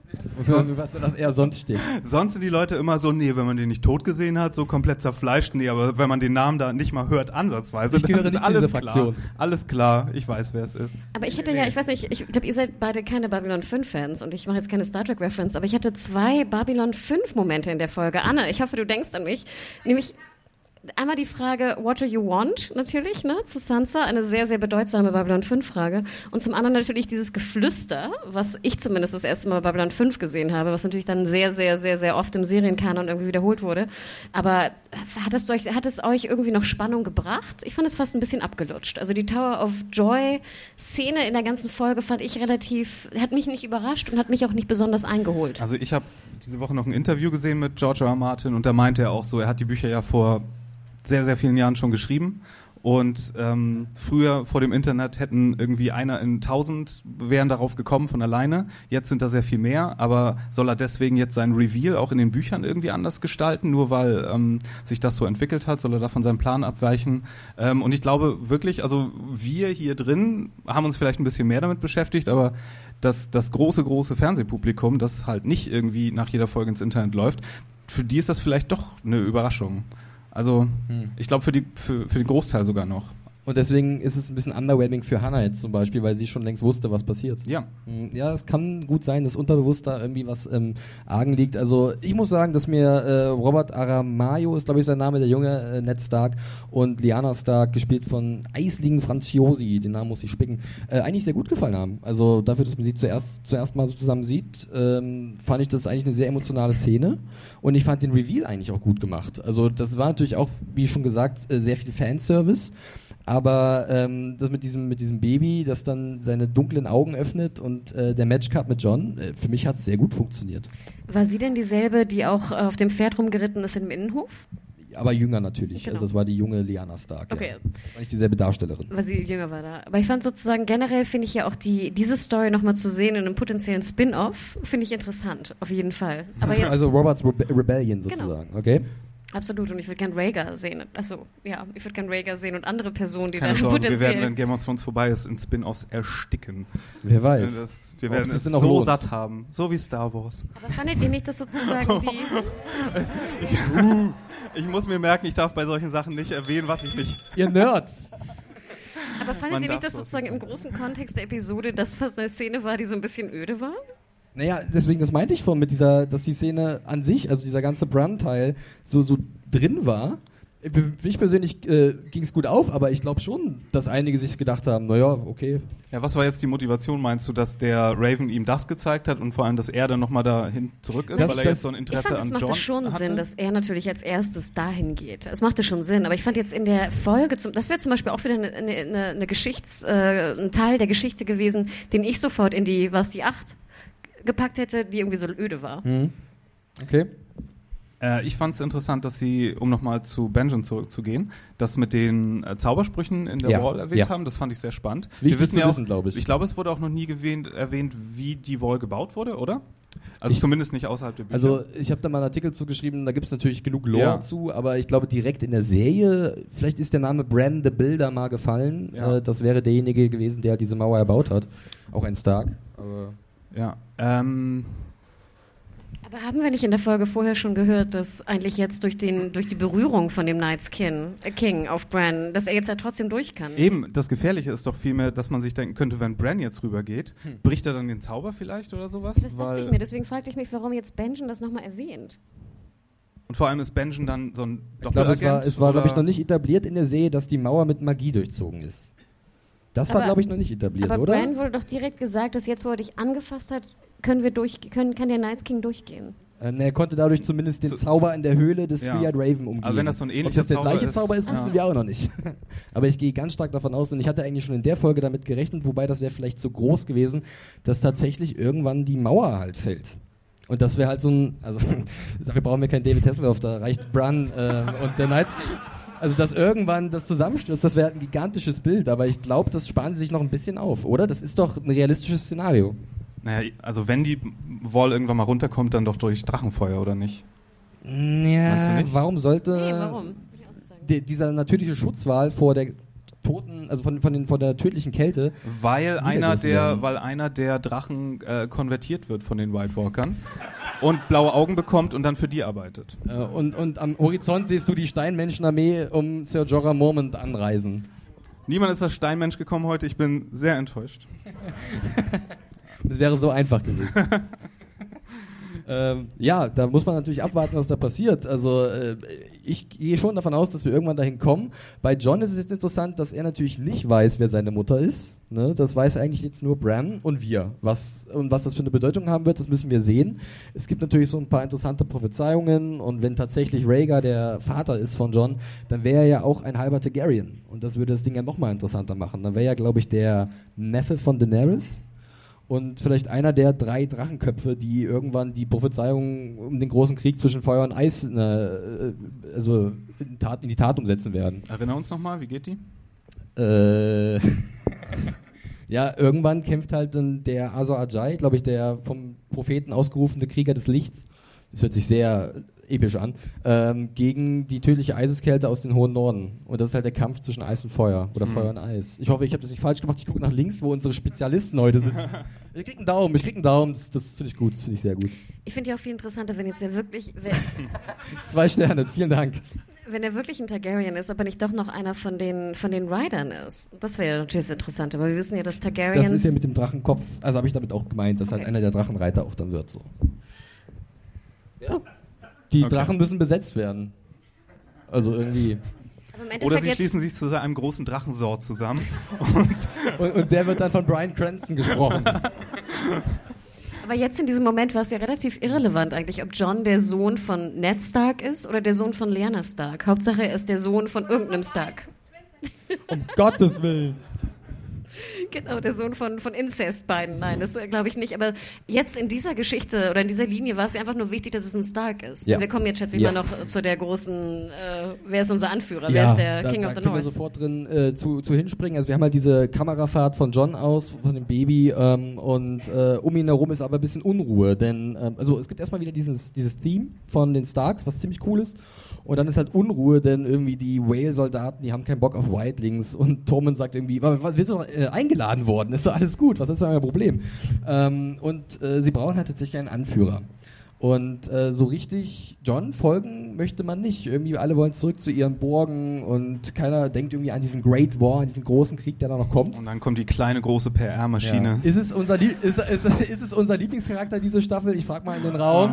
Was soll das eher sonst stehen? Sonst sind die Leute immer so, nee, wenn man den nicht tot gesehen hat, so komplett zerfleischt, nee, aber wenn man den Namen da nicht mal hört, ansatzweise, ich gehöre dann ist nicht zu dieser Fraktion. Alles klar, ich weiß, wer es ist. Aber ich hätte ich weiß nicht, ich glaube, ihr seid beide keine Babylon 5-Fans und ich mache jetzt keine Star Trek-Reference, aber ich hatte 2 Babylon 5-Momente in der Folge. Anne, ich hoffe, du denkst an mich, nämlich einmal die Frage, what do you want, natürlich, ne, zu Sansa, eine sehr, sehr bedeutsame Babylon 5-Frage. Und zum anderen natürlich dieses Geflüster, was ich zumindest das erste Mal Babylon 5 gesehen habe, was natürlich dann sehr, sehr, sehr, sehr oft im Serienkanon irgendwie wiederholt wurde. Aber hat es euch irgendwie noch Spannung gebracht? Ich fand es fast ein bisschen abgelutscht. Also die Tower of Joy-Szene in der ganzen Folge fand ich hat mich nicht überrascht und hat mich auch nicht besonders eingeholt. Also ich habe diese Woche noch ein Interview gesehen mit George R. R. Martin und da meinte er auch so, er hat die Bücher ja vor sehr, sehr vielen Jahren schon geschrieben und früher vor dem Internet hätten irgendwie einer in 1000 wären darauf gekommen von alleine. Jetzt sind da sehr viel mehr, aber soll er deswegen jetzt seinen Reveal auch in den Büchern irgendwie anders gestalten, nur weil sich das so entwickelt hat? Soll er da von seinem Plan abweichen? Und ich glaube wirklich, also wir hier drin haben uns vielleicht ein bisschen mehr damit beschäftigt, aber das große Fernsehpublikum, das halt nicht irgendwie nach jeder Folge ins Internet läuft, für die ist das vielleicht doch eine Überraschung. Also, ich glaube für den Großteil sogar noch. Und deswegen ist es ein bisschen underwhelming für Hannah jetzt zum Beispiel, weil sie schon längst wusste, was passiert. Ja. Ja, es kann gut sein, dass unterbewusst da irgendwie was im Argen liegt. Also ich muss sagen, dass mir Robert Aramayo ist, glaube ich, sein Name, der junge Ned Stark, und Lyanna Stark, gespielt von Aisling Franciosi, den Namen muss ich spicken, eigentlich sehr gut gefallen haben. Also dafür, dass man sie zuerst mal so zusammen sieht, fand ich das eigentlich eine sehr emotionale Szene. Und ich fand den Reveal eigentlich auch gut gemacht. Also das war natürlich auch, wie schon gesagt, sehr viel Fanservice. Aber das mit diesem Baby, das dann seine dunklen Augen öffnet und der Matchcut mit Jon, für mich hat es sehr gut funktioniert. War sie denn dieselbe, die auch auf dem Pferd rumgeritten ist im Innenhof? aber jünger natürlich. Genau. Also es war die junge Lyanna Stark. Okay. Ja. Das war nicht dieselbe Darstellerin. Weil sie jünger war da. Aber ich fand sozusagen generell, finde ich ja auch diese Story nochmal zu sehen in einem potenziellen Spin-Off, finde ich interessant, auf jeden Fall. Aber jetzt, Also Roberts Rebellion sozusagen, okay? absolut, und ich würde gern Rhaegar sehen. Also, ja, ich würde gern Rhaegar sehen und andere Personen, die Keine da Sorge, wir potenziell... werden, wenn Game of Thrones vorbei ist, in Spin-Offs ersticken. Wer weiß. Wir Ob werden es es denn auch so lohnt. satt haben. So wie Star Wars. Aber fandet ihr nicht, dass sozusagen die... Ich muss mir merken, ich darf bei solchen Sachen nicht erwähnen, was ich nicht... Ihr Nerds! Aber fandet Man ihr darf nicht, dass sowas sozusagen nicht im großen Kontext der Episode das fast eine Szene war, die so ein bisschen öde war? Naja, deswegen, das meinte ich vorhin mit dass die Szene an sich, also dieser ganze Bran-Teil, so drin war. Für mich persönlich ging es gut auf, aber ich glaube schon, dass einige sich gedacht haben, naja, okay. Ja, was war jetzt die Motivation, meinst du, dass der Raven ihm das gezeigt hat und vor allem, dass er dann nochmal dahin zurück ist, weil er jetzt so ein Ich Interesse fand, es an machte Jon schon hatte? Sinn, dass er natürlich als erstes dahin geht. Es machte schon Sinn, aber ich fand jetzt in der Folge, das wäre zum Beispiel auch wieder eine ein Teil der Geschichte gewesen, den ich sofort in die 8 gepackt hätte, die irgendwie so öde war. Okay. Ich fand es interessant, dass sie, um nochmal zu Benjen zurückzugehen, das mit den Zaubersprüchen in der Ja, Wall erwähnt ja. haben. Das fand ich sehr spannend. ist wichtig wissen zu ja auch, wissen, glaube ich. Ich glaube, es wurde auch noch nie erwähnt, wie die Wall gebaut wurde, oder? Also zumindest nicht außerhalb der Bücher. Also ich habe da mal einen Artikel zugeschrieben, da gibt es natürlich genug Lore Ja. zu, aber ich glaube direkt in der Serie, vielleicht ist der Name Bran the Builder mal gefallen. Ja. Das wäre derjenige gewesen, der diese Mauer erbaut hat. Auch ein Stark. Aber ja. Aber haben wir nicht in der Folge vorher schon gehört, dass eigentlich jetzt durch die Berührung von dem Night's King auf Bran, dass er jetzt ja trotzdem durch kann? Eben, das Gefährliche ist doch vielmehr, dass man sich denken könnte, wenn Bran jetzt rübergeht, bricht er dann den Zauber vielleicht oder sowas? Das dachte ich mir, deswegen fragte ich mich, warum jetzt Benjen das nochmal erwähnt. Und vor allem ist Benjen dann so ein ich glaube, Doppelagent? es war glaube ich, oder? noch nicht etabliert in der Serie, dass die Mauer mit Magie durchzogen ist. Das war, Aber- glaube ich, noch nicht etabliert, Aber oder? Bran wurde doch direkt gesagt, dass jetzt, wo er dich angefasst hat, kann der Night's King durchgehen. Er konnte dadurch zumindest den So- Zauber in der Höhle des Ja. Three-Eyed Raven umgehen. Aber wenn das so ein Ob ähnlicher das der Zauber gleiche ist- Zauber ist, Ja. wissen wir auch noch nicht. Aber ich gehe ganz stark davon aus, und ich hatte eigentlich schon in der Folge damit gerechnet, wobei das wäre vielleicht zu groß gewesen, dass tatsächlich irgendwann die Mauer halt fällt. Und das wäre halt so ein, also dafür brauchen wir keinen David Hasselhoff, da reicht Bran und der Knights. Also dass irgendwann das zusammenstürzt, das wäre halt ein gigantisches Bild, aber ich glaube, das sparen sie sich noch ein bisschen auf, oder? Das ist doch ein realistisches Szenario. Naja, also wenn die Wall irgendwann mal runterkommt, dann doch durch Drachenfeuer, oder nicht? Meinst du Ja, nicht? warum sollte Nee, warum? Will ich auch sagen. dieser natürliche Schutzwall vor der toten, also von der tödlichen Kälte, Weil Wiedergerissen werden. einer der Drachen konvertiert wird von den White Walkern und blaue Augen bekommt und dann für die arbeitet. und am Horizont siehst du die Steinmenschenarmee um Ser Jorah Mormont anreisen. Niemand ist als Steinmensch gekommen heute, ich bin sehr enttäuscht. Das wäre so einfach gewesen. Ja, da muss man natürlich abwarten, was da passiert. Also ich gehe schon davon aus, dass wir irgendwann dahin kommen. Bei Jon ist es jetzt interessant, dass er natürlich nicht weiß, wer seine Mutter ist. Ne? Das weiß eigentlich jetzt nur Bran und wir. Was das für eine Bedeutung haben wird, das müssen wir sehen. Es gibt natürlich so ein paar interessante Prophezeiungen und wenn tatsächlich Rhaegar der Vater ist von Jon, dann wäre er ja auch ein halber Targaryen. Und das würde das Ding ja nochmal interessanter machen. Dann wäre ja, glaube ich, der Neffe von Daenerys. Und vielleicht einer der 3 Drachenköpfe, die irgendwann die Prophezeiung um den großen Krieg zwischen Feuer und Eis also in die Tat umsetzen werden. Erinner uns nochmal, wie geht die? Ja, irgendwann kämpft halt dann der Azor Ahai, glaube ich, der vom Propheten ausgerufene Krieger des Lichts, das hört sich sehr episch an, gegen die tödliche Eiseskälte aus dem hohen Norden. Und das ist halt der Kampf zwischen Eis und Feuer oder Feuer und Eis. Ich hoffe, ich habe das nicht falsch gemacht. Ich gucke nach links, wo unsere Spezialisten heute sitzen. Ich krieg einen Daumen. Das finde ich gut, das finde ich sehr gut. Ich finde ja auch viel interessanter, wenn jetzt der wirklich, 2 Sterne, vielen Dank. wenn er wirklich ein Targaryen ist, aber nicht doch noch einer von den Riders ist. Das wäre ja natürlich das Interessante, weil wir wissen ja, dass Targaryens... Das ist ja mit dem Drachenkopf, also habe ich damit auch gemeint, dass halt einer der Drachenreiter auch dann wird. So. Ja. Die Drachen müssen besetzt werden. Also irgendwie. aber im Endeffekt Oder sie jetzt- schließen sich zu einem großen Drachensort zusammen. Und der wird dann von Bryan Cranston gesprochen. Aber jetzt in diesem Moment war es ja relativ irrelevant eigentlich, ob Jon der Sohn von Ned Stark ist oder der Sohn von Lyanna Stark. Hauptsache er ist der Sohn von irgendeinem Stark. Um Gottes Willen. Genau, der Sohn von Incest beiden. Nein, das glaube ich nicht. Aber jetzt in dieser Geschichte oder in dieser Linie war es ja einfach nur wichtig, dass es ein Stark ist. Ja. Wir kommen jetzt, schätze ich mal, noch zu der großen, wer ist unser Anführer? Wer ist der King of the North? Da können wir sofort drin zu hinspringen. Also wir haben halt diese Kamerafahrt von Jon aus, von dem Baby, und um ihn herum ist aber ein bisschen Unruhe. Denn also es gibt erstmal wieder dieses Theme von den Starks, was ziemlich cool ist. Und dann ist halt Unruhe, denn irgendwie die Whale-Soldaten, die haben keinen Bock auf Whitelings. Und Tormund sagt irgendwie, wirst du eingeladen worden? Ist doch alles gut, was ist denn euer Problem? Sie brauchen halt tatsächlich einen Anführer. Und so richtig Jon folgen möchte man nicht. Irgendwie alle wollen zurück zu ihren Burgen und keiner denkt irgendwie an diesen Great War, an diesen großen Krieg, der da noch kommt. Und dann kommt die kleine, große PR-Maschine. Ja. Ist es unser Lieblingscharakter, diese Staffel? Ich frage mal in den Raum.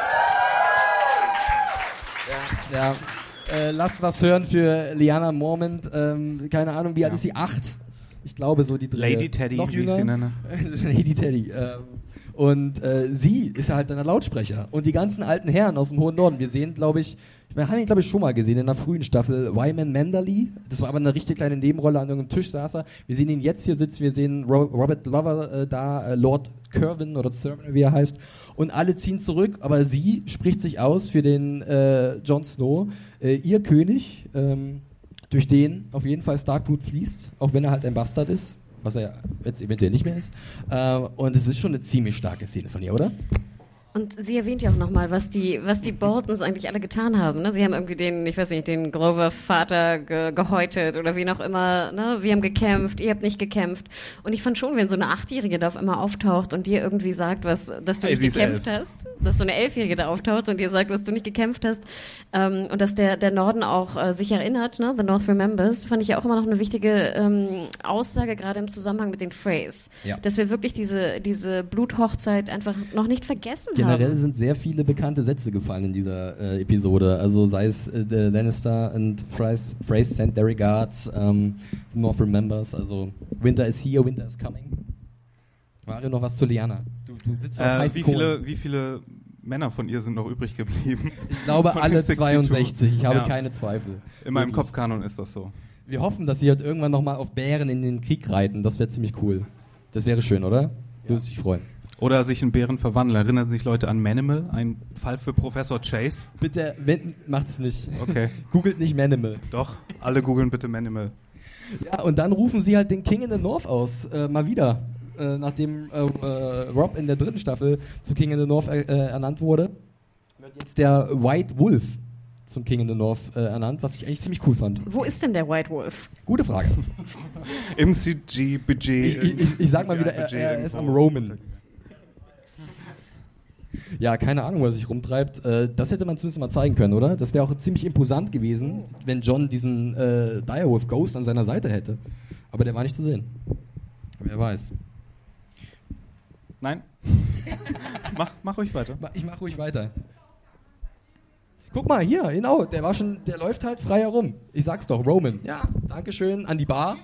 Ja. Lass was hören für Lyanna Mormont. Keine Ahnung, wie alt ist sie? 8? Ich glaube, so die drei. Lady Teddy, noch wie ich sie nenne. Lady Teddy. Und sie ist ja halt dann der Lautsprecher. Und die ganzen alten Herren aus dem hohen Norden, wir sehen, wir haben ihn, glaube ich, schon mal gesehen in der frühen Staffel, Wyman Manderly. Das war aber eine richtig kleine Nebenrolle, an irgendeinem Tisch saß er. Wir sehen ihn jetzt hier sitzen, wir sehen Robert Lover da, Lord Kerwin oder Cerwin, wie er heißt. Und alle ziehen zurück, aber sie spricht sich aus für den Jon Snow, ihr König, durch den auf jeden Fall Starkblut fließt, auch wenn er halt ein Bastard ist, was er jetzt eventuell nicht mehr ist. Und es ist schon eine ziemlich starke Szene von ihr, oder? Und sie erwähnt ja auch nochmal, was die Boltons eigentlich alle getan haben. Ne? Sie haben irgendwie den Grover-Vater gehäutet oder wen auch immer. Ne? Wir haben gekämpft, ihr habt nicht gekämpft. Und ich fand schon, wenn so eine 8-Jährige da auf einmal auftaucht und dir irgendwie sagt, dass du nicht gekämpft hast, dass so eine 11-Jährige da auftaucht und dir sagt, dass du nicht gekämpft hast, und dass der Norden auch sich erinnert, ne? The North remembers, fand ich ja auch immer noch eine wichtige Aussage, gerade im Zusammenhang mit den Freys. Ja. Dass wir wirklich diese Bluthochzeit einfach noch nicht vergessen haben. Generell sind sehr viele bekannte Sätze gefallen in dieser Episode. Also sei es Lannister and Freys sent their regards, North remembers, also Winter is here, Winter is coming. Mario, noch was zu Lyanna? Du sitzt auf heißen Kohlen. Wie viele Männer von ihr sind noch übrig geblieben? Ich glaube alle 62, ich habe keine Zweifel. In meinem Kopfkanon ist das so. Wir hoffen, dass sie halt irgendwann nochmal auf Bären in den Krieg reiten, das wäre ziemlich cool. Das wäre schön, oder? Ja. Würdest dich freuen. Oder sich in Bären verwandeln. Erinnern sich Leute an Manimal? Ein Fall für Professor Chase? Bitte, macht es nicht. Okay. Googelt nicht Manimal. Doch, alle googeln bitte Manimal. Ja, und dann rufen sie halt den King in the North aus. Mal wieder. Nachdem Rob in der 3. Staffel zu King in the North ernannt wurde, wird jetzt der White Wolf zum King in the North ernannt, was ich eigentlich ziemlich cool fand. Wo ist denn der White Wolf? Gute Frage. Im CG-Budget. Ich sag mal wieder, er ist am Roman. Ja, keine Ahnung, wo er sich rumtreibt. Das hätte man zumindest mal zeigen können, oder? Das wäre auch ziemlich imposant gewesen, wenn Jon diesen Direwolf Ghost an seiner Seite hätte. Aber der war nicht zu sehen. Wer weiß. Nein? mach ruhig weiter. Ich mach ruhig weiter. Guck mal, hier, genau, der läuft halt frei herum. Ich sag's doch, Roman. Ja, dankeschön, an die Bar.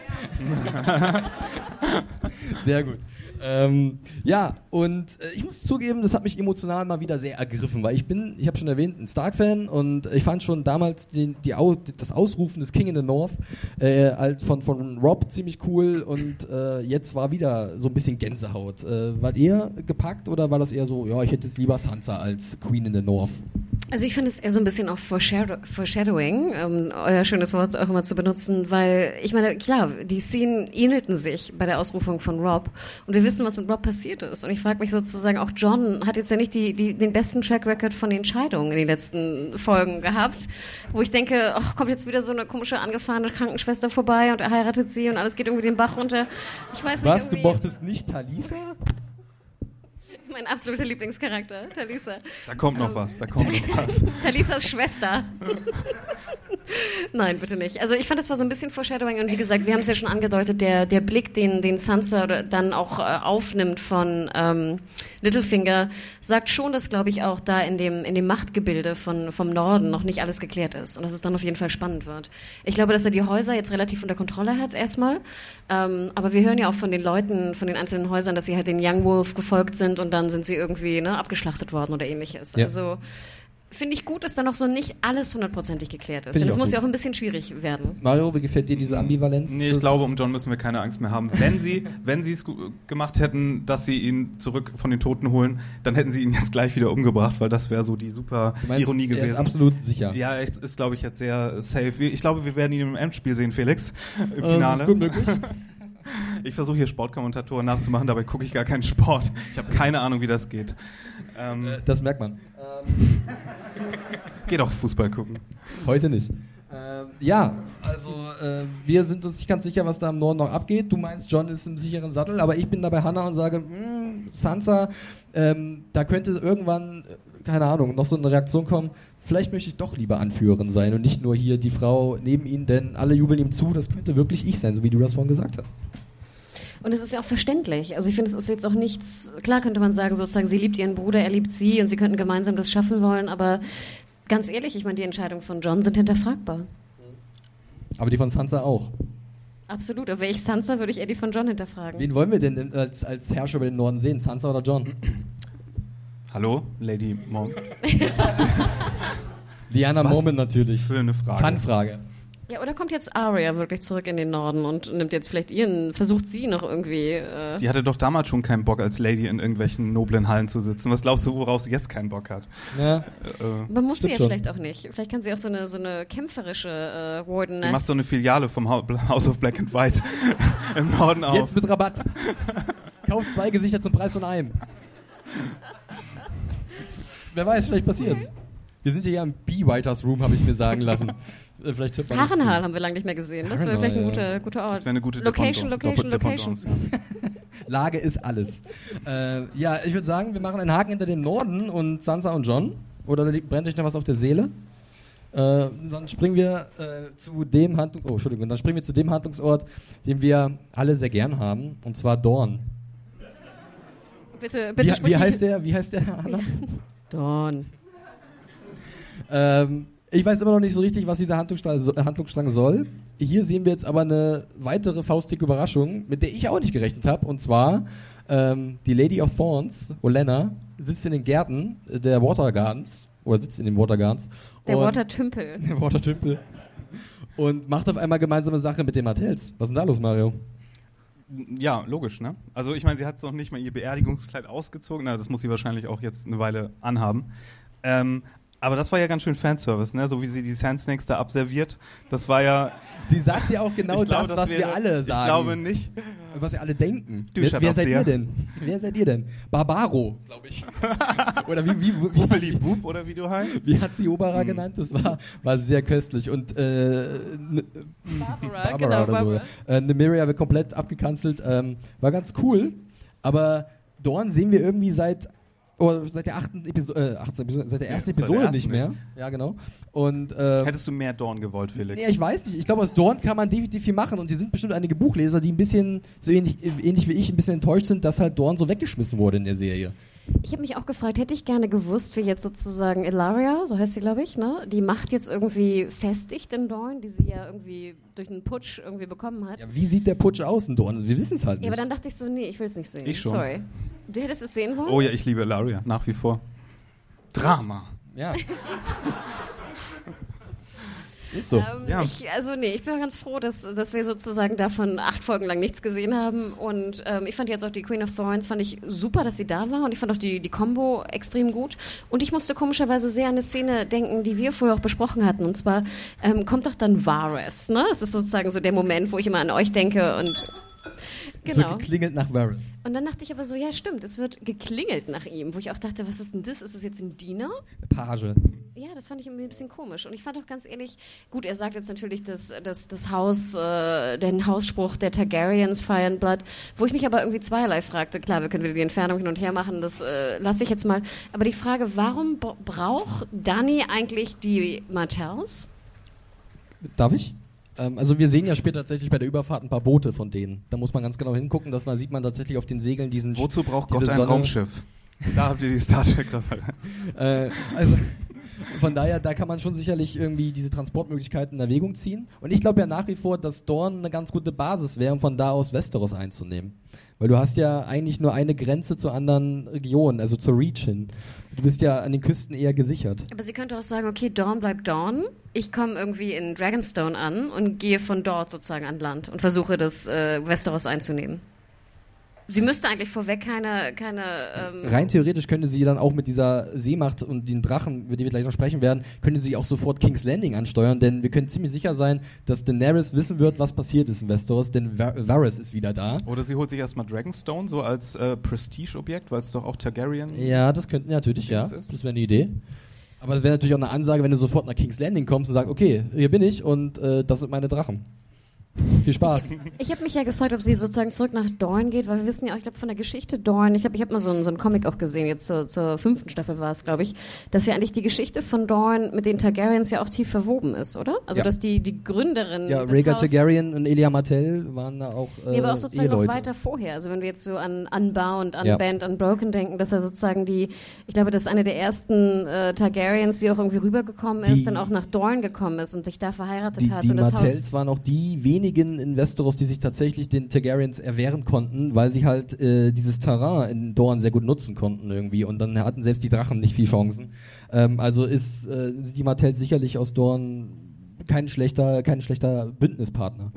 Sehr gut. Ja, und ich muss zugeben, das hat mich emotional mal wieder sehr ergriffen, weil ich habe schon erwähnt, ein Stark-Fan und ich fand schon damals das Ausrufen des King in the North von Rob ziemlich cool und jetzt war wieder so ein bisschen Gänsehaut. Wart ihr gepackt oder war das eher so, ja, ich hätte jetzt lieber Sansa als Queen in the North? Also ich finde es eher so ein bisschen auch Foreshadowing, euer schönes Wort auch immer zu benutzen, weil ich meine, klar, die Szenen ähnelten sich bei der Ausrufung von Rob und wir wissen, was mit Rob passiert ist. Und ich frage mich sozusagen, auch Jon hat jetzt ja nicht den besten Track Record von Entscheidungen in den letzten Folgen gehabt, wo ich denke, ach, kommt jetzt wieder so eine komische angefahrene Krankenschwester vorbei und er heiratet sie und alles geht irgendwie den Bach runter. Ich weiß nicht, was, du mochtest nicht Talisa? Mein absoluter Lieblingscharakter, Talisa. Da kommt noch was. Talisas Schwester. Nein, bitte nicht. Also ich fand, das war so ein bisschen Foreshadowing und wie gesagt, wir haben es ja schon angedeutet, der Blick, den Sansa dann auch aufnimmt von Littlefinger, sagt schon, dass, glaube ich, auch da in dem Machtgebilde vom Norden noch nicht alles geklärt ist und dass es dann auf jeden Fall spannend wird. Ich glaube, dass er die Häuser jetzt relativ unter Kontrolle hat erstmal, aber wir hören ja auch von den Leuten, von den einzelnen Häusern, dass sie halt den Young Wolf gefolgt sind und dann sind sie irgendwie abgeschlachtet worden oder ähnliches. Ja. Also finde ich gut, dass da noch so nicht alles 100%ig geklärt ist. Find Denn ich es auch muss gut. ja auch ein bisschen schwierig werden. Mario, wie gefällt dir diese Ambivalenz? Nee, ich glaube, um John müssen wir keine Angst mehr haben. Wenn sie es gemacht hätten, dass sie ihn zurück von den Toten holen, dann hätten sie ihn jetzt gleich wieder umgebracht, weil das wäre so die super Du meinst, Ironie gewesen. Er ist absolut sicher. Ja, ist glaube ich jetzt sehr safe. Ich glaube, wir werden ihn im Endspiel sehen, Felix, im Das Finale. ist gut möglich. Ich versuche hier Sportkommentatoren nachzumachen, dabei gucke ich gar keinen Sport. Ich habe keine Ahnung, wie das geht. Das merkt man. Geh doch Fußball gucken. Heute nicht. Ja, also wir sind uns nicht ganz sicher, was da im Norden noch abgeht. Du meinst, John ist im sicheren Sattel, aber ich bin da bei Hannah und sage, Sansa, da könnte irgendwann, keine Ahnung, noch so eine Reaktion kommen, vielleicht möchte ich doch lieber Anführerin sein und nicht nur hier die Frau neben ihm, denn alle jubeln ihm zu, das könnte wirklich ich sein, so wie du das vorhin gesagt hast. Und es ist ja auch verständlich. Also ich finde, es ist jetzt auch nichts, klar könnte man sagen, sozusagen, sie liebt ihren Bruder, er liebt sie und sie könnten gemeinsam das schaffen wollen, aber ganz ehrlich, ich meine, die Entscheidungen von John sind hinterfragbar. Aber die von Sansa auch. Absolut. Aber wäre ich Sansa, würde ich eher die von John hinterfragen. Wen wollen wir denn als Herrscher über den Norden sehen, Sansa oder John? Hallo, Lady Monk. Lyanna Was Mormont natürlich. für eine Frage. Fun-Frage. Ja, oder kommt jetzt Arya wirklich zurück in den Norden und nimmt jetzt vielleicht versucht sie noch irgendwie... Die hatte doch damals schon keinen Bock, als Lady in irgendwelchen noblen Hallen zu sitzen. Was glaubst du, worauf sie jetzt keinen Bock hat? Ja. Man muss sie ja schon. vielleicht auch nicht. Vielleicht kann sie auch so eine kämpferische Warden. Sie macht so eine Filiale vom House of Black and White im Norden auf. Jetzt mit Rabatt. Kauft 2 Gesichter zum Preis von einem. Wer weiß, vielleicht passiert's. Wir sind hier im B-Writers Room, habe ich mir sagen lassen. Vielleicht hört man das Harrenhal zu. haben wir lange nicht mehr gesehen. Das wäre Harrenhal, vielleicht ein ja. guter Ort. Das wäre eine gute Location. Dependance, ja. Lage ist alles. Ja, ich würde sagen, wir machen einen Haken hinter dem Norden und Sansa und John. Oder brennt euch noch was auf der Seele? Dann springen wir zu dem dann springen wir zu dem Handlungsort, den wir alle sehr gern haben, und zwar Dorne. Bitte Wie heißt der, Anna? Dawn. Ich weiß immer noch nicht so richtig, was diese Handlungsstrang soll. Hier sehen wir jetzt aber eine weitere faustdicke Überraschung, mit der ich auch nicht gerechnet habe. Und zwar die Lady of Thorns, Olenna, sitzt in den Gärten der Water Gardens. Oder sitzt in den Water Gardens. Der Watertümpel. Der Watertümpel. Und macht auf einmal gemeinsame Sache mit den Martells. Was ist denn da los, Mario? Ja, logisch, ne? Also ich meine, sie hat noch nicht mal ihr Beerdigungskleid ausgezogen. Na, das muss sie wahrscheinlich auch jetzt eine Weile anhaben. Aber das war ja ganz schön Fanservice, ne? So wie sie die Sand Snakes da abserviert. Das war ja... Sie sagt ja auch genau das, was wir alle sagen. Ich glaube nicht. Was wir alle denken. Du, Wer seid ihr denn? Wer seid ihr denn? Barbaro, glaube ich. Oder wie Bubbeli Bub, oder wie du heißt? Wie hat sie Obara genannt? Das war sehr köstlich. Und Barbara, oder genau, so. Barbara. Nymeria wird komplett abgekanzelt. War ganz cool. Aber Dorne sehen wir irgendwie seit der ersten Episode nicht mehr. Ja, genau. Und, Hättest du mehr Dorn gewollt, Felix? Nee, ich weiß nicht. Ich glaube, aus Dorne kann man definitiv viel machen. Und die sind bestimmt einige Buchleser, die ein bisschen, so ähnlich wie ich, ein bisschen enttäuscht sind, dass halt Dorne so weggeschmissen wurde in der Serie. Ich habe mich auch gefragt, hätte ich gerne gewusst, wie jetzt sozusagen Ellaria, so heißt sie, glaube ich, ne? Die Macht jetzt irgendwie festigt in Dorne, die sie ja irgendwie durch einen Putsch irgendwie bekommen hat. Ja, wie sieht der Putsch aus in Dorne? Wir wissen es halt nicht. Ja, aber dann dachte ich so, nee, ich will es nicht sehen. Ich schon. Sorry. Du hättest es sehen wollen? Oh ja, ich liebe Ilaria, nach wie vor. Drama. Ja. Ist so. Ja. Ich bin ganz froh, dass wir sozusagen davon 8 Folgen lang nichts gesehen haben. Und ich fand jetzt auch die Queen of Thorns, fand ich super, dass sie da war. Und ich fand auch die Combo extrem gut. Und ich musste komischerweise sehr an eine Szene denken, die wir vorher auch besprochen hatten. Und zwar kommt doch dann Varys, ne? Das ist sozusagen so der Moment, wo ich immer an euch denke und... Es Genau. wird geklingelt nach Varys. Und dann dachte ich aber so, ja stimmt, es wird geklingelt nach ihm, wo ich auch dachte, was ist denn das? Ist es jetzt ein Diener? Page. Ja, das fand ich irgendwie ein bisschen komisch. Und ich fand auch ganz ehrlich, gut, er sagt jetzt natürlich das Haus, den Hausspruch der Targaryens, Fire and Blood, wo ich mich aber irgendwie zweierlei fragte. Klar, wir können wieder die Entfernung hin und her machen, das lasse ich jetzt mal. Aber die Frage, warum braucht Dany eigentlich die Martells? Darf ich? Also wir sehen ja später tatsächlich bei der Überfahrt ein paar Boote von denen. Da muss man ganz genau hingucken, sieht man tatsächlich auf den Segeln diesen... Wozu braucht diese Gott ein Sonne. Raumschiff? Da habt ihr die Star Trek-Referenz. Von daher, da kann man schon sicherlich irgendwie diese Transportmöglichkeiten in Erwägung ziehen. Und ich glaube ja nach wie vor, dass Dorne eine ganz gute Basis wäre, um von da aus Westeros einzunehmen. Weil du hast ja eigentlich nur eine Grenze zu anderen Regionen, also zur Reach hin. Du bist ja an den Küsten eher gesichert. Aber sie könnte auch sagen, okay, Dorne bleibt Dorne. Ich komme irgendwie in Dragonstone an und gehe von dort sozusagen an Land und versuche das Westeros einzunehmen. Sie müsste eigentlich vorweg keine rein theoretisch könnte sie dann auch mit dieser Seemacht und den Drachen, über die wir gleich noch sprechen werden, könnte sie auch sofort King's Landing ansteuern, denn wir können ziemlich sicher sein, dass Daenerys wissen wird, was passiert ist in Westeros, denn Varys ist wieder da. Oder sie holt sich erstmal Dragonstone so als Prestige-Objekt, weil es doch auch Targaryen... Ja, das könnten natürlich, ja. Das wäre eine Idee. Aber das wäre natürlich auch eine Ansage, wenn du sofort nach King's Landing kommst und sagst, okay, hier bin ich und das sind meine Drachen. Viel Spaß. Ich habe mich ja gefragt, ob sie sozusagen zurück nach Dorne geht, weil wir wissen ja auch, ich glaube, von der Geschichte Dorne, ich hab mal so einen Comic auch gesehen, jetzt zur 5. Staffel war es, glaube ich, dass ja eigentlich die Geschichte von Dorne mit den Targaryens ja auch tief verwoben ist, oder? Also, dass die Gründerin ja, Rhaegar Targaryen und Elia Martell waren da auch aber auch sozusagen noch weiter vorher. Also, wenn wir jetzt so an Unbound, Unbanned, Unbroken denken, dass er sozusagen ich glaube, das ist eine der ersten Targaryens, die auch irgendwie rübergekommen ist, dann auch nach Dorne gekommen ist und sich da verheiratet hat. Die und das Martells waren auch die wenigen in Westeros, die sich tatsächlich den Targaryens erwehren konnten, weil sie halt dieses Terrain in Dorne sehr gut nutzen konnten irgendwie und dann hatten selbst die Drachen nicht viel Chancen. Also sind die Martells sicherlich aus Dorne kein schlechter Bündnispartner.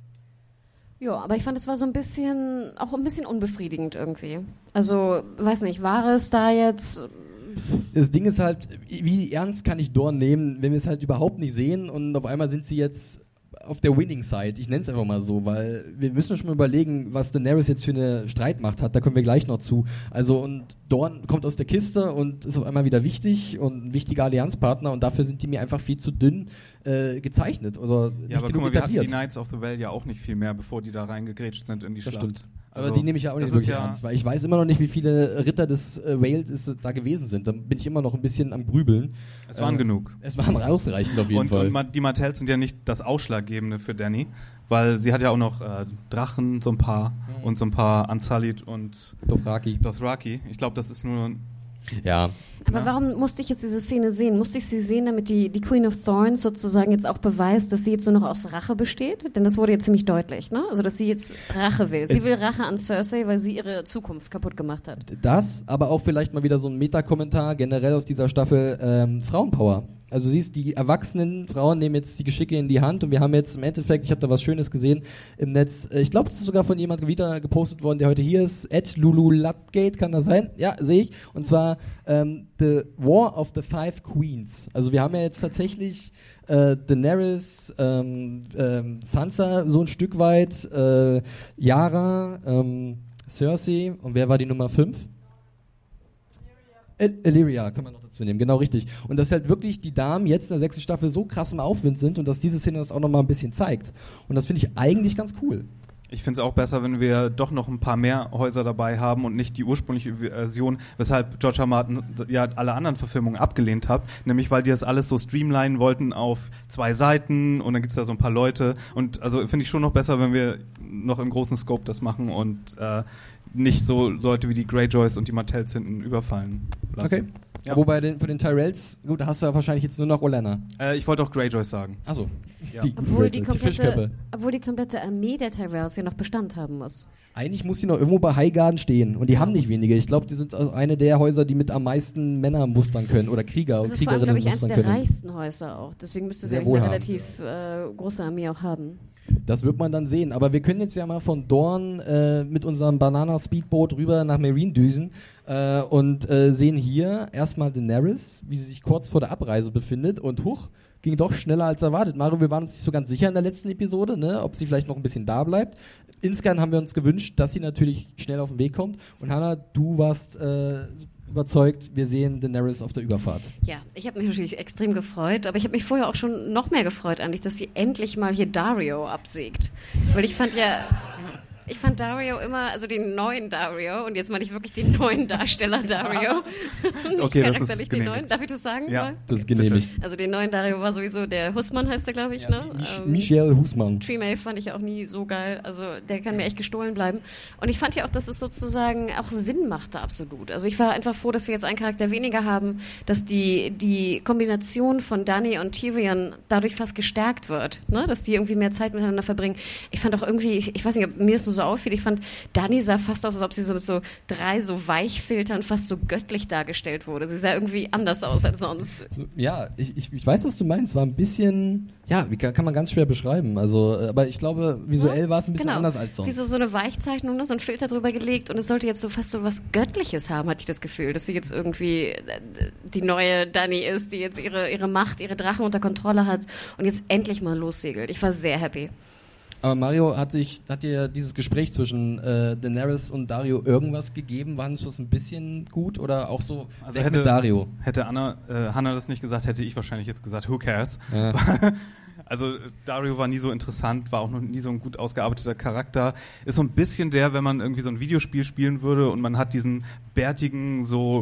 Ja, aber ich fand, es war so ein bisschen unbefriedigend irgendwie. Also, weiß nicht, war es da jetzt... Das Ding ist halt, wie ernst kann ich Dorne nehmen, wenn wir es halt überhaupt nicht sehen und auf einmal sind sie jetzt auf der Winning Side, ich nenne es einfach mal so, weil wir müssen schon mal überlegen, was Daenerys jetzt für eine Streitmacht hat, da kommen wir gleich noch zu. Also und Dorne kommt aus der Kiste und ist auf einmal wieder wichtig und ein wichtiger Allianzpartner und dafür sind die mir einfach viel zu dünn gezeichnet oder nicht aber guck mal, etabliert. wir hatten die Knights of the Vale ja auch nicht viel mehr, bevor die da reingegrätscht sind in die Schlacht. Stimmt. Also, aber die nehme ich ja auch nicht wirklich ernst, weil ich weiß immer noch nicht, wie viele Ritter des Vales da gewesen sind. Da bin ich immer noch ein bisschen am Grübeln. Es waren genug. Es waren ausreichend auf jeden Fall. Und die Martells sind ja nicht das Ausschlaggebende für Dany, weil sie hat ja auch noch Drachen, so ein paar, und so ein paar Unsullied und Dothraki. Ich glaube, das ist nur... Ja. Aber warum musste ich jetzt diese Szene sehen? Musste ich sie sehen, damit die Queen of Thorns sozusagen jetzt auch beweist, dass sie jetzt nur noch aus Rache besteht? Denn das wurde jetzt ziemlich deutlich, ne? Also, dass sie jetzt Rache will. Sie will Rache an Cersei, weil sie ihre Zukunft kaputt gemacht hat. Das, aber auch vielleicht mal wieder so ein Meta-Kommentar generell aus dieser Staffel Frauenpower. Also siehst, die erwachsenen Frauen nehmen jetzt die Geschicke in die Hand und wir haben jetzt im Endeffekt, ich habe da was Schönes gesehen im Netz, ich glaube, das ist sogar von jemandem wieder gepostet worden, der heute hier ist, @LuluLutgate, kann das sein? Ja, sehe ich. Und zwar The War of the Five Queens. Also wir haben ja jetzt tatsächlich Daenerys, Sansa so ein Stück weit, Yara, Cersei und wer war die Nummer 5? Illyria, kann man noch dazu nehmen, genau richtig. Und dass halt wirklich die Damen jetzt in der 6. Staffel so krass im Aufwind sind und dass diese Szene das auch nochmal ein bisschen zeigt. Und das finde ich eigentlich ganz cool. Ich finde es auch besser, wenn wir doch noch ein paar mehr Häuser dabei haben und nicht die ursprüngliche Version, weshalb George R. Martin ja alle anderen Verfilmungen abgelehnt hat, nämlich weil die das alles so streamlinen wollten auf 2 Seiten und dann gibt es da so ein paar Leute und also finde ich schon noch besser, wenn wir noch im großen Scope das machen und nicht so Leute wie die Greyjoys und die Martells hinten überfallen lassen. Okay. Ja. Wobei von den Tyrells, gut, da hast du ja wahrscheinlich jetzt nur noch Olenna. Ich wollte auch Greyjoys sagen. Achso. Ja. Obwohl die komplette Armee der Tyrells ja noch Bestand haben muss. Eigentlich muss sie noch irgendwo bei Highgarden stehen und die haben nicht wenige. Ich glaube, die sind eine der Häuser, die mit am meisten Männer mustern können oder Krieger und Kriegerinnen mustern können. Das ist vor allem, glaube ich, eines der reichsten Häuser auch. Deswegen müsste sie eine relativ große Armee auch haben. Das wird man dann sehen. Aber wir können jetzt ja mal von Dorne mit unserem Banana-Speedboot rüber nach Meereen düsen und sehen hier erstmal Daenerys, wie sie sich kurz vor der Abreise befindet und ging doch schneller als erwartet. Mario, wir waren uns nicht so ganz sicher in der letzten Episode, ne, ob sie vielleicht noch ein bisschen da bleibt. Insgesamt haben wir uns gewünscht, dass sie natürlich schnell auf den Weg kommt. Und Hannah, du warst überzeugt, wir sehen Daenerys auf der Überfahrt. Ja, ich habe mich natürlich extrem gefreut, aber ich habe mich vorher auch schon noch mehr gefreut eigentlich, dass sie endlich mal hier Daario absägt. Weil ich fand ja... ich fand Daario immer, also den neuen Daario, und jetzt meine ich wirklich den neuen Darsteller Daario. Okay, das ist nicht den neuen. Darf ich das sagen? Ja, das ist genehmigt. Also den neuen Daario war sowieso der Husmann, heißt der, glaube ich, ne? Michel Husmann. Tremay fand ich auch nie so geil. Also der kann mir echt gestohlen bleiben. Und ich fand ja auch, dass es sozusagen auch Sinn machte, absolut. Also ich war einfach froh, dass wir jetzt einen Charakter weniger haben, dass die Kombination von Dany und Tyrion dadurch fast gestärkt wird, ne? Dass die irgendwie mehr Zeit miteinander verbringen. Ich fand auch irgendwie, ich weiß nicht, ob mir es nur so auffiel, ich fand, Dany sah fast aus, als ob sie so mit so 3 so Weichfiltern fast so göttlich dargestellt wurde. Sie sah irgendwie anders aus als sonst. Ja, ich weiß, was du meinst. War ein bisschen, ja, wie kann man ganz schwer beschreiben. Also, aber ich glaube, visuell war es ein bisschen anders als sonst. Wie so eine Weichzeichnung, ne? So ein Filter drüber gelegt, und es sollte jetzt so fast so was Göttliches haben, hatte ich das Gefühl, dass sie jetzt irgendwie die neue Dany ist, die jetzt ihre Macht, ihre Drachen unter Kontrolle hat und jetzt endlich mal lossegelt. Ich war sehr happy. Aber Mario, hat dir dieses Gespräch zwischen Daenerys und Daario irgendwas gegeben? War das ein bisschen gut oder auch so also mit Daario? Hätte Hannah das nicht gesagt, hätte ich wahrscheinlich jetzt gesagt, who cares? Ja. Also Daario war nie so interessant, war auch noch nie so ein gut ausgearbeiteter Charakter. Ist so ein bisschen wenn man irgendwie so ein Videospiel spielen würde und man hat diesen bärtigen, so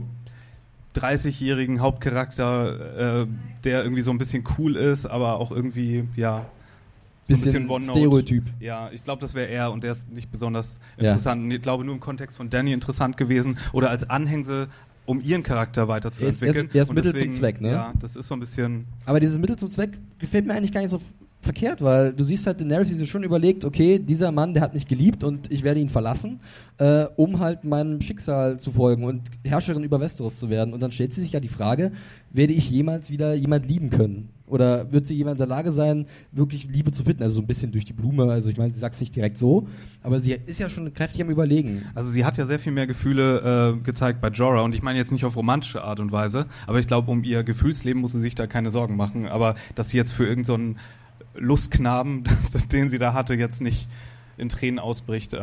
30-jährigen Hauptcharakter, der irgendwie so ein bisschen cool ist, aber auch irgendwie, ja, so ein bisschen OneNote. Stereotyp. Ja, ich glaube, das wäre er, und der ist nicht besonders interessant. Und ich glaube, nur im Kontext von Dany interessant gewesen oder als Anhängsel, um ihren Charakter weiterzuentwickeln. Er ist Mittel zum Zweck, ne? Ja, das ist so ein bisschen... Aber dieses Mittel zum Zweck gefällt mir eigentlich gar nicht so verkehrt, weil du siehst halt Daenerys, die sich schon überlegt, okay, dieser Mann, der hat mich geliebt und ich werde ihn verlassen, um halt meinem Schicksal zu folgen und Herrscherin über Westeros zu werden. Und dann stellt sie sich ja die Frage, werde ich jemals wieder jemand lieben können? Oder wird sie jemand in der Lage sein, wirklich Liebe zu finden? Also so ein bisschen durch die Blume, also ich meine, sie sagt es nicht direkt so, aber sie ist ja schon kräftig am Überlegen. Also sie hat ja sehr viel mehr Gefühle gezeigt bei Jorah, und ich meine jetzt nicht auf romantische Art und Weise, aber ich glaube, um ihr Gefühlsleben muss sie sich da keine Sorgen machen, aber dass sie jetzt für irgendeinen Lustknaben, den sie da hatte, jetzt nicht in Tränen ausbricht.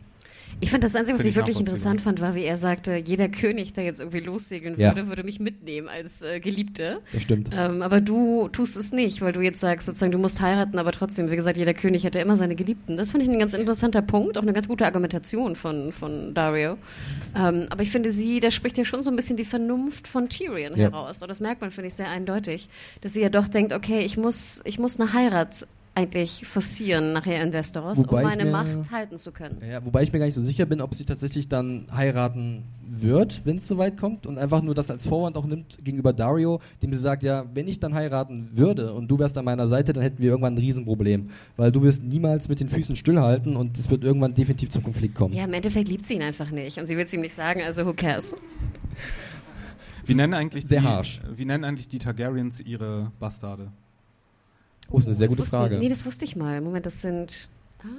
Ich fand das Einzige, was ich wirklich interessant fand, war, wie er sagte, jeder König, der jetzt irgendwie lossegeln würde mich mitnehmen als Geliebte. Das stimmt. Aber du tust es nicht, weil du jetzt sagst, sozusagen, du musst heiraten, aber trotzdem, wie gesagt, jeder König hätte immer seine Geliebten. Das fand ich ein ganz interessanter Punkt, auch eine ganz gute Argumentation von Daario. Aber ich finde, da spricht ja schon so ein bisschen die Vernunft von Tyrion heraus. Und das merkt man, finde ich, sehr eindeutig, dass sie ja doch denkt, okay, ich muss eine Heirat eigentlich forcieren nachher in Westeros, um meine Macht halten zu können. Ja, wobei ich mir gar nicht so sicher bin, ob sie tatsächlich dann heiraten wird, wenn es soweit kommt, und einfach nur das als Vorwand auch nimmt gegenüber Daario, dem sie sagt, ja, wenn ich dann heiraten würde und du wärst an meiner Seite, dann hätten wir irgendwann ein Riesenproblem, weil du wirst niemals mit den Füßen stillhalten und es wird irgendwann definitiv zum Konflikt kommen. Ja, im Endeffekt liebt sie ihn einfach nicht und sie wird es ihm nicht sagen, also who cares? Wie nennen eigentlich die Targaryens ihre Bastarde? Oh, ist eine sehr gute Frage. Nee, das wusste ich mal. Moment, das sind...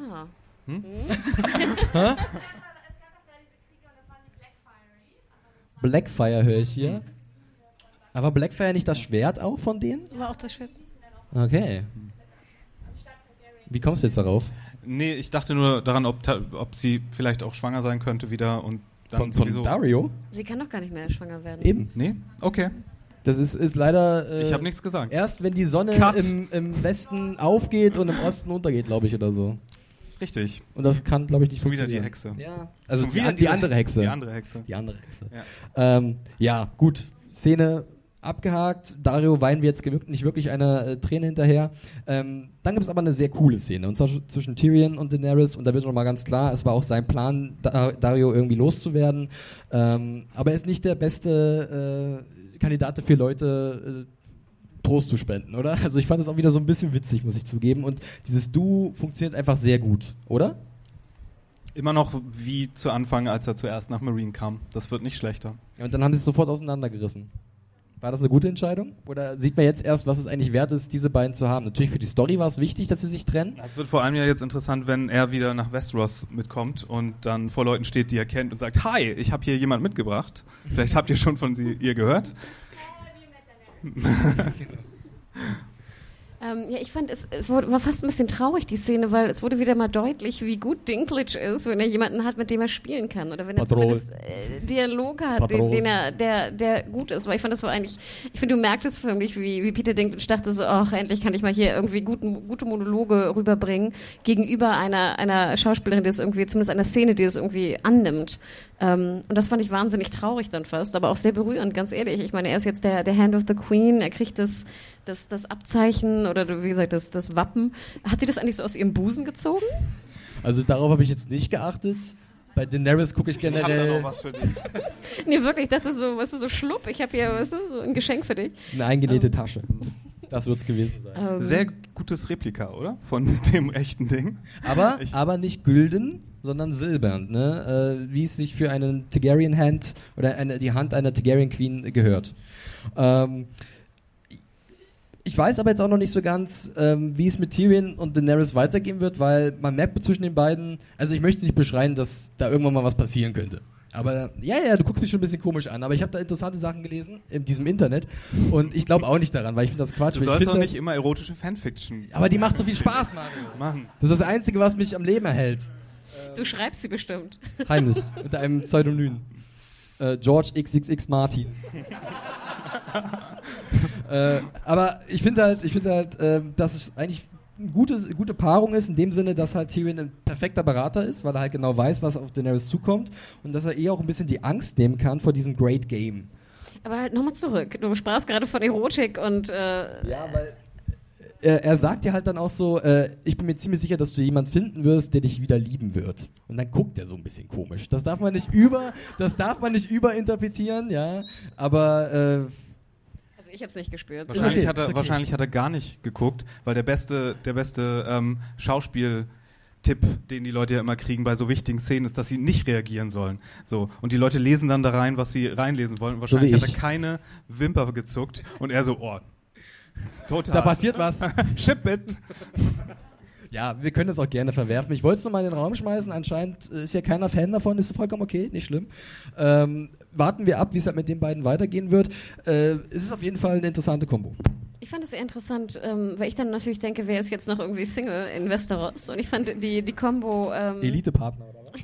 Blackfire höre ich hier. Aber Blackfire nicht das Schwert auch von denen? War auch das Schwert. Okay. Wie kommst du jetzt darauf? Nee, ich dachte nur daran, ob sie vielleicht auch schwanger sein könnte wieder und dann von Daario? Sie kann doch gar nicht mehr schwanger werden. Eben. Nee? Okay. Das ist leider... ich habe nichts gesagt. Erst wenn die Sonne im Westen aufgeht und im Osten untergeht, glaube ich, oder so. Richtig. Und das kann, glaube ich, nicht funktionieren. Wieder die Hexe. Ja. Also die andere Hexe. Die andere Hexe. Ja, ja gut. Szene abgehakt. Daario weinen wir jetzt nicht wirklich eine Träne hinterher. Dann gibt es aber eine sehr coole Szene. Und zwar zwischen Tyrion und Daenerys. Und da wird nochmal ganz klar, es war auch sein Plan, Daario irgendwie loszuwerden. Aber er ist nicht der beste Kandidat für Leute... Trost zu spenden, oder? Also ich fand das auch wieder so ein bisschen witzig, muss ich zugeben. Und dieses Duo funktioniert einfach sehr gut, oder? Immer noch wie zu Anfang, als er zuerst nach Meereen kam. Das wird nicht schlechter. Ja, und dann haben sie es sofort auseinandergerissen. War das eine gute Entscheidung? Oder sieht man jetzt erst, was es eigentlich wert ist, diese beiden zu haben? Natürlich für die Story war es wichtig, dass sie sich trennen. Es wird vor allem ja jetzt interessant, wenn er wieder nach Westeros mitkommt und dann vor Leuten steht, die er kennt und sagt, hi, ich habe hier jemand mitgebracht. Vielleicht habt ihr schon von ihr gehört. Ja, ich fand, es war fast ein bisschen traurig, die Szene, weil es wurde wieder mal deutlich, wie gut Dinklage ist, wenn er jemanden hat, mit dem er spielen kann. Oder wenn er zumindest Dialoge hat, der gut ist. Weil ich fand, das war eigentlich, ich finde, du merktest förmlich, wie Peter Dinklage dachte so, ach, endlich kann ich mal hier irgendwie gute Monologe rüberbringen gegenüber einer Schauspielerin, die es irgendwie, zumindest einer Szene, die es irgendwie annimmt. Und das fand ich wahnsinnig traurig dann fast, aber auch sehr berührend, ganz ehrlich. Ich meine, er ist jetzt der Hand of the Queen, er kriegt das Abzeichen oder wie gesagt, das Wappen. Hat sie das eigentlich so aus ihrem Busen gezogen? Also darauf habe ich jetzt nicht geachtet. Bei Daenerys gucke ich generell... Ich habe da noch was für dich. Nee, wirklich, ich dachte so, weißt du, so Schlupp, ich habe hier, weißt du, so ein Geschenk für dich. Eine eingenähte Tasche. Das wird es gewesen sein. Sehr gutes Replika, oder? Von dem echten Ding. Aber nicht gülden, sondern silbern, ne? Wie es sich für einen Targaryen Hand oder die Hand einer Targaryen Queen gehört. Ich weiß aber jetzt auch noch nicht so ganz, wie es mit Tyrion und Daenerys weitergehen wird, weil man merkt zwischen den beiden, also ich möchte nicht beschreien, dass da irgendwann mal was passieren könnte. Aber ja, du guckst mich schon ein bisschen komisch an, aber ich habe da interessante Sachen gelesen in diesem Internet und ich glaube auch nicht daran, weil ich finde das Quatsch. Du sollst auch nicht immer erotische Fanfiction. Aber die macht so viel Spaß, Mario. Das ist das Einzige, was mich am Leben erhält. Du schreibst sie bestimmt. Heimlich, mit einem Pseudonym. George XXX Martin. Aber ich finde halt, dass es eigentlich eine gute Paarung ist, in dem Sinne, dass halt Tyrion ein perfekter Berater ist, weil er halt genau weiß, was auf Daenerys zukommt und dass er auch ein bisschen die Angst nehmen kann vor diesem Great Game. Aber halt nochmal zurück. Du sprachst gerade von Erotik und... Ja, weil... Er sagt ja halt dann auch so, ich bin mir ziemlich sicher, dass du jemanden finden wirst, der dich wieder lieben wird. Und dann guckt er so ein bisschen komisch. Das darf man nicht überinterpretieren, ja. Aber also ich habe es nicht gespürt. Wahrscheinlich hat er gar nicht geguckt, weil der beste Schauspieltipp, den die Leute ja immer kriegen bei so wichtigen Szenen, ist, dass sie nicht reagieren sollen. So. Und die Leute lesen dann da rein, was sie reinlesen wollen. Und wahrscheinlich hat er keine Wimper gezuckt und er so, oh, total. Da passiert was. Ship it. Ja, wir können das auch gerne verwerfen. Ich wollte es nochmal in den Raum schmeißen. Anscheinend ist ja keiner Fan davon. Ist vollkommen okay, nicht schlimm. Warten wir ab, wie es halt mit den beiden weitergehen wird. Es ist auf jeden Fall eine interessante Kombo. Ich fand es sehr interessant, weil ich dann natürlich denke, wer ist jetzt noch irgendwie Single in Westeros? Und ich fand die Kombo... Elite-Partner, oder was?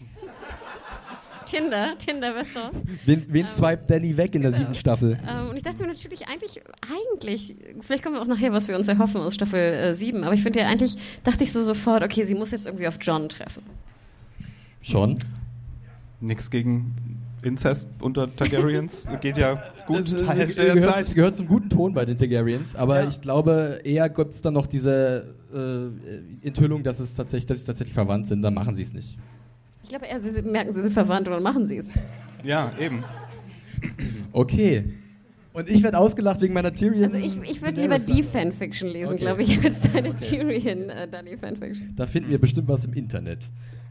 Tinder Westeros. Wen swiped Danny weg in der 7. Staffel? Und ich dachte mir natürlich, eigentlich, vielleicht kommen wir auch nachher, was wir uns erhoffen aus Staffel 7, aber ich finde ja eigentlich, dachte ich so sofort, okay, sie muss jetzt irgendwie auf Jon treffen. Schon? Nix gegen Inzest unter Targaryens. Geht ja gut. Gehört zum guten Ton bei den Targaryens, aber ich glaube, eher gibt es dann noch diese Enthüllung, dass sie tatsächlich verwandt sind, dann machen sie es nicht. Ich glaube eher, sie merken, sie sind verwandt und dann machen sie es. Ja, eben. Okay. Und ich werde ausgelacht wegen meiner Tyrion. Also ich würde lieber die Fanfiction lesen, glaube ich, als deine Tyrion, Dani Fanfiction. Da finden wir bestimmt was im Internet.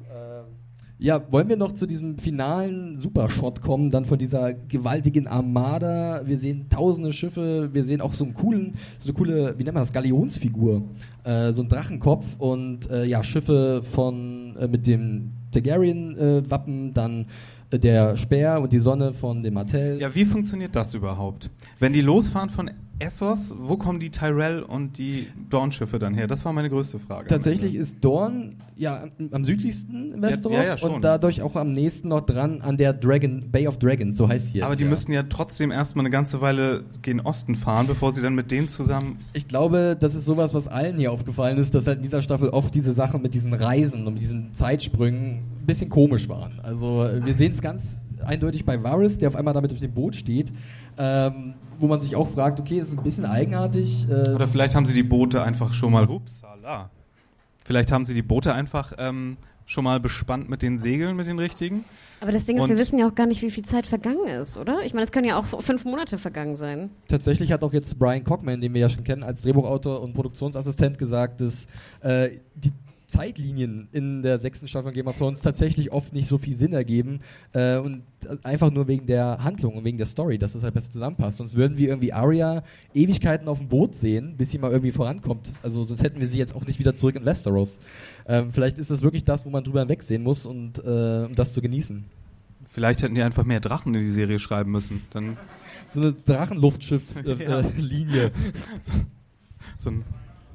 Ja, wollen wir noch zu diesem finalen Supershot kommen, dann von dieser gewaltigen Armada. Wir sehen tausende Schiffe, wir sehen auch so eine coole, wie nennt man das, Galionsfigur. So ein Drachenkopf und Schiffe mit dem Targaryen-Wappen, dann der Speer und die Sonne von den Martells. Ja, wie funktioniert das überhaupt? Wenn die losfahren von Essos, wo kommen die Tyrell und die Dorn-Schiffe dann her? Das war meine größte Frage. Tatsächlich ist Dorn ja am südlichsten in Westeros und dadurch auch am nächsten noch dran an der Bay of Dragons, so heißt sie jetzt. Aber die müssten ja trotzdem erstmal eine ganze Weile gen Osten fahren, bevor sie dann mit denen zusammen... Ich glaube, das ist sowas, was allen hier aufgefallen ist, dass halt in dieser Staffel oft diese Sachen mit diesen Reisen und mit diesen Zeitsprüngen ein bisschen komisch waren. Also wir sehen es ganz eindeutig bei Varys, der auf einmal damit auf dem Boot steht, wo man sich auch fragt, okay, das ist ein bisschen eigenartig. Oder vielleicht haben sie die Boote einfach schon mal, vielleicht haben sie die Boote einfach schon mal bespannt mit den Segeln, mit den richtigen. Aber das Ding ist, wir wissen ja auch gar nicht, wie viel Zeit vergangen ist, oder? Ich meine, es können ja auch 5 Monate vergangen sein. Tatsächlich hat auch jetzt Brian Cockman, den wir ja schon kennen, als Drehbuchautor und Produktionsassistent gesagt, dass die Zeitlinien in der 6. Staffel von Game of Thrones tatsächlich oft nicht so viel Sinn ergeben und einfach nur wegen der Handlung und wegen der Story, dass das halt besser zusammenpasst. Sonst würden wir irgendwie Arya Ewigkeiten auf dem Boot sehen, bis sie mal irgendwie vorankommt. Also sonst hätten wir sie jetzt auch nicht wieder zurück in Westeros. Vielleicht ist das wirklich das, wo man drüber hinwegsehen muss und um das zu genießen. Vielleicht hätten die einfach mehr Drachen in die Serie schreiben müssen. Dann so eine Drachenluftschiff-Linie. so ein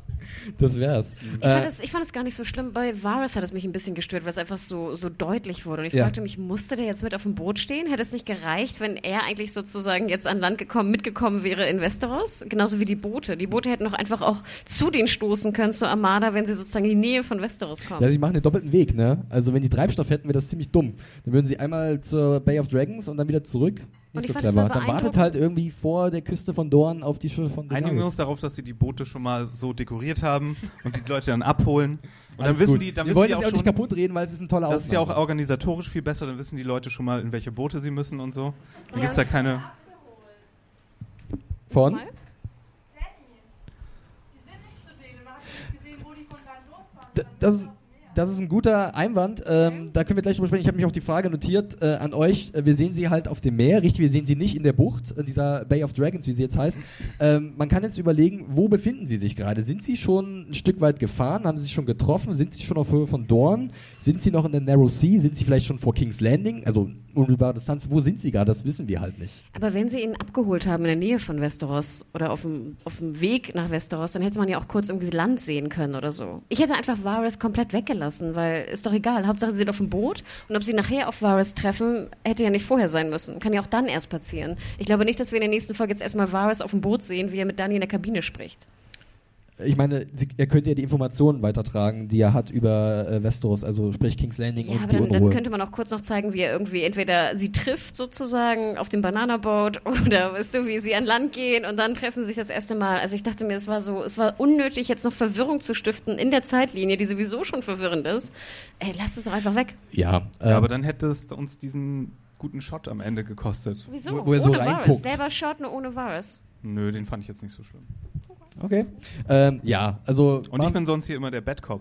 Das wär's. Ich fand es gar nicht so schlimm. Bei Varys hat es mich ein bisschen gestört, weil es einfach so deutlich wurde. Und ich fragte mich, musste der jetzt mit auf dem Boot stehen? Hätte es nicht gereicht, wenn er eigentlich sozusagen jetzt an Land mitgekommen wäre in Westeros? Genauso wie die Boote. Die Boote hätten doch einfach auch zu denen stoßen können, zur Armada, wenn sie sozusagen in die Nähe von Westeros kommen. Ja, sie machen den doppelten Weg, ne? Also wenn die Treibstoff hätten, wäre das ziemlich dumm. Dann würden sie einmal zur Bay of Dragons und dann wieder zurück. Nicht so clever. Dann wartet halt irgendwie vor der Küste von Dorne auf die Schiffe von Daenerys. Einigen wir uns darauf, dass sie die Boote schon mal so dekoriert haben und die Leute dann abholen. Und dann wissen die, wir wollen es ja auch nicht kaputt reden, weil es ist ein toller Aufnahme. Das ist ja auch organisatorisch viel besser, dann wissen die Leute schon mal, in welche Boote sie müssen und so. Dann gibt's ja keine... Von? Das ist ein guter Einwand. Da können wir gleich drüber sprechen. Ich habe mich auch die Frage notiert an euch. Wir sehen sie halt auf dem Meer, richtig? Wir sehen sie nicht in der Bucht, dieser Bay of Dragons, wie sie jetzt heißt. Man kann jetzt überlegen, wo befinden sie sich gerade? Sind sie schon ein Stück weit gefahren? Haben sie sich schon getroffen? Sind sie schon auf Höhe von Dorne? Sind sie noch in der Narrow Sea? Sind sie vielleicht schon vor King's Landing? Also unmittelbare Distanz. Wo sind sie gerade? Das wissen wir halt nicht. Aber wenn sie ihn abgeholt haben in der Nähe von Westeros oder auf dem Weg nach Westeros, dann hätte man ja auch kurz irgendwie Land sehen können oder so. Ich hätte einfach Varys komplett weggelassen, weil ist doch egal. Hauptsache sie sind auf dem Boot und ob sie nachher auf Varys treffen, hätte ja nicht vorher sein müssen. Kann ja auch dann erst passieren. Ich glaube nicht, dass wir in der nächsten Folge jetzt erstmal Varys auf dem Boot sehen, wie er mit Dany in der Kabine spricht. Ich meine, er könnte ja die Informationen weitertragen, die er hat über Westeros, also sprich King's Landing und die Unruhe. Dann könnte man auch kurz noch zeigen, wie er irgendwie entweder sie trifft sozusagen auf dem Bananaboot oder weißt du, wie sie an Land gehen und dann treffen sie sich das erste Mal. Also ich dachte mir, es war unnötig, jetzt noch Verwirrung zu stiften in der Zeitlinie, die sowieso schon verwirrend ist. Ey, lass es doch einfach weg. Ja, aber dann hätte es uns diesen guten Shot am Ende gekostet. Wieso? Wo er so reinguckt. Selber Shot, nur ohne Varys. Nö, den fand ich jetzt nicht so schlimm. Okay. Ja, also... Und ich bin sonst hier immer der Bad Cop.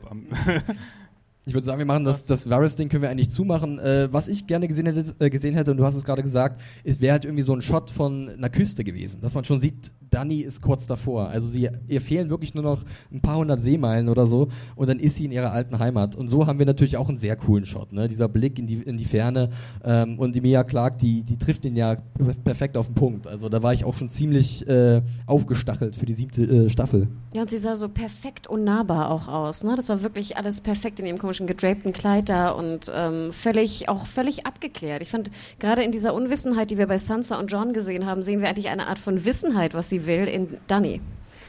Ich würde sagen, wir machen das Varys-Ding können wir eigentlich zumachen. Was ich gerne gesehen hätte, und du hast es gerade gesagt, wäre halt irgendwie so ein Shot von einer Küste gewesen. Dass man schon sieht, Dany ist kurz davor. Also ihr fehlen wirklich nur noch ein paar hundert Seemeilen oder so und dann ist sie in ihrer alten Heimat. Und so haben wir natürlich auch einen sehr coolen Shot. Ne? Dieser Blick in die Ferne. Und die Emilia Clarke, die trifft ihn ja perfekt auf den Punkt. Also da war ich auch schon ziemlich aufgestachelt für die 7. Staffel. Ja, und sie sah so perfekt unnahbar auch aus. Ne? Das war wirklich alles perfekt in ihrem komischen gedrapten Kleid da und völlig abgeklärt. Ich fand, gerade in dieser Unwissenheit, die wir bei Sansa und Jon gesehen haben, sehen wir eigentlich eine Art von Wissenheit, was sie will, in Dany.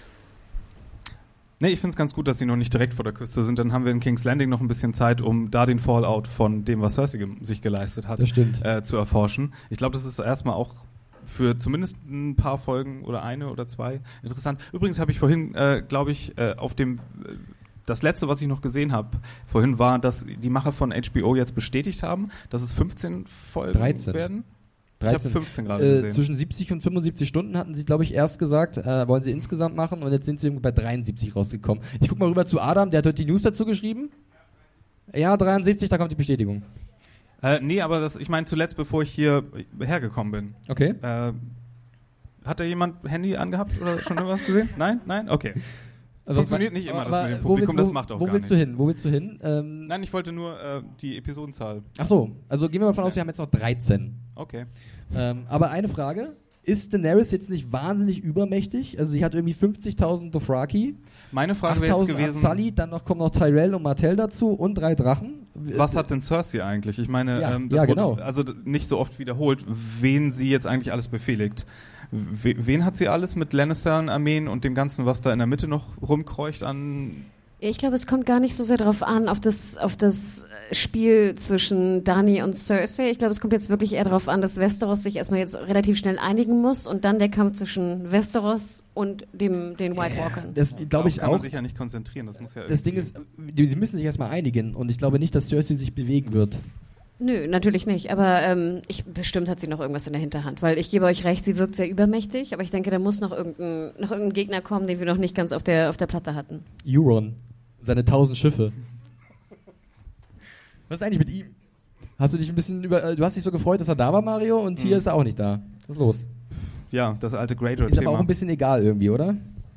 Nee, ich finde es ganz gut, dass sie noch nicht direkt vor der Küste sind. Dann haben wir in King's Landing noch ein bisschen Zeit, um da den Fallout von dem, was Cersei sich geleistet hat, zu erforschen. Ich glaube, das ist erstmal auch für zumindest ein paar Folgen oder eine oder zwei interessant. Übrigens habe ich vorhin, glaube ich, auf dem... Das letzte, was ich noch gesehen habe vorhin, war, dass die Macher von HBO jetzt bestätigt haben, dass es 15 Folgen 13 werden. 13. Ich habe 15 gerade gesehen. Zwischen 70 und 75 Stunden hatten sie, glaube ich, erst gesagt, wollen sie insgesamt machen und jetzt sind sie bei 73 rausgekommen. Ich gucke mal rüber zu Adam, der hat heute die News dazu geschrieben. Ja, 73, da kommt die Bestätigung. Nee, aber ich meine zuletzt, bevor ich hier hergekommen bin. Okay. Hat da jemand Handy angehabt oder schon irgendwas gesehen? Nein? Okay. Funktioniert nicht immer das mit dem Publikum, das macht auch gar nichts. Wo willst du hin? Nein, ich wollte nur die Episodenzahl. Ach so, also gehen wir mal davon aus, wir haben jetzt noch 13. Okay. Aber eine Frage, ist Daenerys jetzt nicht wahnsinnig übermächtig? Also sie hat irgendwie 50.000 Dothraki, meine Frage wäre jetzt gewesen... Sully, dann kommen noch Tyrell und Martell dazu und 3 Drachen. Was hat denn Cersei eigentlich? Ich meine, das wurde genau. Also nicht so oft wiederholt, wen sie jetzt eigentlich alles befehligt. Wen hat sie alles mit Lannistern, Armeen und dem Ganzen, was da in der Mitte noch rumkreucht an... Ich glaube, es kommt gar nicht so sehr darauf an, auf das Spiel zwischen Dany und Cersei. Ich glaube, es kommt jetzt wirklich eher darauf an, dass Westeros sich erstmal jetzt relativ schnell einigen muss und dann der Kampf zwischen Westeros und den White Walkern. Das glaube ich auch. Kann man sich ja nicht konzentrieren. Das muss ja das Ding ist, sie müssen sich erstmal einigen und ich glaube nicht, dass Cersei sich bewegen wird. Nö, natürlich nicht, aber bestimmt hat sie noch irgendwas in der Hinterhand, weil ich gebe euch recht, sie wirkt sehr übermächtig, aber ich denke, da muss noch irgendein Gegner kommen, den wir noch nicht ganz auf der Platte hatten. Euron, seine 1000 Schiffe. Was ist eigentlich mit ihm? Hast du dich ein bisschen du hast dich so gefreut, dass er da war, Mario, und hier ist er auch nicht da. Was ist los? Ja, das alte Greyjoy-Thema. Ist aber auch ein bisschen egal irgendwie, oder?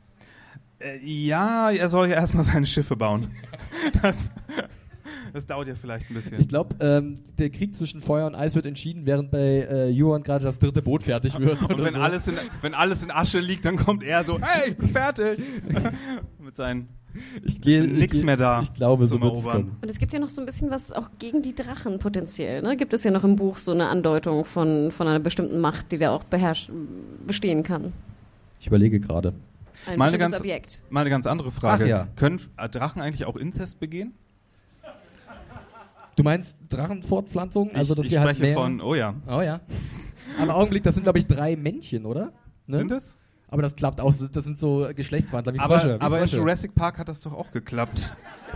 Ja, er soll ja erstmal seine Schiffe bauen. Das dauert ja vielleicht ein bisschen. Ich glaube, der Krieg zwischen Feuer und Eis wird entschieden, während bei Euron gerade das 3. Boot fertig wird. Und wenn alles in Asche liegt, dann kommt er so, hey, ich bin fertig. Mit seinen Nichts mehr da. Ich glaube, so zum wird es Erobern. kommen. Und es gibt ja noch so ein bisschen was auch gegen die Drachen potenziell. Ne? Gibt es ja noch im Buch so eine Andeutung von einer bestimmten Macht, die da auch bestehen kann. Ich überlege gerade. Ein Mal bestimmtes eine Objekt. Mal eine ganz andere Frage. Ach ja. Können Drachen eigentlich auch Inzest begehen? Du meinst Drachenfortpflanzung? Also, dass ich wir halt spreche mehr... von, oh ja. Oh ja. Aber Augenblick, das sind, glaube ich, 3 Männchen, oder? Ne? Sind es? Aber das klappt auch, das sind so Geschlechtswandler wie Frösche. Aber in Frösche. Jurassic Park hat das doch auch geklappt.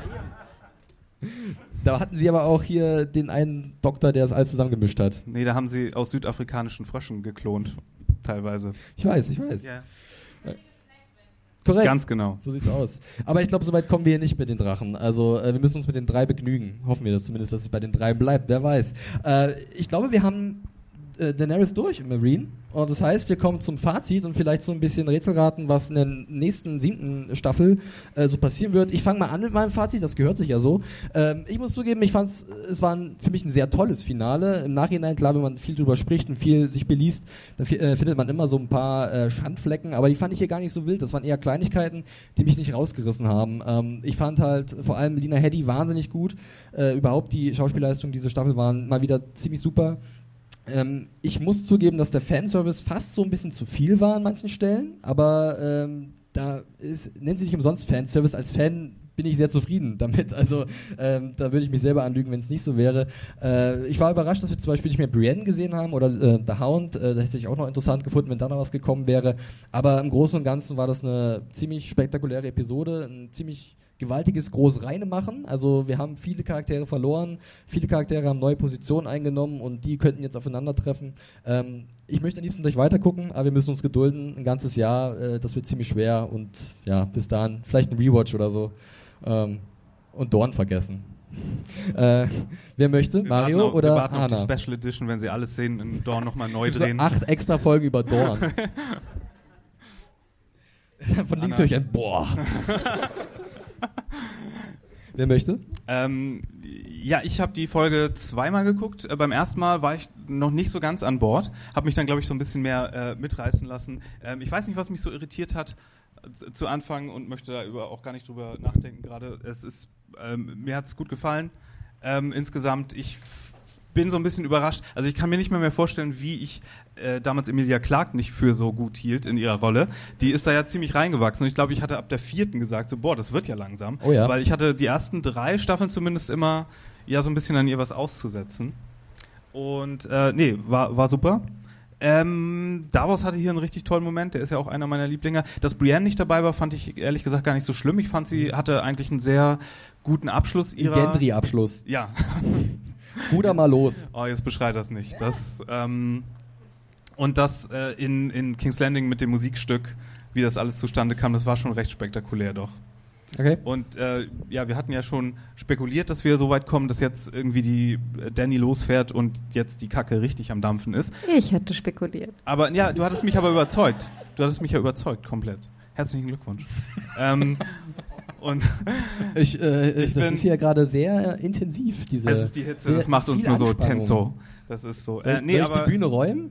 Da hatten sie aber auch hier den einen Doktor, der das alles zusammengemischt hat. Nee, da haben sie aus südafrikanischen Fröschen geklont, teilweise. Ich weiß. Ja. Korrekt. Ganz genau. So sieht's aus. Aber ich glaube, so weit kommen wir hier nicht mit den Drachen. Also wir müssen uns mit den 3 begnügen. Hoffen wir das zumindest, dass es bei den 3 bleibt. Wer weiß. Ich glaube, wir haben Daenerys durch im Marine. Und das heißt, wir kommen zum Fazit und vielleicht so ein bisschen Rätselraten, was in der nächsten 7. Staffel so passieren wird. Ich fange mal an mit meinem Fazit, das gehört sich ja so. Ich muss zugeben, es war für mich ein sehr tolles Finale. Im Nachhinein, klar, wenn man viel drüber spricht und viel sich beliest, dann findet man immer so ein paar Schandflecken, aber die fand ich hier gar nicht so wild. Das waren eher Kleinigkeiten, die mich nicht rausgerissen haben. Ich fand halt vor allem Lena Headey wahnsinnig gut. Überhaupt die Schauspielleistungen dieser Staffel waren mal wieder ziemlich super. Ich muss zugeben, dass der Fanservice fast so ein bisschen zu viel war an manchen Stellen, aber nennt sie nicht umsonst Fanservice. Als Fan bin ich sehr zufrieden damit. Also da würde ich mich selber anlügen, wenn es nicht so wäre. Ich war überrascht, dass wir zum Beispiel nicht mehr Brienne gesehen haben oder The Hound. Da hätte ich auch noch interessant gefunden, wenn da noch was gekommen wäre. Aber im Großen und Ganzen war das eine ziemlich spektakuläre Episode, ein ziemlich gewaltiges Großreinemachen. Also wir haben viele Charaktere verloren, viele Charaktere haben neue Positionen eingenommen und die könnten jetzt aufeinandertreffen. Ich möchte am liebsten gleich weitergucken, aber wir müssen uns gedulden, ein ganzes Jahr, das wird ziemlich schwer und ja, bis dahin vielleicht ein Rewatch oder so und Dorn vergessen. Wer möchte? Mario oder wir warten Anna? auf die Special Edition, wenn sie alles sehen, in Dorn nochmal neu So drehen. 8 extra Folgen über Dorn. Von links höre ich ein Boah. Wer möchte? Ja, ich habe die Folge 2-mal geguckt. Beim ersten Mal war ich noch nicht so ganz an Bord. Habe mich dann, glaube ich, so ein bisschen mehr mitreißen lassen. Ich weiß nicht, was mich so irritiert hat zu Anfang und möchte da auch gar nicht drüber nachdenken gerade. Mir hat es gut gefallen. Insgesamt, ich bin so ein bisschen überrascht. Also ich kann mir nicht mehr vorstellen, wie ich damals Emilia Clarke nicht für so gut hielt in ihrer Rolle. Die ist da ja ziemlich reingewachsen. Und ich glaube, ich hatte ab der 4. gesagt, so, boah, das wird ja langsam. Oh ja. Weil ich hatte die ersten 3 Staffeln zumindest immer ja so ein bisschen an ihr was auszusetzen. Und war super. Davos hatte hier einen richtig tollen Moment. Der ist ja auch einer meiner Lieblinge. Dass Brienne nicht dabei war, fand ich ehrlich gesagt gar nicht so schlimm. Ich fand, sie hatte eigentlich einen sehr guten Abschluss ihrer... Gendry-Abschluss. Ja. Ruder mal los. Oh, jetzt beschreit das nicht. Und das in King's Landing mit dem Musikstück, wie das alles zustande kam, das war schon recht spektakulär doch. Okay. Und wir hatten ja schon spekuliert, dass wir so weit kommen, dass jetzt irgendwie die Dany losfährt und jetzt die Kacke richtig am Dampfen ist. Ich hatte spekuliert. Aber ja, du hattest mich aber überzeugt. Du hattest mich ja überzeugt, komplett. Herzlichen Glückwunsch. Und das ist hier gerade sehr intensiv, diese... Es ist die Hitze, das macht uns nur so tenso. Das ist so. Soll ich die Bühne räumen?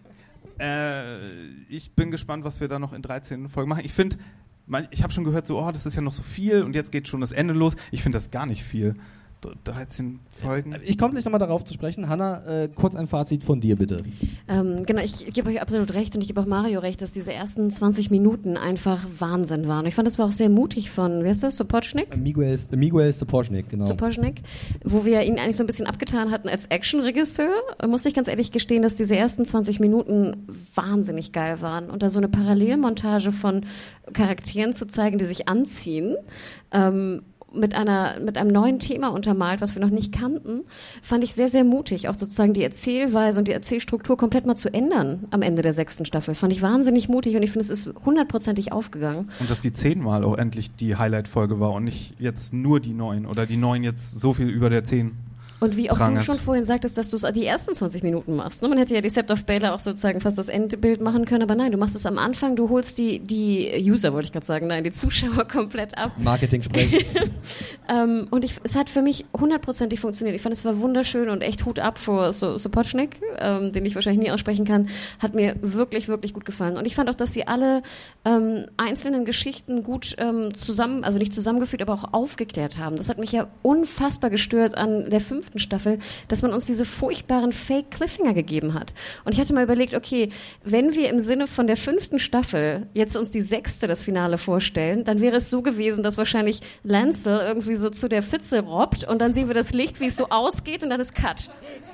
Ich bin gespannt, was wir da noch in 13 Folgen machen. Ich finde, ich habe schon gehört, so, das ist ja noch so viel und jetzt geht schon das Ende los. Ich finde das gar nicht viel. 13 Folgen. Ich komme gleich nochmal darauf zu sprechen. Hanna, kurz ein Fazit von dir, bitte. Genau, ich gebe euch absolut recht und ich gebe auch Mario recht, dass diese ersten 20 Minuten einfach Wahnsinn waren. Ich fand, das war auch sehr mutig von, wie heißt das, Sapochnik? Miguel Sapochnik, genau. Sapochnik, wo wir ihn eigentlich so ein bisschen abgetan hatten als Action-Regisseur. Muss ich ganz ehrlich gestehen, dass diese ersten 20 Minuten wahnsinnig geil waren. Und da so eine Parallelmontage von Charakteren zu zeigen, die sich anziehen, mit einem neuen Thema untermalt, was wir noch nicht kannten, fand ich sehr, sehr mutig. Auch sozusagen die Erzählweise und die Erzählstruktur komplett mal zu ändern am Ende der 6. Staffel. Fand ich wahnsinnig mutig und ich finde, es ist 100%ig aufgegangen. Und dass die 10-mal auch endlich die Highlight-Folge war und nicht jetzt nur die 9 oder die 9 jetzt so viel über der 10. Und wie auch prangert. du schon vorhin sagtest, dass du es die ersten 20 Minuten machst. Ne? Man hätte ja Decept of Baylor auch sozusagen fast das Endbild machen können, aber nein, du machst es am Anfang, du holst die User, wollte ich gerade sagen, nein, die Zuschauer komplett ab. Marketing-Sprech. Und es hat für mich 100%ig funktioniert. Ich fand, es war wunderschön und echt Hut ab vor Sopočnik, den ich wahrscheinlich nie aussprechen kann, hat mir wirklich, wirklich gut gefallen. Und ich fand auch, dass sie alle einzelnen Geschichten gut zusammen, also nicht zusammengeführt, aber auch aufgeklärt haben. Das hat mich ja unfassbar gestört an der 5. Staffel, dass man uns diese furchtbaren Fake-Cliffhanger gegeben hat. Und ich hatte mal überlegt, okay, wenn wir im Sinne von der 5. Staffel jetzt uns die 6., das Finale vorstellen, dann wäre es so gewesen, dass wahrscheinlich Lancel irgendwie so zu der Pfütze robbt und dann sehen wir das Licht, wie es so ausgeht und dann ist Cut.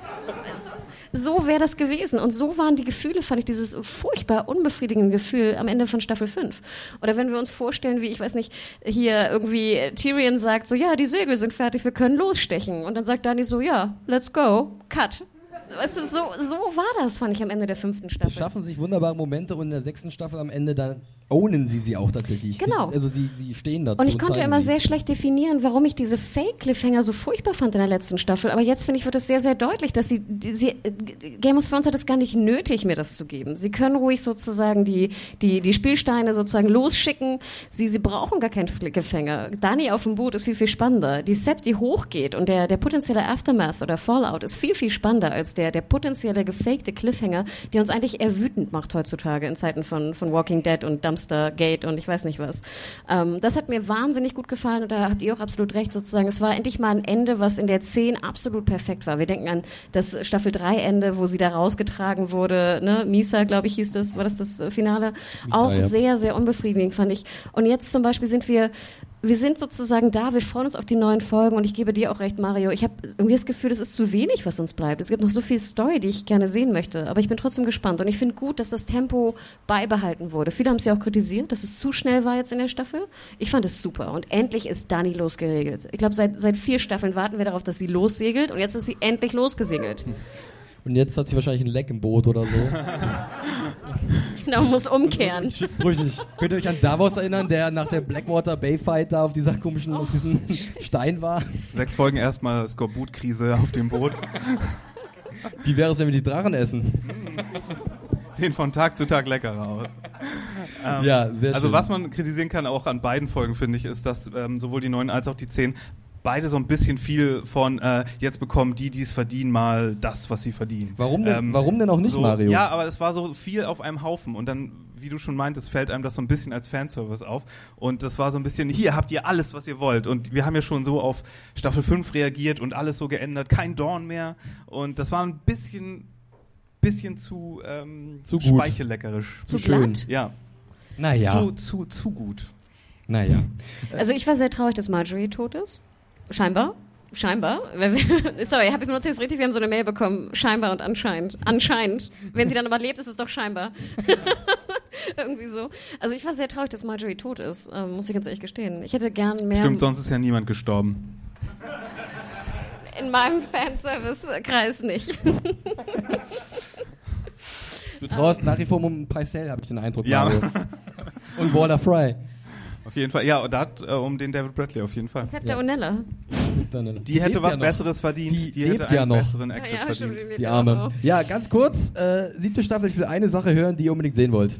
So wäre das gewesen. Und so waren die Gefühle, fand ich, dieses furchtbar unbefriedigende Gefühl am Ende von Staffel 5. Oder wenn wir uns vorstellen, wie, ich weiß nicht, hier irgendwie Tyrion sagt so, ja, die Segel sind fertig, wir können losstechen. Und dann sagt Dany so, ja, let's go, cut. Weißt du, so war das, fand ich, am Ende der 5. Staffel. Sie schaffen sich wunderbare Momente und in der 6. Staffel am Ende, dann ownen sie auch tatsächlich. Genau. Sie stehen dazu. Und ich konnte immer sehr schlecht definieren, warum ich diese Fake-Cliffhanger so furchtbar fand in der letzten Staffel. Aber jetzt, finde ich, wird es sehr, sehr deutlich, dass Game of Thrones hat es gar nicht nötig, mir das zu geben. Sie können ruhig sozusagen die Spielsteine sozusagen losschicken. Sie brauchen gar keinen Cliffhanger. Dany auf dem Boot ist viel, viel spannender. Die Sept, die hochgeht und der potenzielle Aftermath oder Fallout ist viel, viel spannender als der potenzielle gefakte Cliffhanger, der uns eigentlich eher wütend macht heutzutage in Zeiten von Walking Dead und Dumpster Gate und ich weiß nicht was. Das hat mir wahnsinnig gut gefallen und da habt ihr auch absolut recht sozusagen. Es war endlich mal ein Ende, was in der 10 absolut perfekt war. Wir denken an das Staffel 3 Ende, wo sie da rausgetragen wurde, ne? Misa, glaube ich, hieß das, war das Finale? Misa, auch ja. Sehr, sehr unbefriedigend, fand ich. Und jetzt zum Beispiel sind wir sind sozusagen da, wir freuen uns auf die neuen Folgen und ich gebe dir auch recht, Mario. Ich habe irgendwie das Gefühl, es ist zu wenig, was uns bleibt. Es gibt noch so viel Story, die ich gerne sehen möchte, aber ich bin trotzdem gespannt und ich finde gut, dass das Tempo beibehalten wurde. Viele haben es ja auch kritisiert, dass es zu schnell war jetzt in der Staffel. Ich fand es super und endlich ist Dany losgeregelt. Ich glaube, seit 4 Staffeln warten wir darauf, dass sie lossegelt und jetzt ist sie endlich losgesegelt. Und jetzt hat sie wahrscheinlich ein Leck im Boot oder so. Genau, muss umkehren. Schiffbrüchig. Könnt ihr euch an Davos erinnern, der nach der Blackwater Bay Fight da auf diesem Stein war? 6 Folgen erstmal Skorbut-Krise auf dem Boot. Wie wäre es, wenn wir die Drachen essen? Sehen von Tag zu Tag leckerer aus. Ja, sehr schön. Also was man kritisieren kann, auch an beiden Folgen, finde ich, ist, dass sowohl die 9 als auch die 10 beide so ein bisschen viel von jetzt bekommen die es verdienen, mal das, was sie verdienen. Warum denn auch nicht, so, Mario? Ja, aber es war so viel auf einem Haufen und dann, wie du schon meintest, fällt einem das so ein bisschen als Fanservice auf und das war so ein bisschen, hier habt ihr alles, was ihr wollt und wir haben ja schon so auf Staffel 5 reagiert und alles so geändert, kein Dorn mehr und das war ein bisschen zu speichelleckerisch. Zu schön. Ja. Naja. Zu gut. Naja. Also ich war sehr traurig, dass Marjorie tot ist. Scheinbar. Sorry, habe ich benutzt jetzt richtig? Wir haben so eine Mail bekommen. Scheinbar und anscheinend. Anscheinend. Wenn sie dann aber lebt, ist es doch scheinbar. Irgendwie so. Also ich war sehr traurig, dass Marjorie tot ist. Muss ich ganz ehrlich gestehen. Ich hätte gern mehr... Stimmt, sonst ist ja niemand gestorben. In meinem Fanservice-Kreis nicht. Du traust nach wie vor um Pycelle, habe ich den Eindruck. Ja. Mario. Und Walter Fry. Auf jeden Fall, ja, und da hat um den David Bradley auf jeden Fall. Jetzt habt ihr Onella. Die hätte was Besseres verdient. Die hätte einen besseren Exit verdient. Stimmt, die Arme. Ja, ganz kurz, 7. Staffel, ich will eine Sache hören, die ihr unbedingt sehen wollt.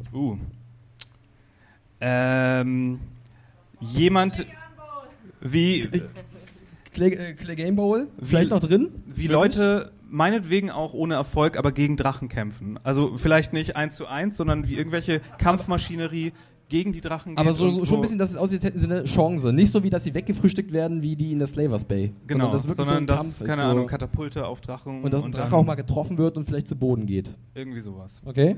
Jemand wie... Clay Game Bowl? Vielleicht noch drin? Wie Leute... meinetwegen auch ohne Erfolg, aber gegen Drachen kämpfen. Also vielleicht nicht 1:1, sondern wie irgendwelche Kampfmaschinerie gegen die Drachen geht. Aber so schon ein bisschen, dass es aussieht, als hätten sie eine Chance. Nicht so wie, dass sie weggefrühstückt werden, wie die in der Slavers Bay. Genau, sondern das Kampf keine Ahnung, Katapulte auf Drachen. Und dass ein Drache auch mal getroffen wird und vielleicht zu Boden geht. Irgendwie sowas. Okay.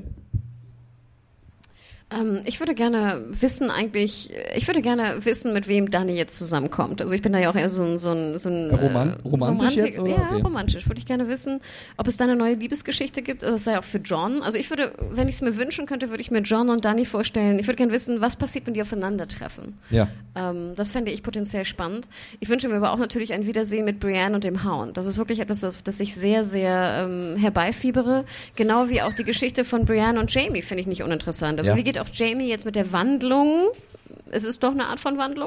Ich würde gerne wissen, mit wem Dany jetzt zusammenkommt. Also ich bin da ja auch eher so ein romantisch jetzt, oder? Ja, okay. Romantisch. Würde ich gerne wissen, ob es da eine neue Liebesgeschichte gibt. Das sei auch für Jon. Also ich würde, wenn ich es mir wünschen könnte, würde ich mir Jon und Dany vorstellen. Ich würde gerne wissen, was passiert, wenn die aufeinandertreffen. Ja. Das fände ich potenziell spannend. Ich wünsche mir aber auch natürlich ein Wiedersehen mit Brienne und dem Hound. Das ist wirklich etwas, das ich sehr, sehr herbeifiebere. Genau wie auch die Geschichte von Brienne und Jaime finde ich nicht uninteressant. Also wie geht auch Jaime jetzt mit der Wandlung? Es ist doch eine Art von Wandlung.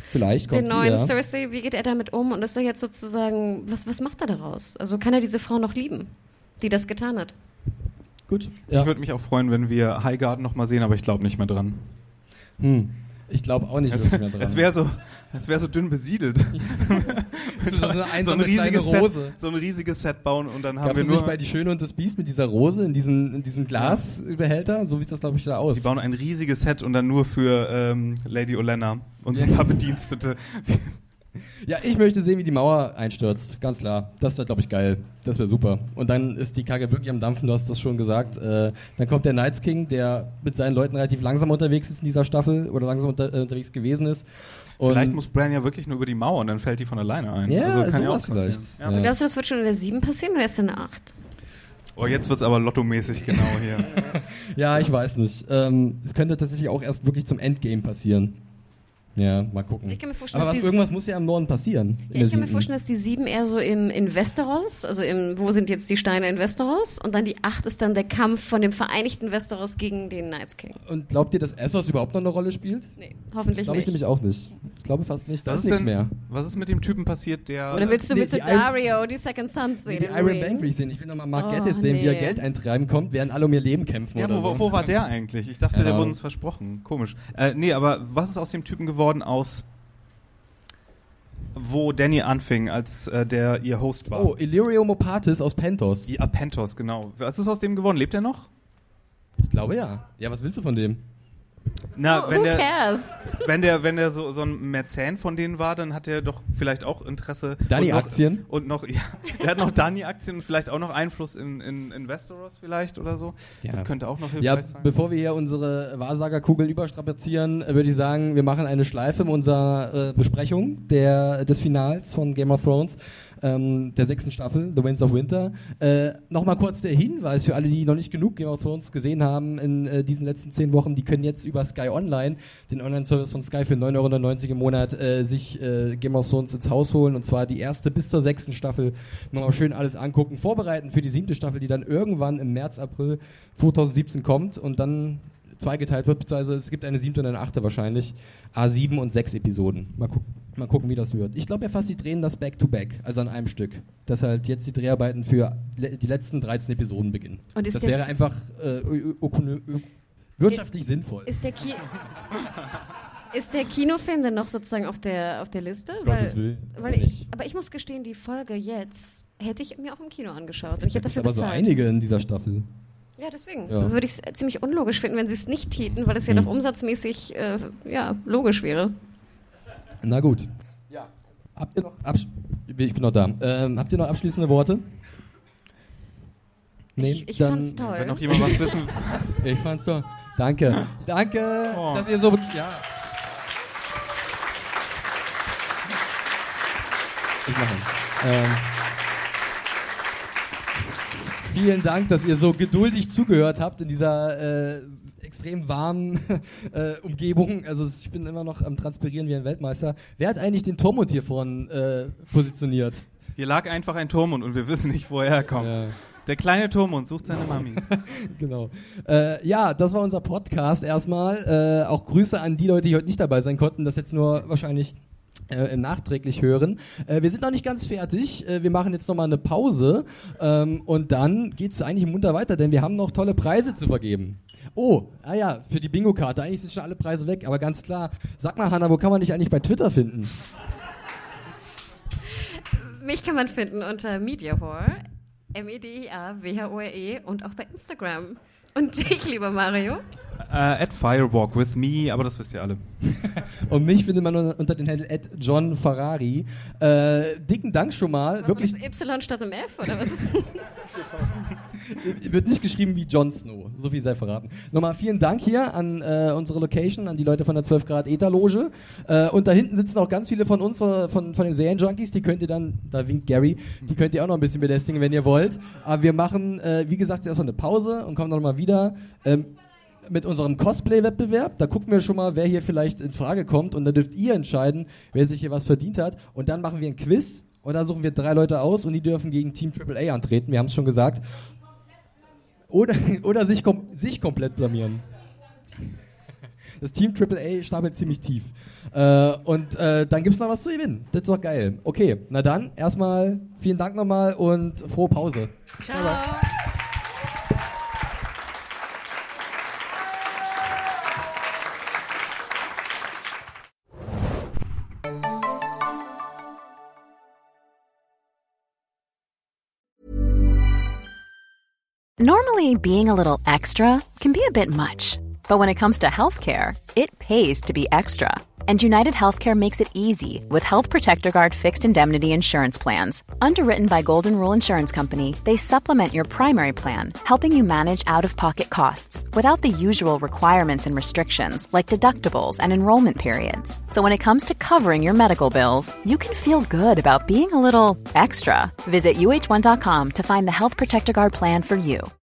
Vielleicht kommt den sie, neuen ja. Cersei, wie geht er damit um? Und ist er jetzt sozusagen, was macht er daraus? Also kann er diese Frau noch lieben, die das getan hat? Gut. Ich würde mich auch freuen, wenn wir Highgarden noch mal sehen, aber ich glaube nicht mehr dran. Ich glaube auch nicht wirklich mehr dran. Es wäre so dünn besiedelt. so eine riesiges Rose. Set, so ein riesiges Set bauen und dann haben Gab wir es nur... nicht bei Die Schöne und das Biest mit dieser Rose in diesem Glasbehälter? So sieht das, glaube ich, da aus. Die bauen ein riesiges Set und dann nur für Lady Olenna und so ein paar Bedienstete. Ja, ich möchte sehen, wie die Mauer einstürzt. Ganz klar. Das wäre, glaube ich, geil. Das wäre super. Und dann ist die Kacke wirklich am Dampfen, du hast das schon gesagt. Dann kommt der Night's King, der mit seinen Leuten relativ langsam unterwegs ist in dieser Staffel oder langsam unterwegs gewesen ist. Und Vielleicht muss Bran ja wirklich nur über die Mauer und dann fällt die von alleine ein. Ja, also kann ja auch sowas vielleicht. passieren. Und glaubst du, das wird schon in der 7 passieren oder erst in der 8? Oh, jetzt wird's aber lottomäßig genau hier. Ja, ich weiß nicht. Es könnte tatsächlich auch erst wirklich zum Endgame passieren. Ja, mal gucken. Also ich kann mir vorstellen, Aber dass irgendwas muss ja im Norden passieren. Ja, ich kann mir vorstellen, dass die 7 eher so in Westeros, also wo sind jetzt die Steine in Westeros? Und dann die 8 ist dann der Kampf von dem vereinigten Westeros gegen den Night's King. Und glaubt ihr, dass Essos überhaupt noch eine Rolle spielt? Nee, hoffentlich Glaube ich nicht. nämlich auch nicht. Ich glaube fast nicht. Da Was ist ist nichts denn, mehr. was ist mit dem Typen passiert, der... Oder willst du die Dario, die Second Sons sehen? Die im Iron Ring? Bank will ich sehen. Ich will nochmal Mark Oh, Geddes sehen, wie er nee. Geld eintreiben kommt, während alle um ihr Leben kämpfen Ja, oder so. wo war der eigentlich? Ich dachte, Keine der wurde Ahnung. uns versprochen. Komisch. Nee, aber was ist aus dem Typen geworden, wo Danny anfing, als der ihr Host war? Oh, Illyrio Mopatis aus Pentos. Die Apentos, genau. Was ist aus dem geworden? Lebt er noch? Ich glaube ja. Ja, was willst du von dem? Na, Who cares? wenn der so ein Mäzen von denen war, dann hat er doch vielleicht auch Interesse. Dani-Aktien? Und noch, ja, der hat noch Dani-Aktien und vielleicht auch noch Einfluss in Westeros vielleicht oder so. Ja. Das könnte auch noch Ja, hilfreich sein. bevor wir hier unsere Wahrsagerkugel überstrapazieren, würde ich sagen, wir machen eine Schleife in unserer Besprechung des Finals von Game of Thrones, der 6. Staffel, The Winds of Winter. Nochmal kurz der Hinweis für alle, die noch nicht genug Game of Thrones gesehen haben in diesen letzten 10 Wochen, die können jetzt über Sky Online, den Online-Service von Sky für 9,99 € im Monat, sich Game of Thrones ins Haus holen, und zwar die erste bis zur 6. Staffel. Nochmal schön alles angucken, vorbereiten für die 7. Staffel, die dann irgendwann im März, April 2017 kommt und dann zweigeteilt wird, beziehungsweise es gibt eine 7. und eine 8. wahrscheinlich. A7 und 6 Episoden. Mal gucken, wie das wird. Ich glaube ja fast, die drehen das Back-to-Back, also an einem Stück. Dass halt jetzt die Dreharbeiten für die letzten 13 Episoden beginnen. Und ist das der wäre einfach wirtschaftlich sinnvoll. Ist der Kinofilm denn noch sozusagen auf der Liste? Gottes Willen. Aber ich muss gestehen, die Folge jetzt hätte ich mir auch im Kino angeschaut. Und ich hätte Es dafür aber so bezahlt. einige in dieser Staffel. Ja, deswegen Ja. würde ich es ziemlich unlogisch finden, wenn sie es nicht täten, weil es ja doch umsatzmäßig logisch wäre. Na gut. Ja. Habt ihr noch ich bin noch da. Habt ihr noch abschließende Worte? Nee, Ich dann- fand's toll. Wenn noch jemand was wissen... Ich fand's so. Danke. Danke, Oh. dass ihr so. Ja. Ich mache. Vielen Dank, dass ihr so geduldig zugehört habt in dieser extrem warmen Umgebung. Also ich bin immer noch am Transpirieren wie ein Weltmeister. Wer hat eigentlich den Tormund hier vorne positioniert? Hier lag einfach ein Tormund und wir wissen nicht, wo er herkommt. Ja. Der kleine Tormund sucht seine Mami. Genau. Ja, das war unser Podcast erstmal. Auch Grüße an die Leute, die heute nicht dabei sein konnten, das jetzt nur wahrscheinlich nachträglich hören. Wir sind noch nicht ganz fertig. Wir machen jetzt nochmal eine Pause und dann geht es eigentlich munter weiter, denn wir haben noch tolle Preise zu vergeben. Oh, ja, für die Bingo-Karte. Eigentlich sind schon alle Preise weg, aber ganz klar. Sag mal, Hanna, wo kann man dich eigentlich bei Twitter finden? Mich kann man finden unter Mediahore, MEDIAWHORE und auch bei Instagram. Und dich, lieber Mario? At Firewalk with me, aber das wisst ihr alle. Und mich findet man unter den Handle @JohnFerrari. Dicken Dank schon mal. Was Wirklich, ist Y statt einem F oder was? wird nicht geschrieben wie Jon Snow. So viel sei verraten. Nochmal vielen Dank hier an unsere Location, an die Leute von der 12 Grad Ether-Loge. Und da hinten sitzen auch ganz viele von uns, von den Serienjunkies. Die könnt ihr dann, da winkt Gary, die könnt ihr auch noch ein bisschen belästigen, wenn ihr wollt. Aber wir machen, wie gesagt, erstmal eine Pause und kommen dann mal wieder. Mit unserem Cosplay-Wettbewerb, da gucken wir schon mal, wer hier vielleicht in Frage kommt, und da dürft ihr entscheiden, wer sich hier was verdient hat, und dann machen wir ein Quiz und dann suchen wir 3 Leute aus und die dürfen gegen Team AAA antreten, wir haben es schon gesagt, oder sich komplett blamieren. Das Team AAA stapelt ziemlich tief. Und dann gibt's noch was zu gewinnen. Das ist doch geil. Okay, na dann, erstmal vielen Dank nochmal und frohe Pause. Ciao. Bye, bye. Normally, being a little extra can be a bit much, but when it comes to healthcare, it pays to be extra. And United Healthcare makes it easy with Health Protector Guard fixed indemnity insurance plans. Underwritten by Golden Rule Insurance Company, they supplement your primary plan, helping you manage out-of-pocket costs without the usual requirements and restrictions like deductibles and enrollment periods. So when it comes to covering your medical bills, you can feel good about being a little extra. Visit uh1.com to find the Health Protector Guard plan for you.